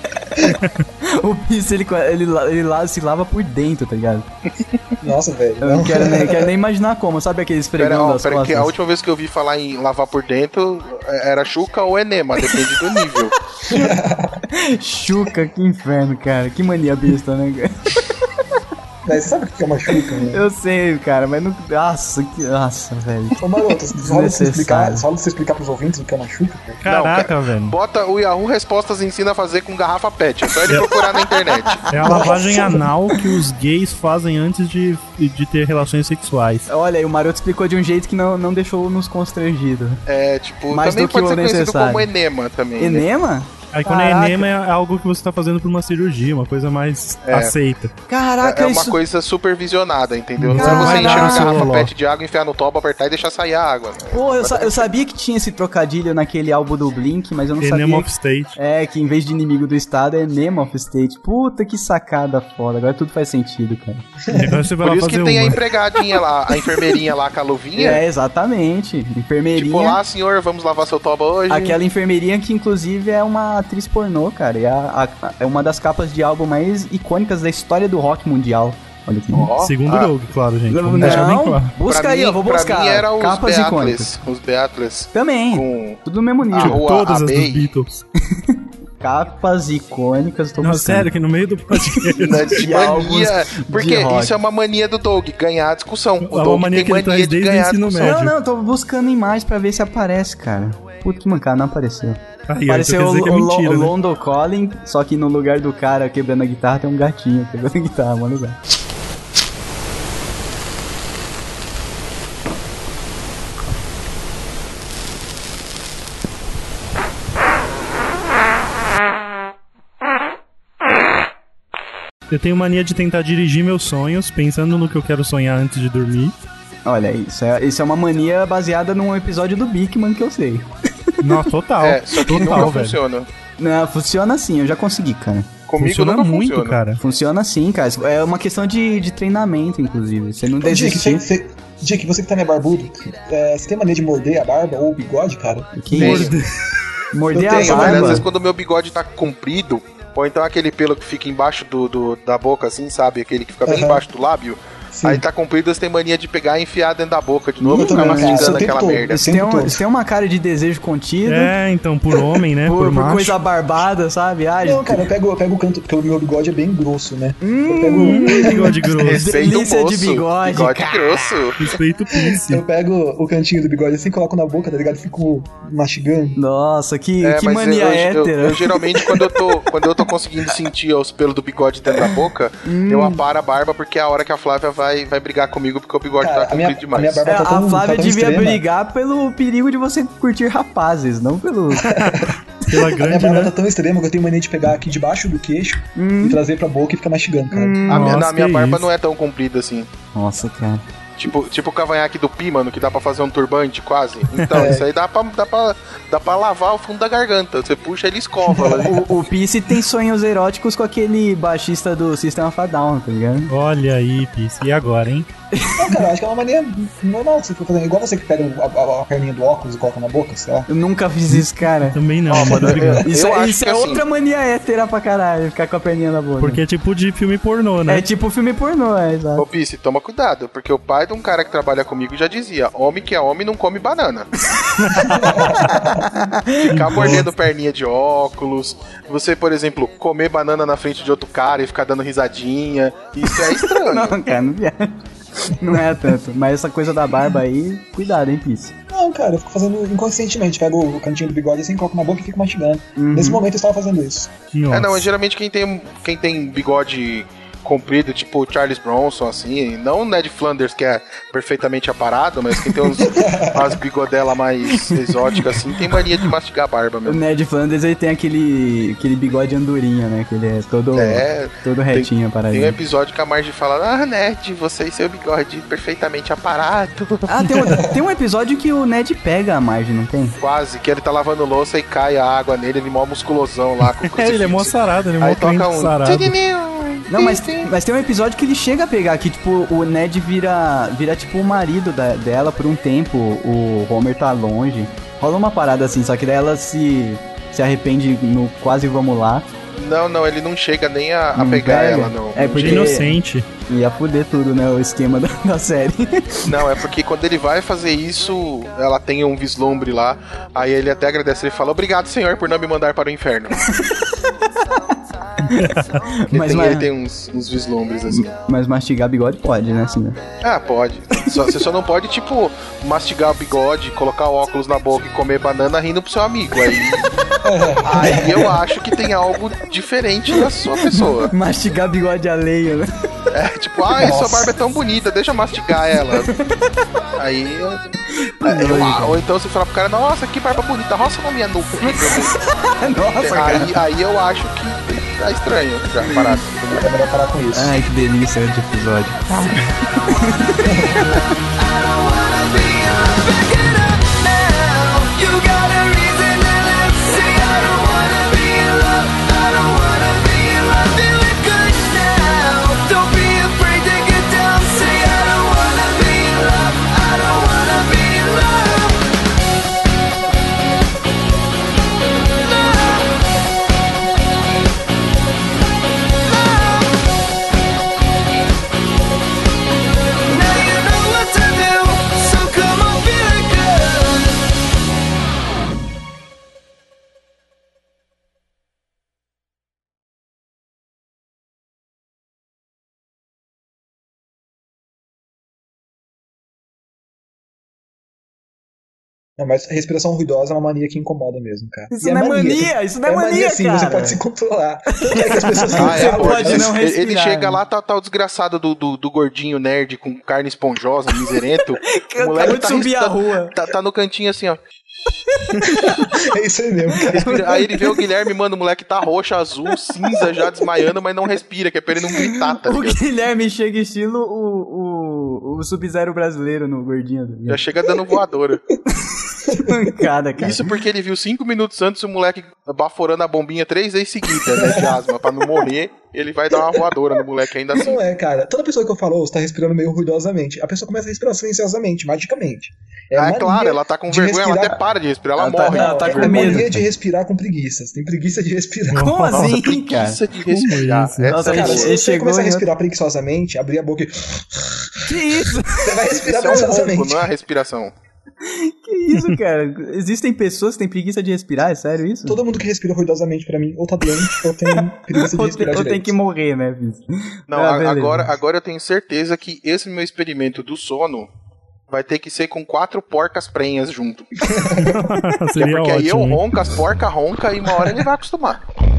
O piso, ele, ele, ele, la- se lava por dentro, tá ligado? Nossa, velho. Eu não quero nem, quero nem imaginar como, sabe aquele Pera, esfregão ó, das pera que costas? a última vez que eu vi falar em lavar por dentro é, era chuca ou enema, depende do nível. Chuca, que inferno, cara. Que mania besta, né, cara? Mas você sabe o que é uma chuca, né? Eu sei, cara, mas não... Nossa, que... Nossa, velho. Ô, Maroto, rola de você explicar, Desnecessário. rola de você explicar pros ouvintes o que é uma chuca, cara? Caraca, velho. Bota o Yahoo Respostas ensina a fazer com garrafa pet, é só ele procurar na internet. É a lavagem anal que os gays fazem antes de, de ter relações sexuais. Olha aí, o Maroto explicou de um jeito que não, não deixou nos constrangidos. É, tipo, Mais também do que pode o ser conhecido necessário. como enema também. né? Enema? Aí quando Caraca. é enema é algo que você tá fazendo por uma cirurgia, uma coisa mais É. aceita. Caraca, É uma isso... coisa supervisionada, entendeu? Não é Caraca. você encher uma Caraca. garrafa pet de água, enfiar no tobo, apertar e deixar sair a água. Né? Pô, eu, sa- eu sabia que tinha esse trocadilho naquele álbum do Blink, mas eu não Enema sabia... of State. É, que em vez de inimigo do estado é Name of State. Puta que sacada foda. Agora tudo faz sentido, cara. E agora você vai Por lá isso que fazer tem a uma. empregadinha lá, a enfermeirinha lá com a luvinha. É, exatamente. Enfermeirinha. Tipo, lá, senhor, vamos lavar seu toba hoje. Aquela enfermeirinha que inclusive é uma atriz pornô, cara. É, a- a- é uma das capas de álbum mais icônicas da história do rock mundial. Olha que Ó, Segundo ah, Doug, claro, gente. Vamos deixar bem Não, claro. busca pra aí, mim, eu vou pra buscar. mim era os Capas icônicas. Beatles. Os Beatles. Também, Com tudo no mesmo a nível. rua Todas as dos Abbey. Beatles. Capas icônicas, tô Não, buscando. sério, que no meio do podcast. né, de De mania. álbuns Porque de rock. isso é uma mania do Doug, ganhar a discussão. O É uma Doug mania tem que ele mania traz de desde o ganhar a ensino discussão. médio. Não, não, tô buscando imagens pra ver se aparece, cara. Puta que mancada, não apareceu. Aí, aí, Apareceu então quer dizer o, que é o, mentira, o né? London Calling, só que no lugar do cara quebrando a guitarra tem um gatinho quebrando a guitarra, mano. Legal. Eu tenho mania de tentar dirigir meus sonhos, pensando no que eu quero sonhar antes de dormir. Olha, isso é, isso é uma mania baseada num episódio do Bigman que eu sei. Nossa, total. É, só que total, nunca velho. funciona. Não, funciona assim, eu já consegui, cara. Comigo Funciona nunca muito, funciona. cara. Funciona assim, cara. É uma questão de, de treinamento, inclusive. Você não Dick, desistir. você, você, Dick, você que tá meio barbudo, é, você tem mania de morder a barba ou o bigode, cara? Que Tenho. isso? Morder Eu a tenho, Mas às barba. vezes quando o meu bigode tá comprido, ou então aquele pelo que fica embaixo do, do- da boca, assim, sabe? Aquele que fica bem Aham. embaixo do lábio. Sim. Aí tá comprido, você tem mania de pegar e enfiar dentro da boca de novo Eu e ficar também, cara. Isso o mastigando tempo aquela todo. merda. Isso Isso tem, tempo um, todo. isso tem uma cara de desejo contido. É, então, por homem, né? Por, Por, por macho. coisa barbada, sabe? Ah, Não, cara, eu pego, eu pego o canto, porque o meu bigode é bem grosso, né? Hum. Eu pego. Hum, bigode grosso. Respeita o delícia de moço, bigode, bigode cara. grosso. Respeito o Pisse. Eu pego o cantinho do bigode assim, coloco na boca, tá ligado? Fico mastigando. Nossa, que, É, que mas mania eu, eu, hétera. eu, eu geralmente quando eu tô quando eu tô conseguindo sentir os pelos do bigode dentro da boca, Hum. eu aparo a barba porque é a hora que a Flávia vai, vai brigar comigo porque o bigode Cara, tá a minha- comprido a minha demais. barba- É, tá tão- a Flávia tá tão devia extrema. brigar pelo perigo de você curtir rapazes, não pelo. Pela A minha grande, barba né? tá tão extrema que eu tenho mania de pegar aqui debaixo do queixo e trazer pra boca e ficar mastigando, cara. A minha, Nossa, na minha que barba isso. não é tão comprida assim. Nossa, cara. Tipo, tipo o cavanhaque do Pi, mano, que dá pra fazer um turbante quase. Então, É. isso aí dá pra, dá, pra, dá pra lavar o fundo da garganta. Você puxa, ele escova. lá. O, o Pisse tem sonhos eróticos com aquele baixista do System of a Down, tá ligado? Olha aí, Pisse. E agora, hein? Não, cara, eu acho que é uma mania normal que você for fazendo. Igual você que pega o- a, a, a perninha do óculos e coloca na boca, sei lá. Eu nunca fiz isso, cara. Também não, Ó, muito mano, obrigado. eu- Isso, eu é- acho isso que é assim- outra mania hétera pra caralho, ficar com a perninha na boca. Porque é tipo de filme pornô, né? É tipo filme pornô, é, exato. Ô, Pisse, toma cuidado, porque o pai de um cara que trabalha comigo já dizia: homem que é homem não come banana. Ficar mordendo perninha de óculos. Você, por exemplo, comer banana na frente de outro cara e ficar dando risadinha. Isso é estranho. Não, cara, não viaja. Não é tanto. Mas essa coisa da barba aí, cuidado, hein, Pisse. Não, cara, eu fico fazendo inconscientemente. Pego o cantinho do bigode assim, coloco na boca e fico mastigando. Nesse momento eu estava fazendo isso. Nossa. É, não, é geralmente quem tem, quem tem bigode comprido, tipo o Charles Bronson, assim, não o Ned Flanders, que é perfeitamente aparado, mas quem tem uns, umas bigodelas mais exóticas, assim, tem mania de mastigar a barba O mesmo. Ned Flanders, ele tem aquele, aquele bigode andorinha, né? Que ele é todo, É, todo retinho, Tem um paradinho. episódio que a Marge fala: ah, Ned, você e seu bigode perfeitamente aparado. Ah, tem um, tem um episódio que o Ned pega a Marge, não tem? Quase, que ele tá lavando louça e cai a água nele, ele mó musculosão lá com o É, ele é mó crucifixo. sarado, ele é mó Aí toca crente um... sarado. Não, mas, mas tem um episódio que ele chega a pegar que, tipo, o Ned vira, vira tipo, o marido da- dela por um tempo, o Homer tá longe. Rola uma parada assim, só que daí ela se, se arrepende no quase vamos lá. Não, não, ele não chega nem a, a Não pegar pega? ela, não. É Não porque- De inocente. Ia fuder tudo, né, o esquema da, da série. Não, é porque quando ele vai fazer isso, ela tem um vislumbre lá. Aí ele até agradece, ele fala: obrigado, senhor, por não me mandar para o inferno. Ele, Mas, tem, mas- ele tem uns, uns vislumbres assim. Mas mastigar bigode pode, né, senhor? Ah, pode. Só- você só não pode, tipo, mastigar o bigode, colocar o óculos na boca e comer banana rindo pro seu amigo. Aí, aí eu acho que tem algo diferente na sua pessoa. Mastigar bigode alheio, né? É tipo, ai, sua barba é tão bonita, deixa eu mastigar ela. Aí eu, eu- ou então você fala pro cara, nossa, que barba bonita, roça na minha nuca. Nossa, cara. Aí, aí eu acho que tá estranho já, parado. É melhor parar com isso. Ai, que delícia de episódio. Não, mas respiração ruidosa é uma mania que incomoda mesmo, cara. Isso E não é mania, isso não é mania, sim, cara. você pode se controlar. Tanto é que as pessoas Ah, é, Você pô, pode ele- não ele, respirar, ele chega né? lá, tá, tá o desgraçado do, do, do gordinho nerd com carne esponjosa, miserento. O Acabou moleque de tá, subir a tá- rua. Tá, tá no cantinho assim, ó. É isso aí mesmo, cara. Respira- Aí ele vê o Guilherme, mano, o moleque tá roxo, azul, cinza, já desmaiando, mas não respira, que é pra ele não gritar, tá O ligado? Guilherme chega estilo o, o, o Sub-Zero brasileiro no gordinho. tá Já chega dando voadora. Pancada, cara. Isso porque ele viu cinco minutos antes o moleque baforando a bombinha três vezes seguidas, né, de asma, pra não morrer. Ele vai dar uma voadora no moleque ainda assim. Não é, cara. Toda pessoa que eu falo, "Ô, você tá respirando meio ruidosamente. A pessoa começa a respirar silenciosamente, magicamente. Ah, a é mania claro, ela tá com de vergonha, ela respirar- até para de respirar, ela, Ela tá- morre. ela tá é com a medo. mania de respirar com preguiças. Tem preguiça de respirar. Como assim, cara? Preguiça de respirar. isso? Essa Nossa, é Cara, boa. se ele você chegou começar a e- respirar preguiçosamente, abrir a boca e... Que isso? Você vai respirar Isso é um ronco, preguiçosamente. não é a respiração. Que isso, cara? Existem pessoas que têm preguiça de respirar? É sério isso? Todo mundo que respira ruidosamente pra mim, ou tá doente, ou tem preguiça de Ou tem, respirar ou tem direito. que morrer, né, filho? Não, Ah, a- beleza. agora, agora eu tenho certeza que esse meu experimento do sono vai ter que ser com quatro porcas prenhas junto. Que é Seria porque aí eu ótimo. hein? ronco, as porcas ronca e uma hora ele vai acostumar.